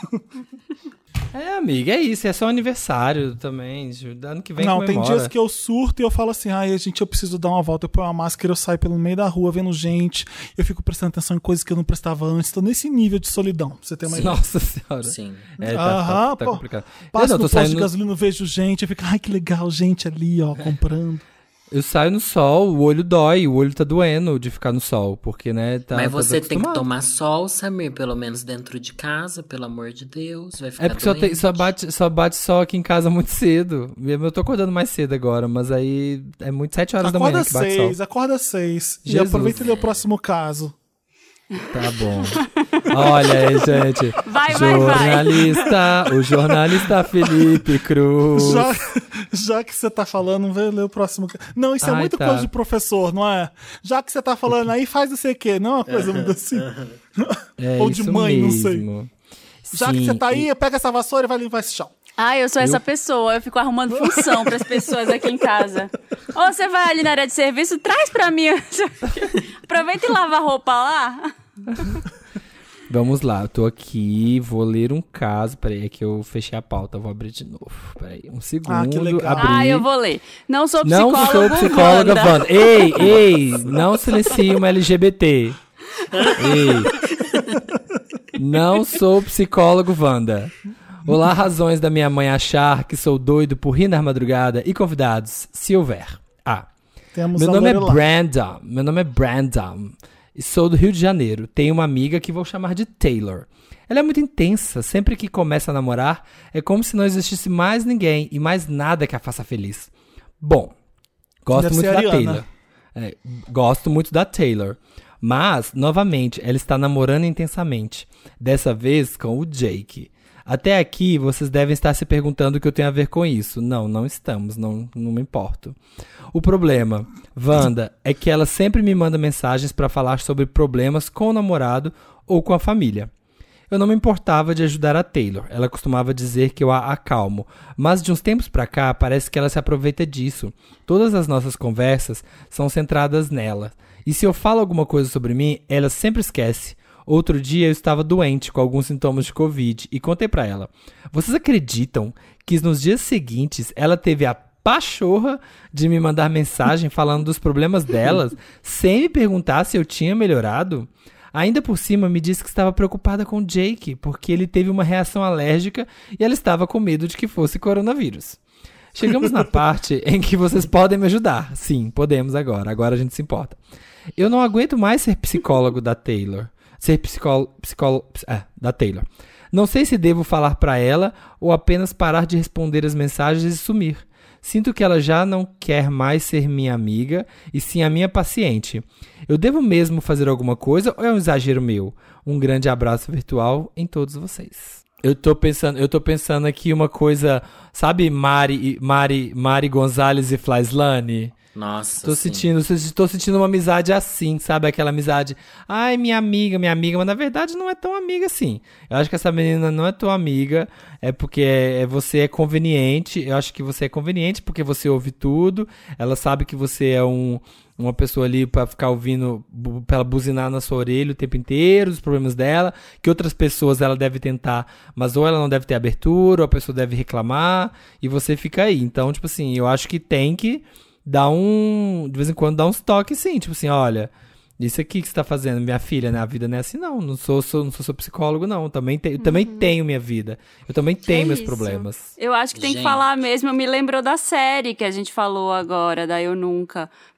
É, amiga, é isso. É só aniversário também. Ano que vem Não, comemora. tem dias que eu surto e eu falo assim, ai, gente, eu preciso dar uma volta, eu ponho uma máscara, eu saio pelo meio da rua vendo gente, eu fico prestando atenção em coisas que eu não prestava antes, tô nesse nível de solidão, pra você ter uma ideia. Nossa senhora. Sim. É, tá Pô, complicado. passo Não, no tô posto de saindo... gasolina, eu vejo gente, eu fico, ai, que legal, gente ali, ó, comprando. Eu saio no sol, o olho dói, o olho tá doendo de ficar no sol, porque, né, tá. Mas tá você tem que desacostumado. tomar sol, Samir, pelo menos dentro de casa, pelo amor de Deus. Vai ficar É porque doente. só bate sol aqui em casa muito cedo. Eu tô acordando mais cedo agora, mas aí é muito 7 horas da manhã que bate sol. Acorda 6. E Jesus. aproveita e lê o próximo caso. Tá bom. Olha aí, gente. Vai. O jornalista Felipe Cruz. Já que você tá falando, vem ler o próximo caso. Não, isso é Ai, muito tá. coisa de professor, não é? Já que você tá falando aí, faz não sei o quê. Não é uma coisa muito assim. É Ou de isso mãe, não sei. mesmo. Já que Sim, você tá aí, pega essa vassoura e vai limpar esse chão. Ah, eu sou essa pessoa. Eu fico arrumando função pras pessoas aqui em casa. Ou você vai ali na área de serviço, traz pra mim. Aproveita e lava a roupa lá. Vamos lá, eu tô aqui, vou ler um caso. Peraí, é que eu fechei a pauta, vou abrir de novo. Peraí, um segundo. que legal. Abri. Ah, eu vou ler. Não sou Não psicóloga, sou psicóloga, Wanda. Wanda. Ei, não silencie uma LGBT. Ei. Não sou psicólogo, Wanda. Olá, razões da minha mãe achar que sou doido por rir na madrugada e convidados, se houver. Temos Meu a nome é Lorelai. Brandon. E sou do Rio de Janeiro. Tenho uma amiga que vou chamar de Taylor. Ela é muito intensa. Sempre que começa a namorar, é como se não existisse mais ninguém e mais nada que a faça feliz. Bom, gosto Deve muito ser da Ariana. Taylor. Gosto muito da Taylor. Mas, novamente, ela está namorando intensamente. Dessa vez com o Jake. Até aqui, vocês devem estar se perguntando o que eu tenho a ver com isso. Não estamos. Não me importo. O problema, Wanda, é que ela sempre me manda mensagens para falar sobre problemas com o namorado ou com a família. Eu não me importava de ajudar a Taylor. Ela costumava dizer que eu a acalmo. Mas de uns tempos pra cá, parece que ela se aproveita disso. Todas as nossas conversas são centradas nela. E se eu falo alguma coisa sobre mim, ela sempre esquece. Outro dia eu estava doente com alguns sintomas de Covid e contei pra ela. Vocês acreditam que nos dias seguintes ela teve a pachorra de me mandar mensagem falando dos problemas delas sem me perguntar se eu tinha melhorado? Ainda por cima me disse que estava preocupada com o Jake porque ele teve uma reação alérgica e ela estava com medo de que fosse coronavírus. Chegamos na parte em que vocês podem me ajudar. Sim, podemos agora. Agora a gente se importa. Eu não aguento mais ser psicólogo da Taylor. Da Taylor. Não sei se devo falar pra ela ou apenas parar de responder as mensagens e sumir. Sinto que ela já não quer mais ser minha amiga e sim a minha paciente. Eu devo mesmo fazer alguma coisa ou é um exagero meu? Um grande abraço virtual em todos vocês. Eu tô pensando aqui uma coisa, sabe Mari Gonzalez e Flyslane? Nossa, Tô sentindo uma amizade assim, sabe? Aquela amizade, ai, minha amiga, mas na verdade não é tão amiga assim. Eu acho que essa menina não é tão amiga, é porque você é conveniente, eu acho que você é conveniente porque você ouve tudo, ela sabe que você é uma pessoa ali pra ficar ouvindo, pra ela buzinar na sua orelha o tempo inteiro, os problemas dela, que outras pessoas ela deve tentar, mas ou ela não deve ter abertura, ou a pessoa deve reclamar, e você fica aí. Então, tipo assim, eu acho que tem que de vez em quando dá uns toques, sim, tipo assim, olha, isso aqui que você tá fazendo, minha filha, né? A vida não é assim, não sou psicólogo, não. Eu também tenho minha vida. Eu também tenho meus problemas. Eu acho que tem que falar mesmo. Me lembrou da série que a gente falou agora, da Eu Nunca. Porque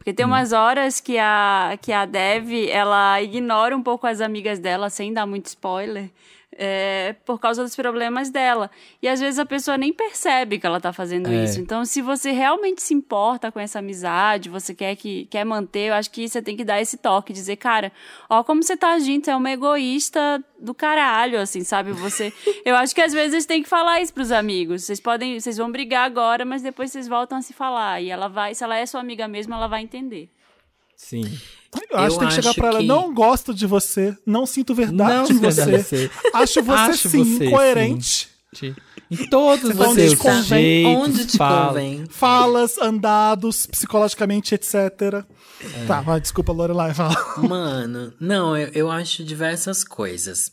Porque tem umas horas que a Dev, ela ignora um pouco as amigas dela, sem dar muito spoiler, por causa dos problemas dela. E às vezes a pessoa nem percebe que ela tá fazendo isso. Então, se você realmente se importa com essa amizade, você quer manter, eu acho que você tem que dar esse toque, dizer, cara, ó como você tá agindo, você é uma egoísta do caralho, assim, sabe? Eu acho que às vezes tem que falar isso pros amigos. Vocês vão brigar agora, mas depois vocês voltam a se falar. E ela vai, se ela é sua amiga mesmo, ela vai entender. Sim. Eu acho que tem que chegar pra ela, não gosto de você, não sinto verdade de você. Acho você incoerente. Sim. Em todos Então, os seus onde te convém. Falas, andados, psicologicamente, etc. Tá, mas desculpa, Lorelai, fala. Mano, não, eu acho diversas coisas.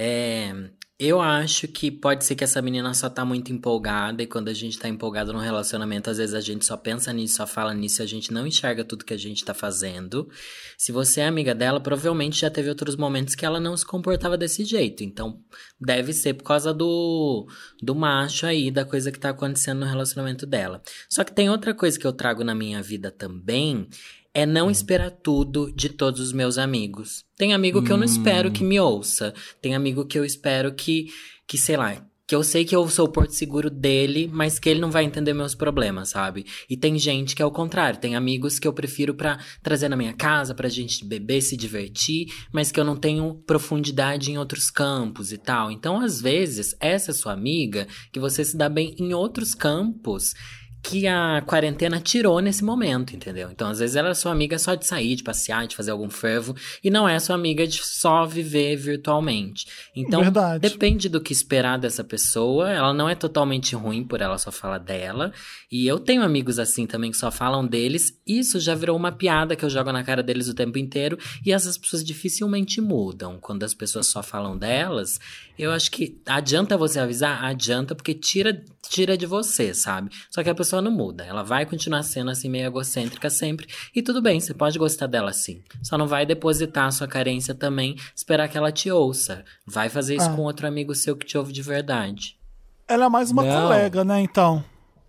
Eu acho que pode ser que essa menina só tá muito empolgada, e quando a gente tá empolgado num relacionamento, às vezes a gente só pensa nisso, só fala nisso, e a gente não enxerga tudo que a gente tá fazendo. Se você é amiga dela, provavelmente já teve outros momentos que ela não se comportava desse jeito. Então, deve ser por causa do macho aí, da coisa que tá acontecendo no relacionamento dela. Só que tem outra coisa que eu trago na minha vida também, é não esperar tudo de todos os meus amigos. Tem amigo que eu não espero que me ouça. Tem amigo que eu espero que sei lá, que eu sei que eu sou o porto seguro dele, mas que ele não vai entender meus problemas, sabe? E tem gente que é o contrário. Tem amigos que eu prefiro pra trazer na minha casa, pra gente beber, se divertir, mas que eu não tenho profundidade em outros campos e tal. Então, às vezes, essa sua amiga, que você se dá bem em outros campos, que a quarentena tirou nesse momento, entendeu? Então, às vezes, ela é sua amiga só de sair, de passear, de fazer algum fervo, e não é sua amiga de só viver virtualmente. Então, depende do que esperar dessa pessoa. Ela não é totalmente ruim por ela só falar dela. E eu tenho amigos assim também que só falam deles. Isso já virou uma piada que eu jogo na cara deles o tempo inteiro. E essas pessoas dificilmente mudam. Quando as pessoas só falam delas, eu acho que adianta você avisar? Adianta, porque tira de você, sabe? Só que a pessoa não muda. Ela vai continuar sendo assim meio egocêntrica sempre. E tudo bem, você pode gostar dela assim. Só não vai depositar a sua carência também, esperar que ela te ouça. Vai fazer isso com outro amigo seu que te ouve de verdade. Ela é mais uma colega, né, então?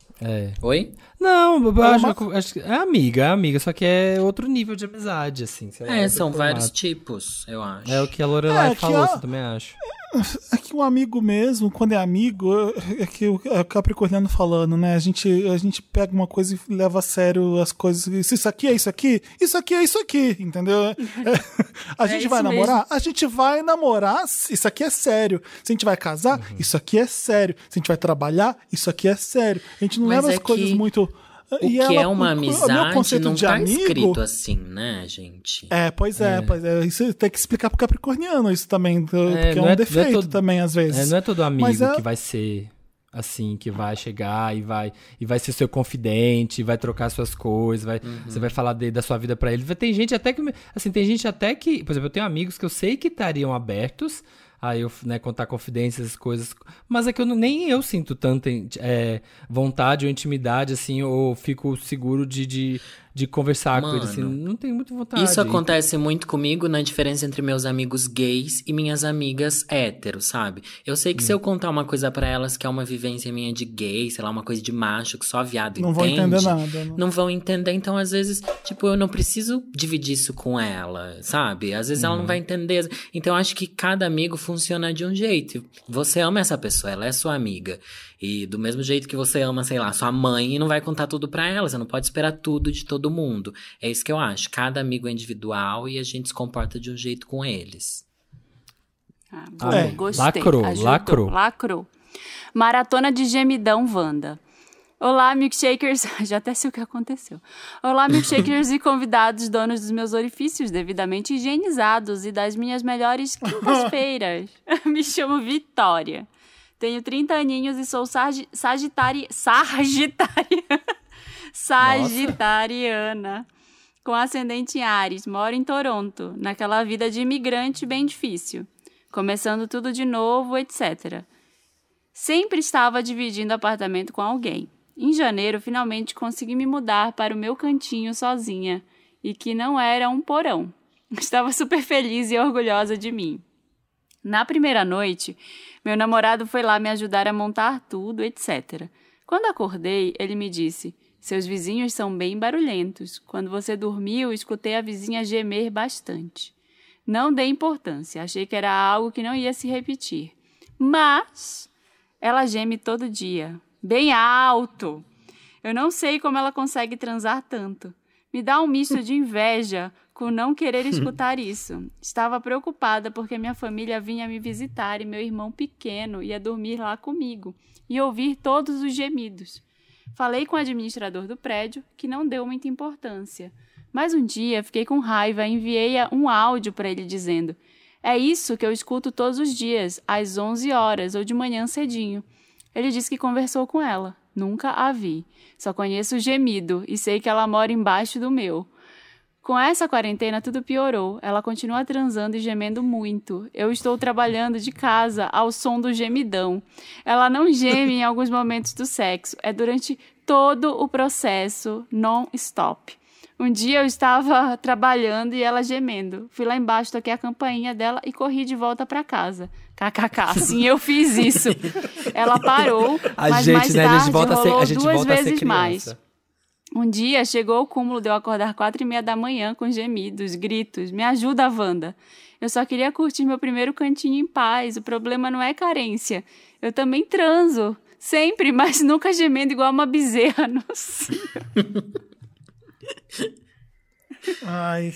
Oi? Não, eu acho que é amiga, só que é outro nível de amizade, assim. São vários tipos, eu acho. É o que a Lorelai falou, eu também acho. É que um amigo mesmo, quando é amigo, é que o Capricorniano falando, né? A gente pega uma coisa e leva a sério as coisas. Se isso aqui é isso aqui, isso aqui é isso aqui, entendeu? A gente vai namorar? Mesmo. A gente vai namorar, isso aqui é sério. Se a gente vai casar, isso aqui é sério. Se a gente vai trabalhar, isso aqui é sério. A gente não leva as coisas muito... O que é uma amizade não tá escrito assim, né, gente? Pois é. Isso tem que explicar pro Capricorniano isso também, porque é um defeito também, às vezes. Não é todo amigo que vai ser assim, que vai chegar e vai ser seu confidente, vai trocar suas coisas, você vai falar da sua vida pra ele. Tem gente até que, por exemplo, eu tenho amigos que eu sei que estariam abertos a eu, contar confidências, essas coisas, mas é que nem eu sinto tanta vontade ou intimidade, assim, ou fico seguro de conversar com ele, assim, não tenho muita vontade. Isso acontece muito comigo na diferença entre meus amigos gays e minhas amigas héteros, sabe? Eu sei que se eu contar uma coisa pra elas que é uma vivência minha de gay, sei lá, uma coisa de macho, que só viado não entende. Não vão entender nada. Não vão entender, então às vezes, eu não preciso dividir isso com ela, sabe? Às vezes ela não vai entender. Então eu acho que cada amigo funciona de um jeito. Você ama essa pessoa, ela é sua amiga. E do mesmo jeito que você ama, sei lá, sua mãe, e não vai contar tudo pra ela. Você não pode esperar tudo de todo mundo. É isso que eu acho. Cada amigo é individual e a gente se comporta de um jeito com eles. Gostei. Lacrou. Maratona de gemidão, Wanda. Olá, milkshakers. Já até sei o que aconteceu. Olá, milkshakers e convidados, donos dos meus orifícios devidamente higienizados e das minhas melhores quintas-feiras. Me chamo Vitória. Tenho 30 aninhos e sou sagitariana, com ascendente em Áries. Moro em Toronto, naquela vida de imigrante bem difícil. Começando tudo de novo, etc. Sempre estava dividindo apartamento com alguém. Em janeiro, finalmente consegui me mudar para o meu cantinho sozinha, e que não era um porão. Estava super feliz e orgulhosa de mim. Na primeira noite, meu namorado foi lá me ajudar a montar tudo, etc. Quando acordei, ele me disse: Seus vizinhos são bem barulhentos. Quando você dormiu, escutei a vizinha gemer bastante. Não dei importância, achei que era algo que não ia se repetir. Mas ela geme todo dia, bem alto. Eu não sei como ela consegue transar tanto. Me dá um misto de inveja com não querer escutar isso. Estava preocupada porque minha família vinha me visitar e meu irmão pequeno ia dormir lá comigo e ouvir todos os gemidos. Falei com o administrador do prédio, que não deu muita importância. Mas um dia fiquei com raiva e enviei um áudio para ele dizendo: é isso que eu escuto todos os dias, às 11 horas ou de manhã cedinho. Ele disse que conversou com ela. Nunca a vi. Só conheço o gemido e sei que ela mora embaixo do meu. Com essa quarentena tudo piorou. Ela continua transando e gemendo muito. Eu estou trabalhando de casa ao som do gemidão. Ela não geme em alguns momentos do sexo. É durante todo o processo non-stop. Um dia eu estava trabalhando e ela gemendo. Fui lá embaixo, toquei a campainha dela e corri de volta para casa. KKK, sim, eu fiz isso. Ela parou, mas mais tarde rolou 2 vezes mais. Um dia chegou o cúmulo de eu acordar 4h30 da manhã com gemidos, gritos. Me ajuda, Wanda. Eu só queria curtir meu primeiro cantinho em paz. O problema não é carência. Eu também transo. Sempre, mas nunca gemendo igual uma bezerra. Nossa. Ai.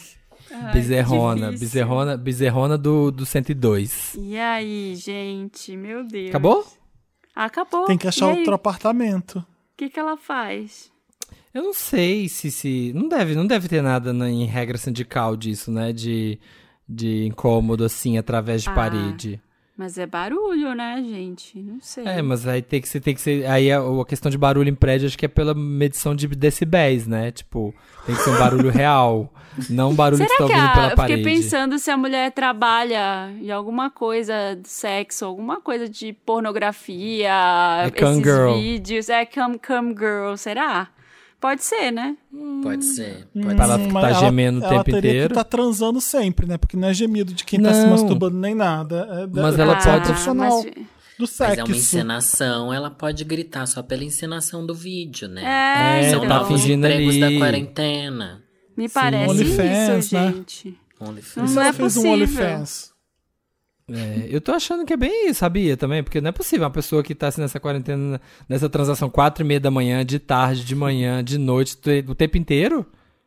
Bezerrona do 102. E aí, gente? Meu Deus. Acabou? Acabou. Tem que achar outro apartamento. O que ela faz? Eu não sei se não deve ter nada em regra sindical disso, né? De incômodo, assim, através de parede. Mas é barulho, né, gente? Não sei. Mas aí tem que ser. Aí a questão de barulho em prédio, acho que é pela medição de decibéis, né? Tipo, tem que ser um barulho real, não um barulho que está ouvindo pela parede. Eu fiquei pensando se a mulher trabalha em alguma coisa de sexo, alguma coisa de pornografia, esses vídeos. Cam girl, será? Pode ser, né? Pode ser. Pra ela ficar gemendo o tempo inteiro. Ela teria que estar transando sempre, né? Porque não é gemido de quem tá se masturbando nem nada. Mas ela pode... profissional do sexo. Mas é uma encenação, ela pode gritar só pela encenação do vídeo, né? São tá fingindo empregos ali. da quarentena. Me parece OnlyFans, isso, né? gente. OnlyFans. Não é fez possível. um OnlyFans. Eu tô achando que é bem isso, sabia? Também, porque não é possível uma pessoa que tá assim nessa quarentena, nessa transação 4h30 da manhã, de tarde, de manhã, de noite, o tempo inteiro.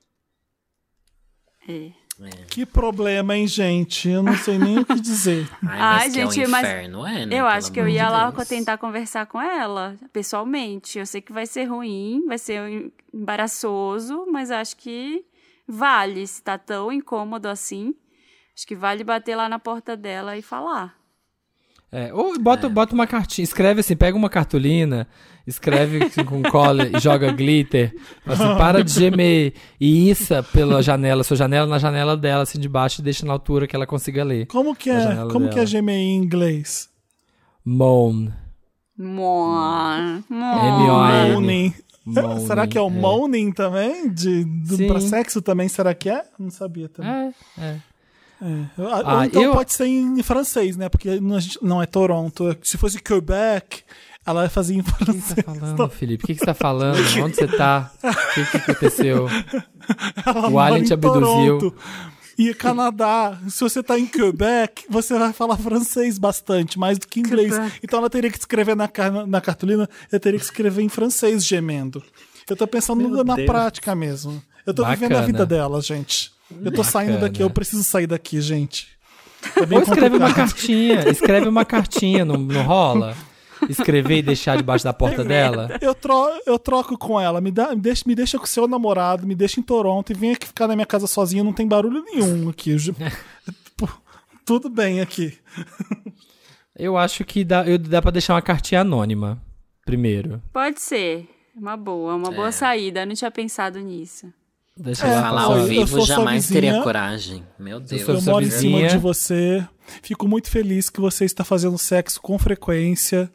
Que problema, hein, gente? Eu não sei nem o que dizer. Mas gente, é um inferno, né? Eu acho que eu ia lá tentar conversar com ela, pessoalmente. Eu sei que vai ser ruim, vai ser embaraçoso, mas acho que vale, se tá tão incômodo assim. Acho que vale bater lá na porta dela e falar. Ou bota uma cartinha, escreve assim, pega uma cartolina, escreve assim, com cola e joga glitter. Assim, para de gemer e issa pela janela, sua janela na janela dela, assim, de baixo, e deixa na altura que ela consiga ler. Como que é gemer em inglês? Moan. Moan. M-O-A-N. Será que é o moaning também? Pra sexo também, será que é? Não sabia também. Então pode ser em francês, né? Porque não é Toronto. Se fosse Quebec, ela fazia em francês. O que você tá falando, Felipe? O que você tá falando? Onde você tá? O que aconteceu? O alien te abduziu. Toronto. E Canadá, se você tá em Quebec, você vai falar francês bastante, mais do que inglês. Quebec. Então ela teria que escrever na cartolina, ela teria que escrever em francês gemendo. Eu tô pensando na prática mesmo. Eu tô vivendo a vida dela, gente. Eu tô saindo daqui, eu preciso sair daqui, gente. Ou escreve uma cartinha, não rola? Escrever e deixar debaixo da porta dela? Eu troco com ela, me deixa com o seu namorado, me deixa em Toronto e vem aqui ficar na minha casa sozinha, não tem barulho nenhum aqui. Tudo bem aqui. Eu acho que dá pra deixar uma cartinha anônima, primeiro. Pode ser, uma boa saída, eu não tinha pensado nisso. Falar ao vivo jamais teria coragem. Meu Deus. Eu moro em cima de você. Fico muito feliz que você está fazendo sexo com frequência.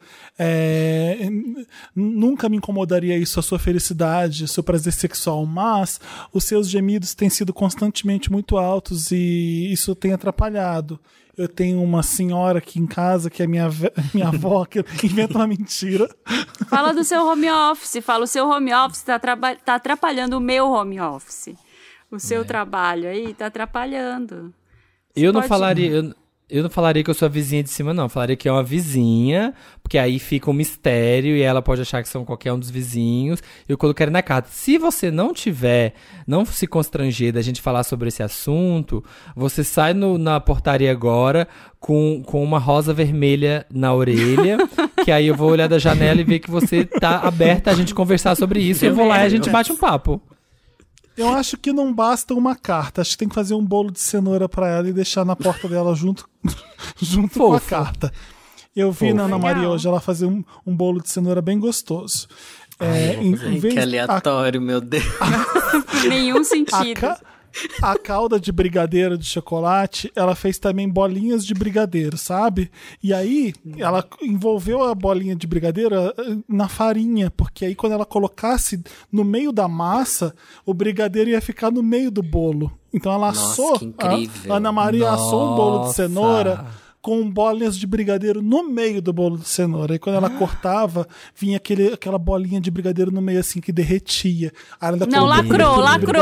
Nunca me incomodaria isso, a sua felicidade, o seu prazer sexual, mas os seus gemidos têm sido constantemente muito altos e isso tem atrapalhado. Eu tenho uma senhora aqui em casa, que é minha avó, que inventa uma mentira. Fala do seu home office. Fala, o seu home office tá atrapalhando o meu home office. O seu trabalho aí tá atrapalhando. Eu não falaria que eu sou a vizinha de cima, não. Eu falaria que é uma vizinha, porque aí fica um mistério e ela pode achar que são qualquer um dos vizinhos. Eu colocaria na carta. Se você não se constranger da gente falar sobre esse assunto, você sai na portaria agora com uma rosa vermelha na orelha, que aí eu vou olhar da janela e ver que você tá aberta a gente conversar sobre isso. E eu vou lá e a gente bate um papo. Eu acho que não basta uma carta. Acho que tem que fazer um bolo de cenoura pra ela e deixar na porta dela junto com a carta. Eu vi na Ana Maria hoje ela fazer um bolo de cenoura bem gostoso. Que aleatório, meu Deus. Nenhum sentido. A calda de brigadeiro de chocolate, ela fez também bolinhas de brigadeiro, sabe? E aí, ela envolveu a bolinha de brigadeiro na farinha, porque aí quando ela colocasse no meio da massa, o brigadeiro ia ficar no meio do bolo. Então ela assou, que incrível. a Ana Maria assou um bolo de cenoura com bolinhas de brigadeiro no meio do bolo de cenoura. E quando ela cortava, vinha aquela bolinha de brigadeiro no meio assim, que derretia. Não, lacrou.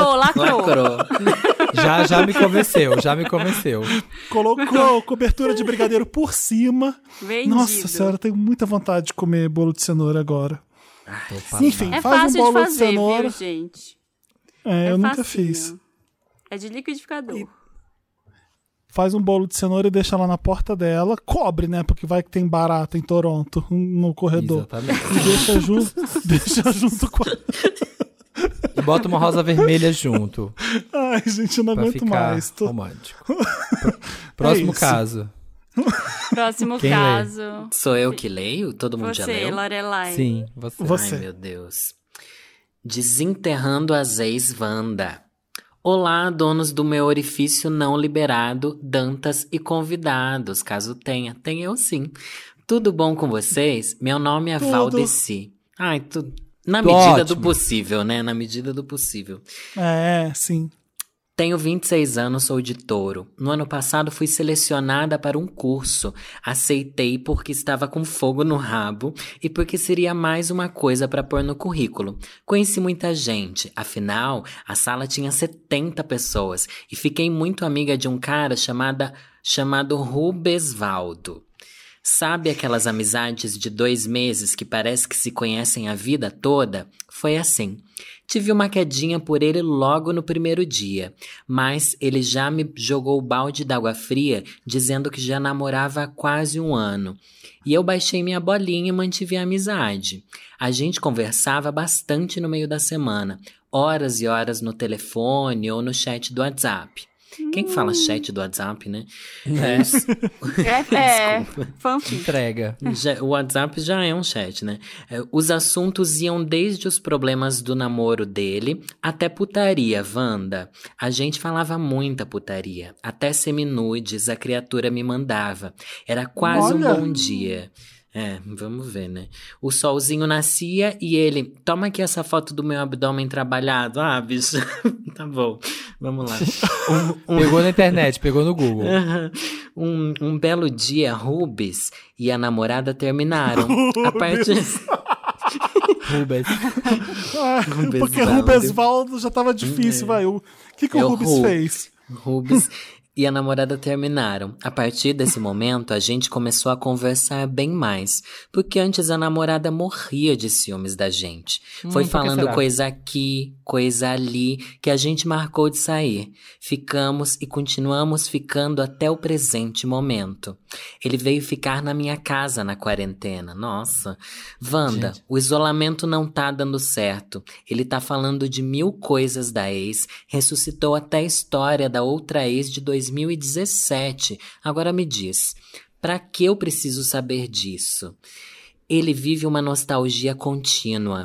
Já me convenceu. Colocou cobertura de brigadeiro por cima. Vendido. Nossa senhora, eu tenho muita vontade de comer bolo de cenoura agora. Enfim, É faz fácil um bolo de fazer, de cenoura. viu, gente? Eu nunca facinho. fiz. É de liquidificador. Faz um bolo de cenoura e deixa lá na porta dela. Cobre, né? Porque vai que tem barata em Toronto, no corredor. Exatamente. E deixa junto com E bota uma rosa vermelha junto. Ai, gente, eu não Pra aguento ficar mais. romântico. Próximo isso. caso. Próximo Quem caso. Sou eu que leio? Todo mundo já Você, leu? Lorelai. Sim, Você. Ai, meu Deus. Desenterrando as ex-Wanda. Olá, donos do meu orifício não liberado, Dantas e convidados, caso tenha. Tem eu sim. Tudo bom com vocês? Meu nome é Valdeci. Ai, na medida do possível, né? Na medida do possível. Sim. Tenho 26 anos, sou de Touro. No ano passado fui selecionada para um curso. Aceitei porque estava com fogo no rabo e porque seria mais uma coisa para pôr no currículo. Conheci muita gente, afinal, a sala tinha 70 pessoas e fiquei muito amiga de um cara chamado Rubesvaldo. Sabe aquelas amizades de 2 meses que parece que se conhecem a vida toda? Foi assim. Tive uma quedinha por ele logo no primeiro dia, mas ele já me jogou o balde d'água fria dizendo que já namorava há quase 1 ano. E eu baixei minha bolinha e mantive a amizade. A gente conversava bastante no meio da semana, horas e horas no telefone ou no chat do WhatsApp. Quem fala chat do WhatsApp, né? Fanfic. Entrega. O WhatsApp já é um chat, né? Os assuntos iam desde os problemas do namoro dele até putaria, Wanda. A gente falava muita putaria. Até seminudes a criatura me mandava. Era quase um bom dia. Vamos ver, né? O solzinho nascia e ele... Toma aqui essa foto do meu abdômen trabalhado. Ah, bicho. Tá bom. Vamos lá. Pegou na internet, pegou no Google. Um belo dia, Rubens e a namorada terminaram. A partir... Rubens. Porque Rubesvaldo já tava difícil, vai. O que o Rubens fez? Rubens e a namorada terminaram. A partir desse momento, a gente começou a conversar bem mais, porque antes a namorada morria de ciúmes da gente. Foi falando coisa aqui, coisa ali, que a gente marcou de sair. Ficamos e continuamos ficando até o presente momento. Ele veio ficar na minha casa na quarentena. Nossa. Wanda, o isolamento não tá dando certo. Ele tá falando de 1000 coisas da ex, ressuscitou até a história da outra ex de 2017. Agora me diz, pra que eu preciso saber disso? Ele vive uma nostalgia contínua.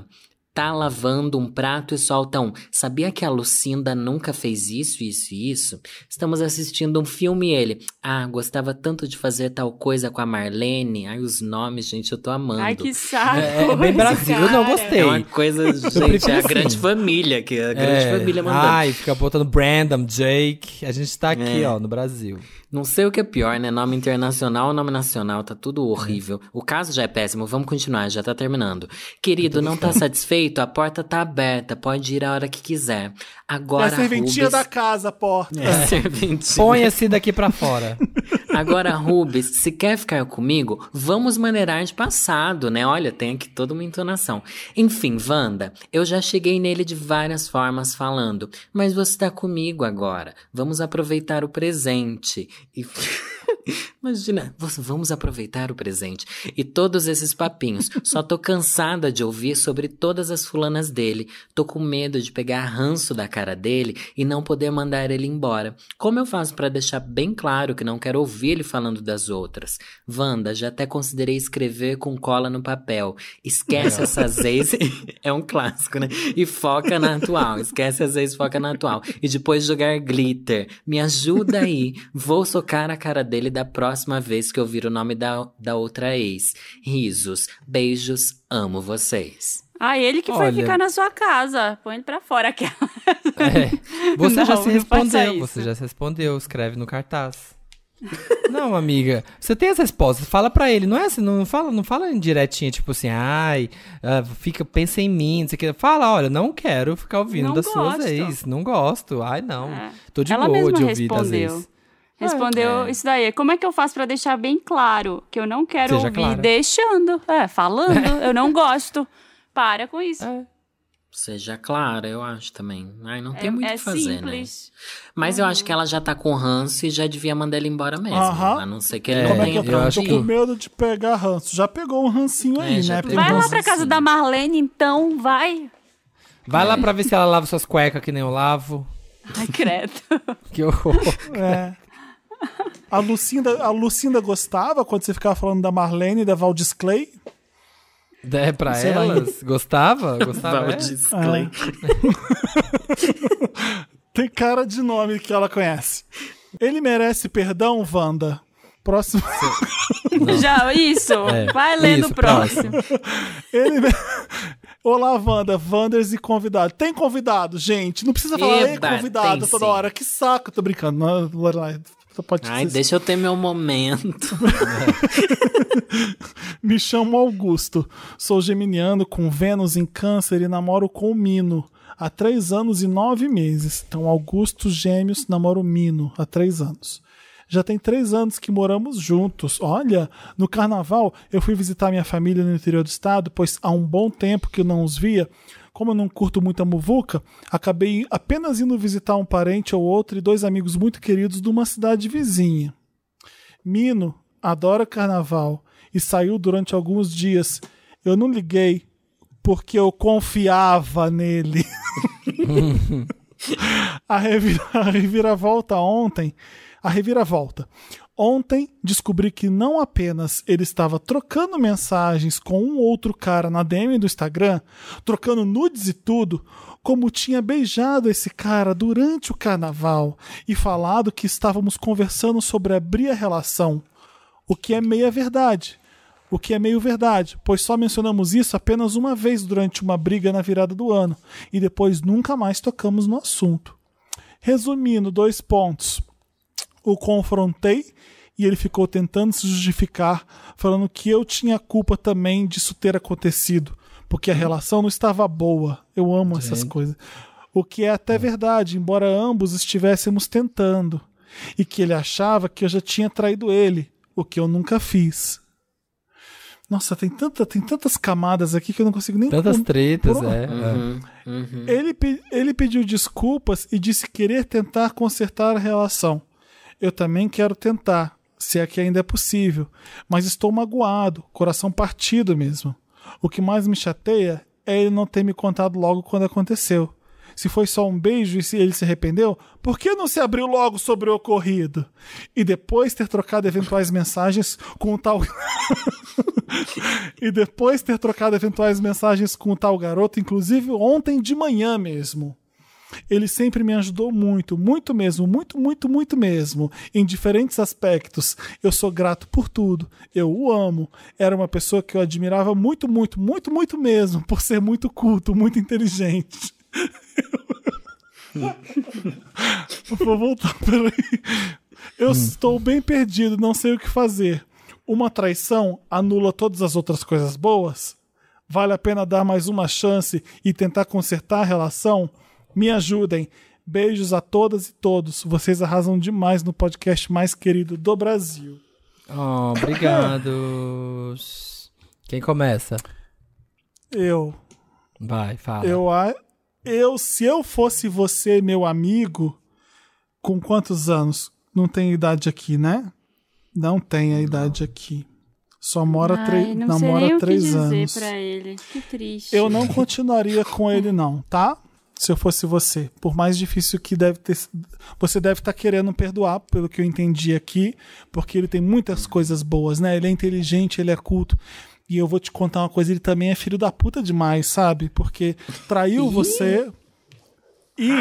Tá lavando um prato e solta um. Sabia que a Lucinda nunca fez isso, isso e isso? Estamos assistindo um filme e ele. Ah, gostava tanto de fazer tal coisa com a Marlene. Ai, os nomes, gente, eu tô amando. Ai, que saco. É bem Brasil, eu não gostei. É uma coisa, gente, prefiro é a assim. grande família, que a grande família mandando. Ai, fica botando Brandon, Jake. A gente tá aqui, ó, no Brasil. Não sei o que é pior, né? Nome internacional ou nome nacional, tá tudo horrível. O caso já é péssimo, vamos continuar, já tá terminando. Querido, não tá satisfeito? A porta tá aberta, pode ir a hora que quiser. Agora, É a serventinha Rubens... da casa, a porta. É a serventinha. Ponha-se daqui pra fora. Agora, Rubens, se quer ficar comigo, vamos maneirar de passado, né? Olha, tem aqui toda uma entonação. Enfim, Wanda, eu já cheguei nele de várias formas falando, mas você tá comigo agora. Vamos aproveitar o presente. E... Imagina, vamos aproveitar o presente. E todos esses papinhos. Só tô cansada de ouvir sobre todas as fulanas dele. Tô com medo de pegar ranço da cara dele e não poder mandar ele embora. Como eu faço pra deixar bem claro que não quero ouvir ele falando das outras? Wanda, já até considerei escrever com cola no papel. Esquece essas ex... É um clássico, né? E foca na atual. Esquece as ex, foca na atual. E depois jogar glitter. Me ajuda aí. Vou socar a cara dele da próxima vez que eu ouvir o nome da outra ex. Risos, beijos, amo vocês. Ah, ele que foi Olha. ficar na sua casa. Põe ele pra fora aquela. Você Não, já se não faça respondeu, isso. você já se respondeu, escreve no cartaz. Não, amiga, você tem as respostas, fala pra ele, não é assim, não fala direitinho, tipo assim, pensa em mim, não sei o que. Fala, olha, não quero ficar ouvindo Não das suas gosto. ex, não gosto, ai não, É. tô de Ela boa mesma de ouvir das respondeu. ex. Respondeu isso daí. Como é que eu faço pra deixar bem claro que eu não quero Seja ouvir? clara. Deixando. Falando. Eu não gosto. Para com isso. Seja clara, eu acho também. Ai, não tem muito o que fazer, simples. né? Mas eu acho que ela já tá com ranço e já devia mandar ele embora mesmo. Aham. A não ser que ele É, não Como é que tenha eu pra eu onde acho tô que- com ir. medo de pegar ranço? Já pegou um rancinho aí, já né? pegou. Vai lá Nossa, pra casa sim. da Marlene, então. Vai. Vai lá pra ver se ela lava suas cuecas que nem eu lavo. Ai, credo. Que horror. É. A Lucinda gostava quando você ficava falando da Marlene e da Valdis Clay? É pra Sei lá. elas? Gostava? Gostava? Valdis Clay. Tem cara de nome que ela conhece. Ele merece perdão, Wanda? Próximo. Já, isso. Vai lendo isso, o próximo. Ele... Olá, Wanda, Wanders e convidado. Tem convidado, gente. Não precisa falar ei, Eba, convidado tem toda sim. hora. Que saco. Tô brincando. Não, Lorelai, você pode Ai, dizer. deixa eu ter meu momento. Me chamo Augusto. Sou geminiano com Vênus em Câncer e namoro com o Mino há 3 anos e 9 meses. Então, Augusto, Gêmeos, namoro Mino há 3 anos. Já tem 3 anos que moramos juntos. Olha, no carnaval eu fui visitar minha família no interior do estado, pois há um bom tempo que eu não os via. Como eu não curto muito a muvuca, acabei apenas indo visitar um parente ou outro e 2 amigos muito queridos de uma cidade vizinha. Mino adora carnaval e saiu durante alguns dias. Eu não liguei porque eu confiava nele. A reviravolta ontem. Ontem descobri que não apenas ele estava trocando mensagens com um outro cara na DM do Instagram, trocando nudes e tudo, como tinha beijado esse cara durante o carnaval e falado que estávamos conversando sobre abrir a relação. O que é meio verdade, pois só mencionamos isso apenas uma vez durante uma briga na virada do ano e depois nunca mais tocamos no assunto. Resumindo, 2 pontos. O confrontei e ele ficou tentando se justificar, falando que eu tinha culpa também disso ter acontecido, porque a relação não estava boa. Eu amo essas coisas. O que é até verdade, embora ambos estivéssemos tentando. E que ele achava que eu já tinha traído ele, o que eu nunca fiz. Nossa, tem tantas camadas aqui que eu não consigo nem... Tantas tretas, Ele pediu desculpas e disse querer tentar consertar a relação. Eu também quero tentar, se é que ainda é possível, mas estou magoado, coração partido mesmo. O que mais me chateia é ele não ter me contado logo quando aconteceu. Se foi só um beijo e se ele se arrependeu, por que não se abriu logo sobre o ocorrido? E depois ter trocado eventuais mensagens com o tal... E depois ter trocado eventuais mensagens com o tal garoto, inclusive ontem de manhã mesmo. Ele sempre me ajudou muito, muito mesmo, muito mesmo, em diferentes aspectos. Eu sou grato por tudo, eu o amo. Era uma pessoa que eu admirava muito mesmo, por ser muito culto, muito inteligente. Vou voltar, peraí. Eu estou bem perdido, não sei o que fazer. Uma traição anula todas as outras coisas boas? Vale a pena dar mais uma chance e tentar consertar a relação? Me ajudem. Beijos a todas e todos. Vocês arrasam demais no podcast mais querido do Brasil. Oh, obrigado. Quem começa? Eu. Vai, fala. Se eu fosse você, meu amigo, com quantos anos? Não tem idade aqui, né? Não tem a idade aqui. Só namora 3 anos. Pra ele. Que triste. Eu não continuaria com ele não, tá? Se eu fosse você. Por mais difícil que você deve estar querendo perdoar, pelo que eu entendi aqui, porque ele tem muitas coisas boas, né? Ele é inteligente, ele é culto. E eu vou te contar uma coisa, ele também é filho da puta demais, sabe? Porque traiu você e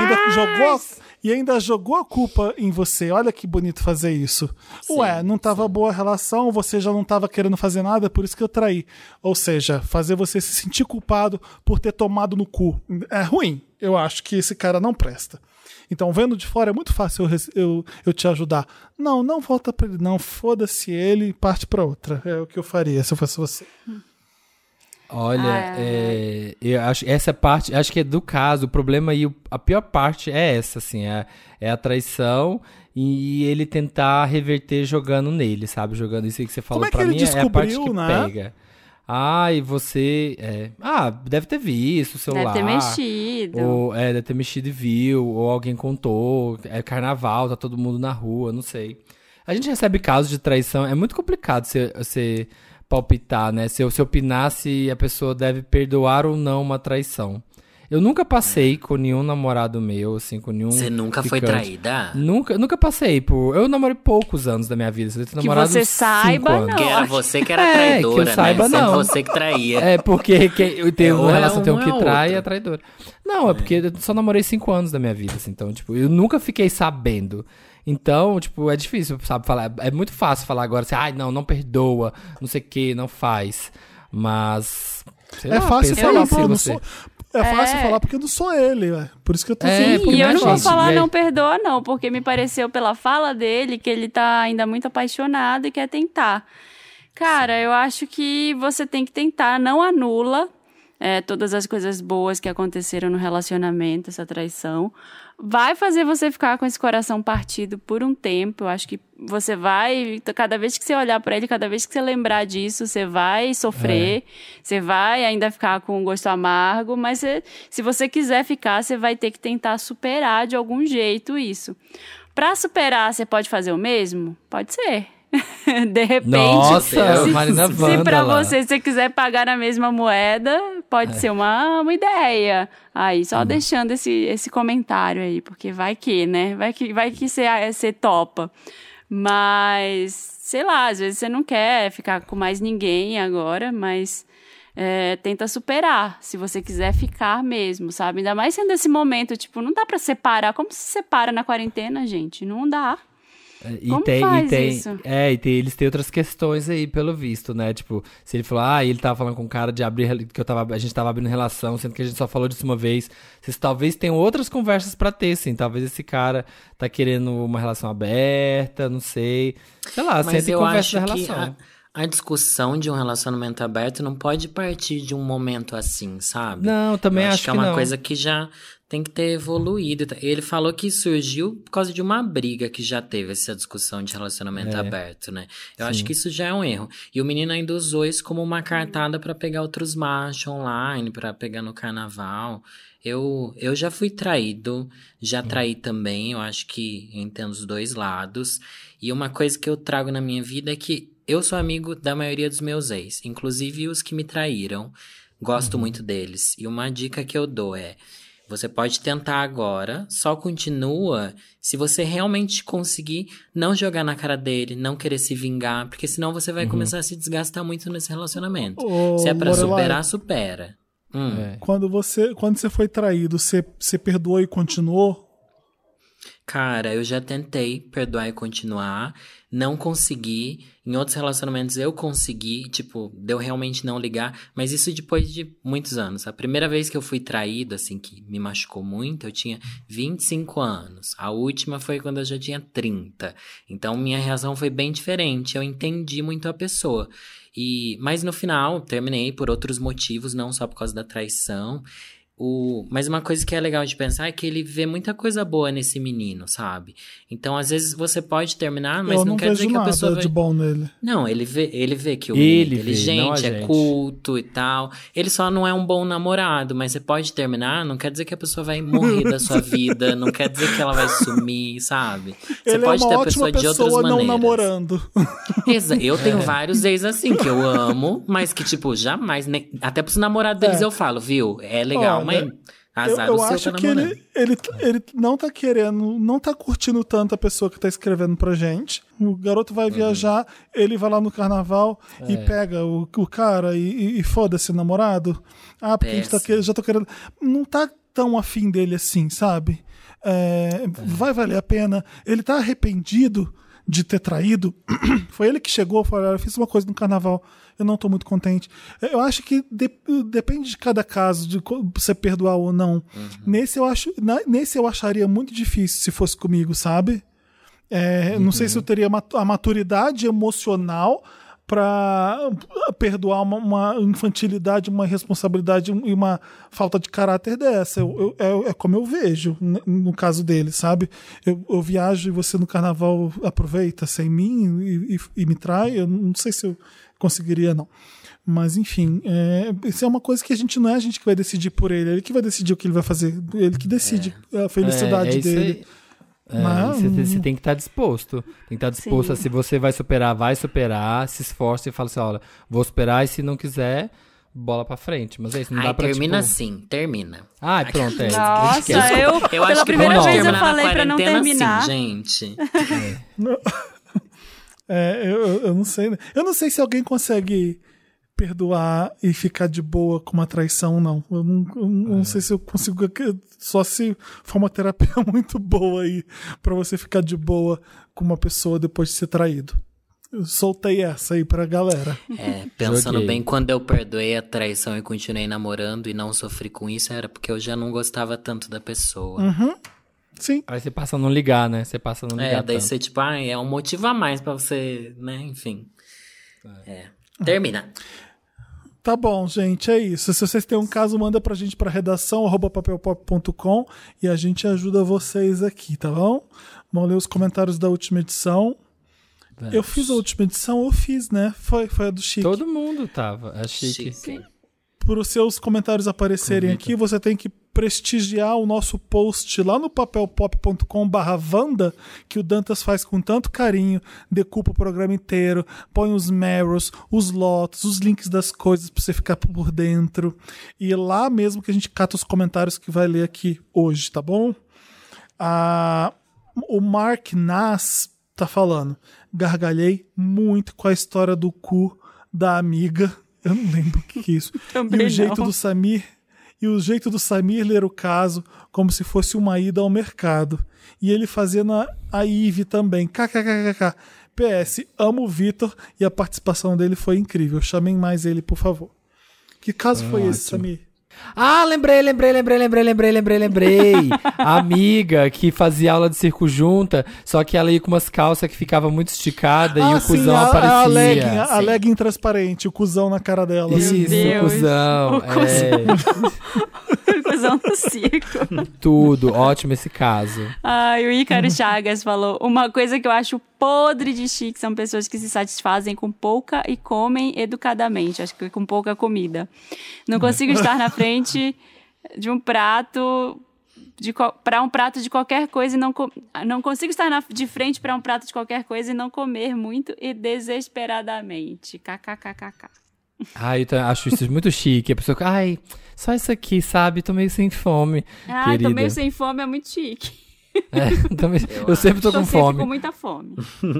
ainda jogou a culpa em você. Olha que bonito fazer isso. Sim, Ué, não tava boa a relação, você já não tava querendo fazer nada, por isso que eu traí. Ou seja, fazer você se sentir culpado por ter tomado no cu. É ruim. Eu acho que esse cara não presta. Então, vendo de fora, é muito fácil eu te ajudar. Não volta pra ele, não. Foda-se ele e parte pra outra. É o que eu faria se eu fosse você. Olha, eu acho essa parte, acho que é do caso, o problema e a pior parte é essa, assim, é a traição e ele tentar reverter jogando nele, sabe? Jogando isso aí que você falou pra mim, é a parte que pega. E você... deve ter visto o celular. Deve ter mexido. Ou, deve ter mexido e viu, ou alguém contou, é carnaval, tá todo mundo na rua, não sei. A gente recebe casos de traição, é muito complicado você palpitar, né? Se eu opinar se a pessoa deve perdoar ou não uma traição. Eu nunca passei com nenhum namorado meu, assim, com nenhum Você nunca ficante. foi traída? Nunca passei por... Eu namorei poucos anos da minha vida. Que você saiba, não. Que era você que era traidora, que eu saiba, né? não. Sempre você que traía. É, porque tem uma relação, tem um que ou trai e outra. é traidora. Não, é porque eu só namorei 5 anos da minha vida, assim. Então, tipo, eu nunca fiquei sabendo. Então, tipo, é difícil, sabe, falar. É muito fácil falar agora assim, não perdoa, não sei o que, não faz. Mas, sei lá, fácil pensa falar, aí, porque eu não você. sou... É fácil falar porque eu não sou ele, ué. Por isso que eu tô E eu não vou gente, falar e aí? não perdoa, não, porque me pareceu pela fala dele que ele tá ainda muito apaixonado e quer tentar. Cara, eu acho que você tem que tentar, não anula todas as coisas boas que aconteceram no relacionamento, essa traição. Vai fazer você ficar com esse coração partido por um tempo. Eu acho que você vai, cada vez que você olhar pra ele, cada vez que você lembrar disso, você vai sofrer, você vai ainda ficar com um gosto amargo, mas se você quiser ficar, você vai ter que tentar superar de algum jeito isso. Pra superar, você pode fazer o mesmo? Pode ser. De repente, Nossa, Marina se Wanda pra lá. você quiser pagar na mesma moeda, pode ser uma ideia. Aí, só deixando esse comentário aí, porque vai que, né? Vai que você topa. Mas, sei lá, às vezes você não quer ficar com mais ninguém agora, mas tenta superar, se você quiser ficar mesmo, sabe? Ainda mais sendo esse momento, tipo, não dá pra separar. Como se separa na quarentena, gente? Não dá. Eles têm outras questões aí, pelo visto, né? Tipo, se ele falou, ele tava falando com um cara de abrir, a gente tava abrindo relação, sendo que a gente só falou disso uma vez. Vocês talvez tenham outras conversas pra ter, sim. Talvez esse cara tá querendo uma relação aberta, não sei. Sei lá, sempre conversa da relação. A discussão de um relacionamento aberto não pode partir de um momento assim, sabe? Não, também eu acho que é uma coisa que já tem que ter evoluído. Ele falou que surgiu por causa de uma briga que já teve essa discussão de relacionamento aberto, né? Eu acho que isso já é um erro. E o menino ainda usou isso como uma cartada pra pegar outros machos online, pra pegar no carnaval. Eu já fui traído, já traí também, eu acho que eu entendo os dois lados. E uma coisa que eu trago na minha vida é que eu sou amigo da maioria dos meus ex, inclusive os que me traíram. Gosto muito deles. E uma dica que eu dou é: Você pode tentar agora, só continua se você realmente conseguir não jogar na cara dele, não querer se vingar, porque senão você vai começar a se desgastar muito nesse relacionamento. Se é pra superar, supera. Quando você foi traído, você perdoou e continuou? Cara, eu já tentei perdoar e continuar, não consegui. Em outros relacionamentos eu consegui, tipo, deu realmente não ligar, mas isso depois de muitos anos. A primeira vez que eu fui traído, assim, que me machucou muito, eu tinha 25 anos. A última foi quando eu já tinha 30. Então minha reação foi bem diferente, eu entendi muito a pessoa. Mas no final, terminei por outros motivos, não só por causa da traição. Mas uma coisa que é legal de pensar é que ele vê muita coisa boa nesse menino, sabe? Então, às vezes, você pode terminar, mas não quer dizer que a pessoa vai... de bom nele. Não, ele vê que o menino é inteligente, é culto e tal. Ele só não é um bom namorado, mas você pode terminar, não quer dizer que a pessoa vai morrer da sua vida, não quer dizer que ela vai sumir, sabe? Você pode ter a pessoa de outras maneiras. Não namorando. Eu tenho vários ex assim, que eu amo, mas que, tipo, jamais... Até pros namorados deles eu falo, viu? É legal, mas azar eu o seu acho tá que namorando. ele não tá querendo, não tá curtindo tanto a pessoa que tá escrevendo pra gente. O garoto vai viajar, ele vai lá no carnaval e pega o cara e foda-se o namorado. Porque a gente já tô querendo... Não tá tão afim dele assim, sabe? Vai valer a pena. Ele tá arrependido de ter traído. Foi ele que chegou e falou: eu fiz uma coisa no carnaval, eu não tô muito contente. Eu acho que depende de cada caso, de você perdoar ou não. Nesse eu acharia muito difícil se fosse comigo, sabe? Não sei se eu teria a maturidade emocional para perdoar uma infantilidade, uma irresponsabilidade e uma falta de caráter dessa. É como eu vejo no caso dele, sabe? Eu viajo e você no carnaval aproveita sem mim e me trai. Eu não sei se eu conseguiria, não. Mas, enfim, isso é uma coisa que não é a gente que vai decidir por ele. Ele que vai decidir o que ele vai fazer. Ele que decide a felicidade dele. Você tem que estar disposto. Tem que estar disposto a, se você vai superar, se esforça e fala assim: olha, vou superar, e se não quiser, bola pra frente. Mas é isso, não dá pra, termina assim, termina. Pronto, Nossa, eu acho pela que primeira vez eu terminar falei na pra não quarentena terminar. assim, gente. Eu não sei. Eu não sei se alguém consegue perdoar e ficar de boa com uma traição, não. Eu não sei se eu consigo, só se for uma terapia muito boa aí pra você ficar de boa com uma pessoa depois de ser traído. Eu soltei essa aí pra galera. Pensando bem, quando eu perdoei a traição e continuei namorando e não sofri com isso, era porque eu já não gostava tanto da pessoa. Sim. Aí você passa a não ligar, né? Você passa a não ligar daí tanto. você, tipo, é um motivo a mais pra você, né? Enfim. Termina. Tá bom, gente, é isso. Se vocês têm um caso, manda pra gente pra redação @papelpop.com e a gente ajuda vocês aqui, tá bom? Vamos ler os comentários da última edição. Eu fiz a última edição, né? Foi a do Chique. Todo mundo tava, é chique. Para os seus comentários aparecerem aqui, você tem que prestigiar o nosso post lá no papelpop.com/Wanda, que o Dantas faz com tanto carinho, decupa o programa inteiro, põe os Meryls, os lotos, os links das coisas para você ficar por dentro. E é lá mesmo que a gente cata os comentários que vai ler aqui hoje, tá bom? O Mark Nas tá falando: gargalhei muito com a história do cu da amiga. Eu não lembro o que é isso. Também E o jeito não. do Samir... E o jeito do Samir ler o caso como se fosse uma ida ao mercado. E ele fazendo a Ive também. KKKK. PS, amo o Vitor e a participação dele foi incrível. Chamem mais ele, por favor. Que caso foi esse, Samir? Lembrei. A amiga que fazia aula de circo junta, só que ela ia com umas calças que ficava muito esticada e o cuzão aparecia. A legging transparente, o cuzão na cara dela. Isso, o cuzão. O cuzão do circo. Tudo, ótimo esse caso. O Ícaro Chagas falou: uma coisa que eu acho podre de chique são pessoas que se satisfazem com pouca e comem educadamente, acho que com pouca comida. Não consigo estar na frente de um prato para um prato de qualquer coisa e não consigo estar de frente para um prato de qualquer coisa e não comer muito e desesperadamente. KKKKK. Ai, eu acho isso muito chique. A pessoa, ai, só isso aqui, sabe? Tô meio sem fome, querida. Tô meio sem fome, é muito chique. Eu sempre tô com fome. Sempre com muita fome.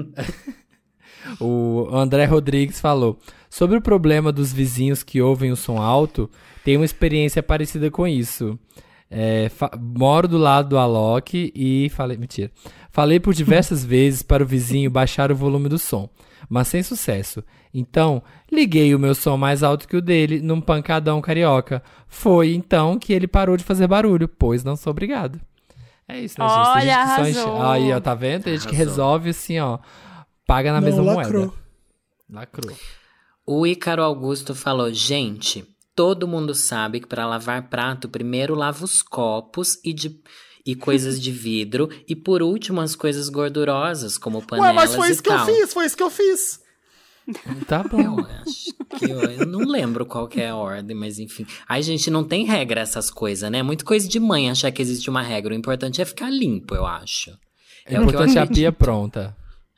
O André Rodrigues falou: sobre o problema dos vizinhos que ouvem o som alto, tenho uma experiência parecida com isso. Moro do lado do Alok e falei por diversas vezes para o vizinho baixar o volume do som, mas sem sucesso. Então, liguei o meu som mais alto que o dele num pancadão carioca. Foi então que ele parou de fazer barulho, pois não sou obrigado. É isso, né, gente? Olha, Tem gente que arrasou. Aí, ó, tá vendo? Tem gente que resolve assim, ó, paga na mesma moeda. Lacrou. O Ícaro Augusto falou, gente, todo mundo sabe que para lavar prato, primeiro lava os copos e coisas de vidro, e por último as coisas gordurosas, como panelas mas foi isso e tal. foi isso que eu fiz. Tá bom. Eu acho que eu não lembro qual que é a ordem, mas enfim. Ai, gente, não tem regra essas coisas, né? Muito coisa de mãe achar que existe uma regra. O importante é ficar limpo, eu acho. É o importante é a pia pronta.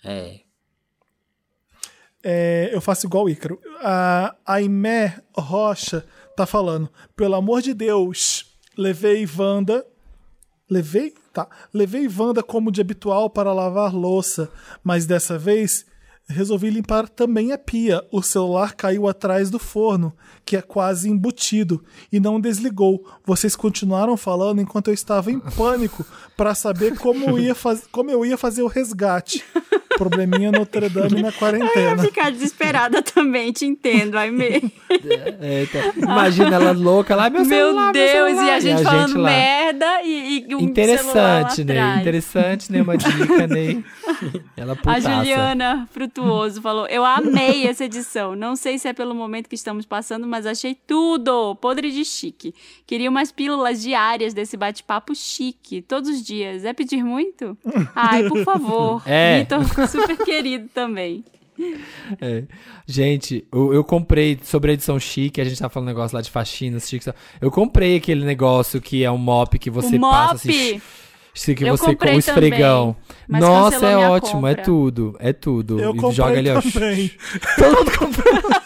Eu faço igual o Ícaro. A Aimé Rocha tá falando, pelo amor de Deus, levei Wanda como de habitual para lavar louça, mas dessa vez resolvi limpar também a pia. O celular caiu atrás do forno, que é quase embutido, e não desligou. Vocês continuaram falando enquanto eu estava em pânico para saber como eu ia fazer o resgate. Probleminha Notre Dame na quarentena. Eu ia ficar desesperada também, te entendo, Aimee. Imagina ela louca lá, meu celular, Deus, meu celular. e a gente falando lá. merda e um interessante, celular lá né? atrás. Interessante, né? Uma dica, né? Ela putaça. A Juliana Frutuoso falou, eu amei essa edição. Não sei se é pelo momento que estamos passando, mas achei tudo podre de chique. Queria umas pílulas diárias desse bate-papo chique, todos os dias. É pedir muito? Ai, por favor. Vitor, super querido também. Gente, eu comprei sobre a edição chique, a gente tá falando um negócio lá de faxinas chique. Eu comprei aquele negócio que é um mop que você passa assim. Que eu você com o esfregão. Também, nossa, é ótimo, compra. é tudo. Eu e comprei joga ali, ó. também. Todo mundo comprou.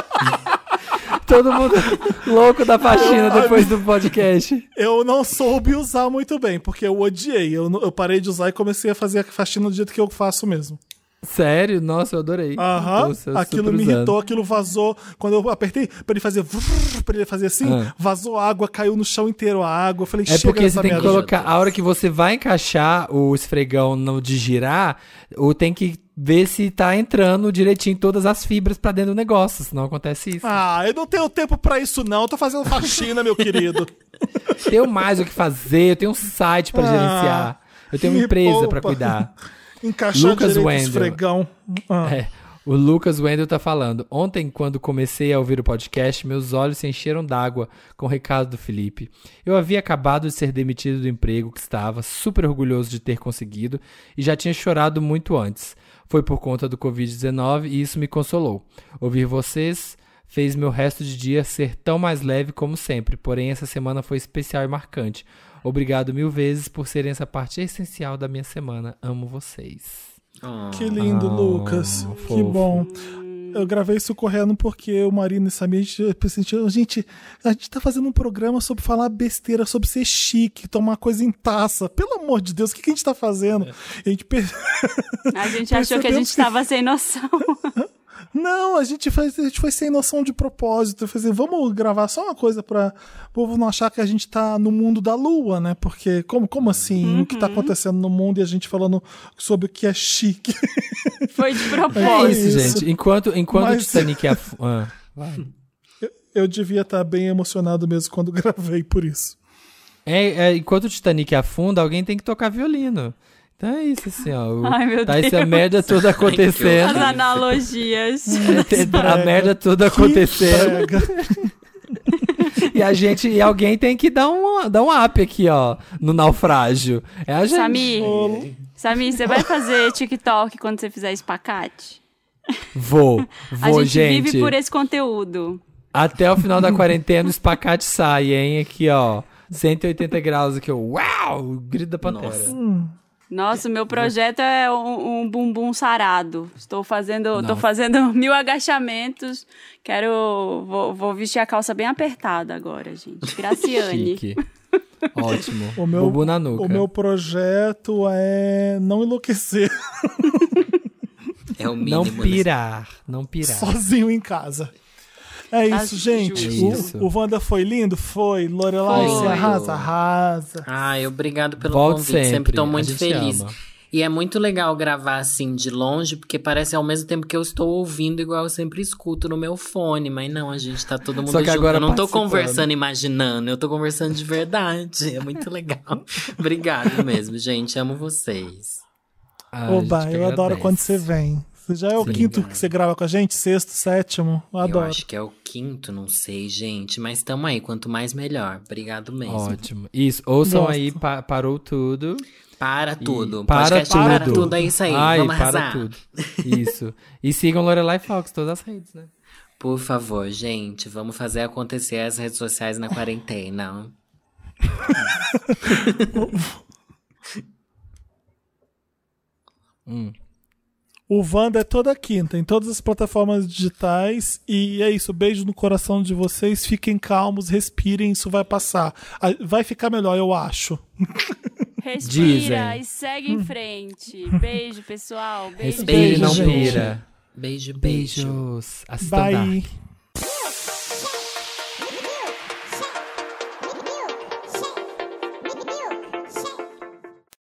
Todo mundo louco da faxina depois do podcast. Eu não soube usar muito bem, porque eu odiei. Eu parei de usar e comecei a fazer a faxina do jeito que eu faço mesmo. Sério? Nossa, eu adorei. Aquilo me irritou, aquilo vazou. Quando eu apertei pra ele fazer assim, vazou água, caiu no chão inteiro a água. Eu falei, chega porque dessa você tem que merda. colocar, a hora que você vai encaixar o esfregão no de girar, ou tem que ver se tá entrando direitinho todas as fibras pra dentro do negócio, senão acontece isso. Eu não tenho tempo pra isso não, eu tô fazendo faxina, meu querido. Tenho mais o que fazer, eu tenho um site pra gerenciar, eu tenho uma empresa pra cuidar. Encaixar Lucas direito o Wendel. esfregão. O Lucas Wendel tá falando, ontem quando comecei a ouvir o podcast, meus olhos se encheram d'água com o recado do Felipe. Eu havia acabado de ser demitido do emprego que estava, super orgulhoso de ter conseguido, e já tinha chorado muito antes. Foi por conta do Covid-19 e isso me consolou. Ouvir vocês fez meu resto de dia ser tão mais leve como sempre, porém essa semana foi especial e marcante. Obrigado 1000 vezes por serem essa parte essencial da minha semana. Amo vocês. Que lindo, Lucas. Fofo. Que bom. Eu gravei isso correndo porque o Marina e Samir, gente, a gente tá fazendo um programa sobre falar besteira, sobre ser chique, tomar coisa em taça. Pelo amor de Deus, o que a gente tá fazendo? A gente achou que a gente tava sem noção. Não, a gente foi sem noção de propósito. Vamos gravar só uma coisa pra o povo não achar que a gente tá no mundo da lua, né? Porque como assim? O que tá acontecendo no mundo e a gente falando sobre o que é chique. Foi de É propósito. isso, gente. Enquanto o Titanic é... Eu devia estar bem emocionado mesmo quando gravei por isso. Enquanto o Titanic afunda, alguém tem que tocar violino. Então é isso, assim, ó. Ai, meu Tá Deus. essa merda toda acontecendo. As analogias. A merda toda acontecendo. E alguém tem que dar um up aqui, ó, no naufrágio. É a gente. Samir, você vai fazer TikTok quando você fizer espacate? Vou, A gente gente. vive por esse conteúdo. Até o final da quarentena o espacate sai, hein? Aqui, ó. 180 graus aqui, ó. Uau! O grito da pantera. Nossa, o meu projeto é um bumbum sarado. Tô fazendo 1000 agachamentos. Vou vestir a calça bem apertada agora, gente. Graciane. Chique. Ótimo. O meu, Bubu na nuca. o meu projeto é não enlouquecer É o mínimo. Não pirar. sozinho em casa. É isso, Acho gente. justo. O Wanda foi lindo? Foi. Lorelai, Foi. você arrasa. Ai, obrigado pelo Volte convite. Sempre tô sempre. muito A gente feliz. ama. E é muito legal gravar assim de longe, porque parece ao mesmo tempo que eu estou ouvindo igual eu sempre escuto no meu fone. Mas não, a gente tá todo mundo Só que junto. agora Eu não tô participando. conversando imaginando, eu tô conversando de verdade. É muito legal. Obrigado mesmo, gente. Amo vocês. Ah, Oba, a gente que eu adoro agradece. quando você vem. Você já é o Sim, quinto cara. que você grava com a gente? Sexto, sétimo? Eu Eu adoro. acho que é o quinto, não sei, gente. Mas tamo aí, quanto mais melhor. Obrigado mesmo. Ótimo. Isso, ouçam Gosto. aí, parou tudo. Para tudo. Para Podcast tudo. Para tudo, é isso aí. Ai, Vamos para arrasar. tudo. Isso. E sigam Lorelai Fox, todas as redes, né? Por favor, gente, vamos fazer acontecer as redes sociais na quarentena. O Wanda é toda quinta, em todas as plataformas digitais. E é isso, beijo no coração de vocês. Fiquem calmos, respirem, isso vai passar. Vai ficar melhor, eu acho. Respira Dizem. e segue em frente. Beijo, pessoal. Beijo. Respire, não gente. pira. Beijo, beijo. Beijos. Assistam Dark. Bye.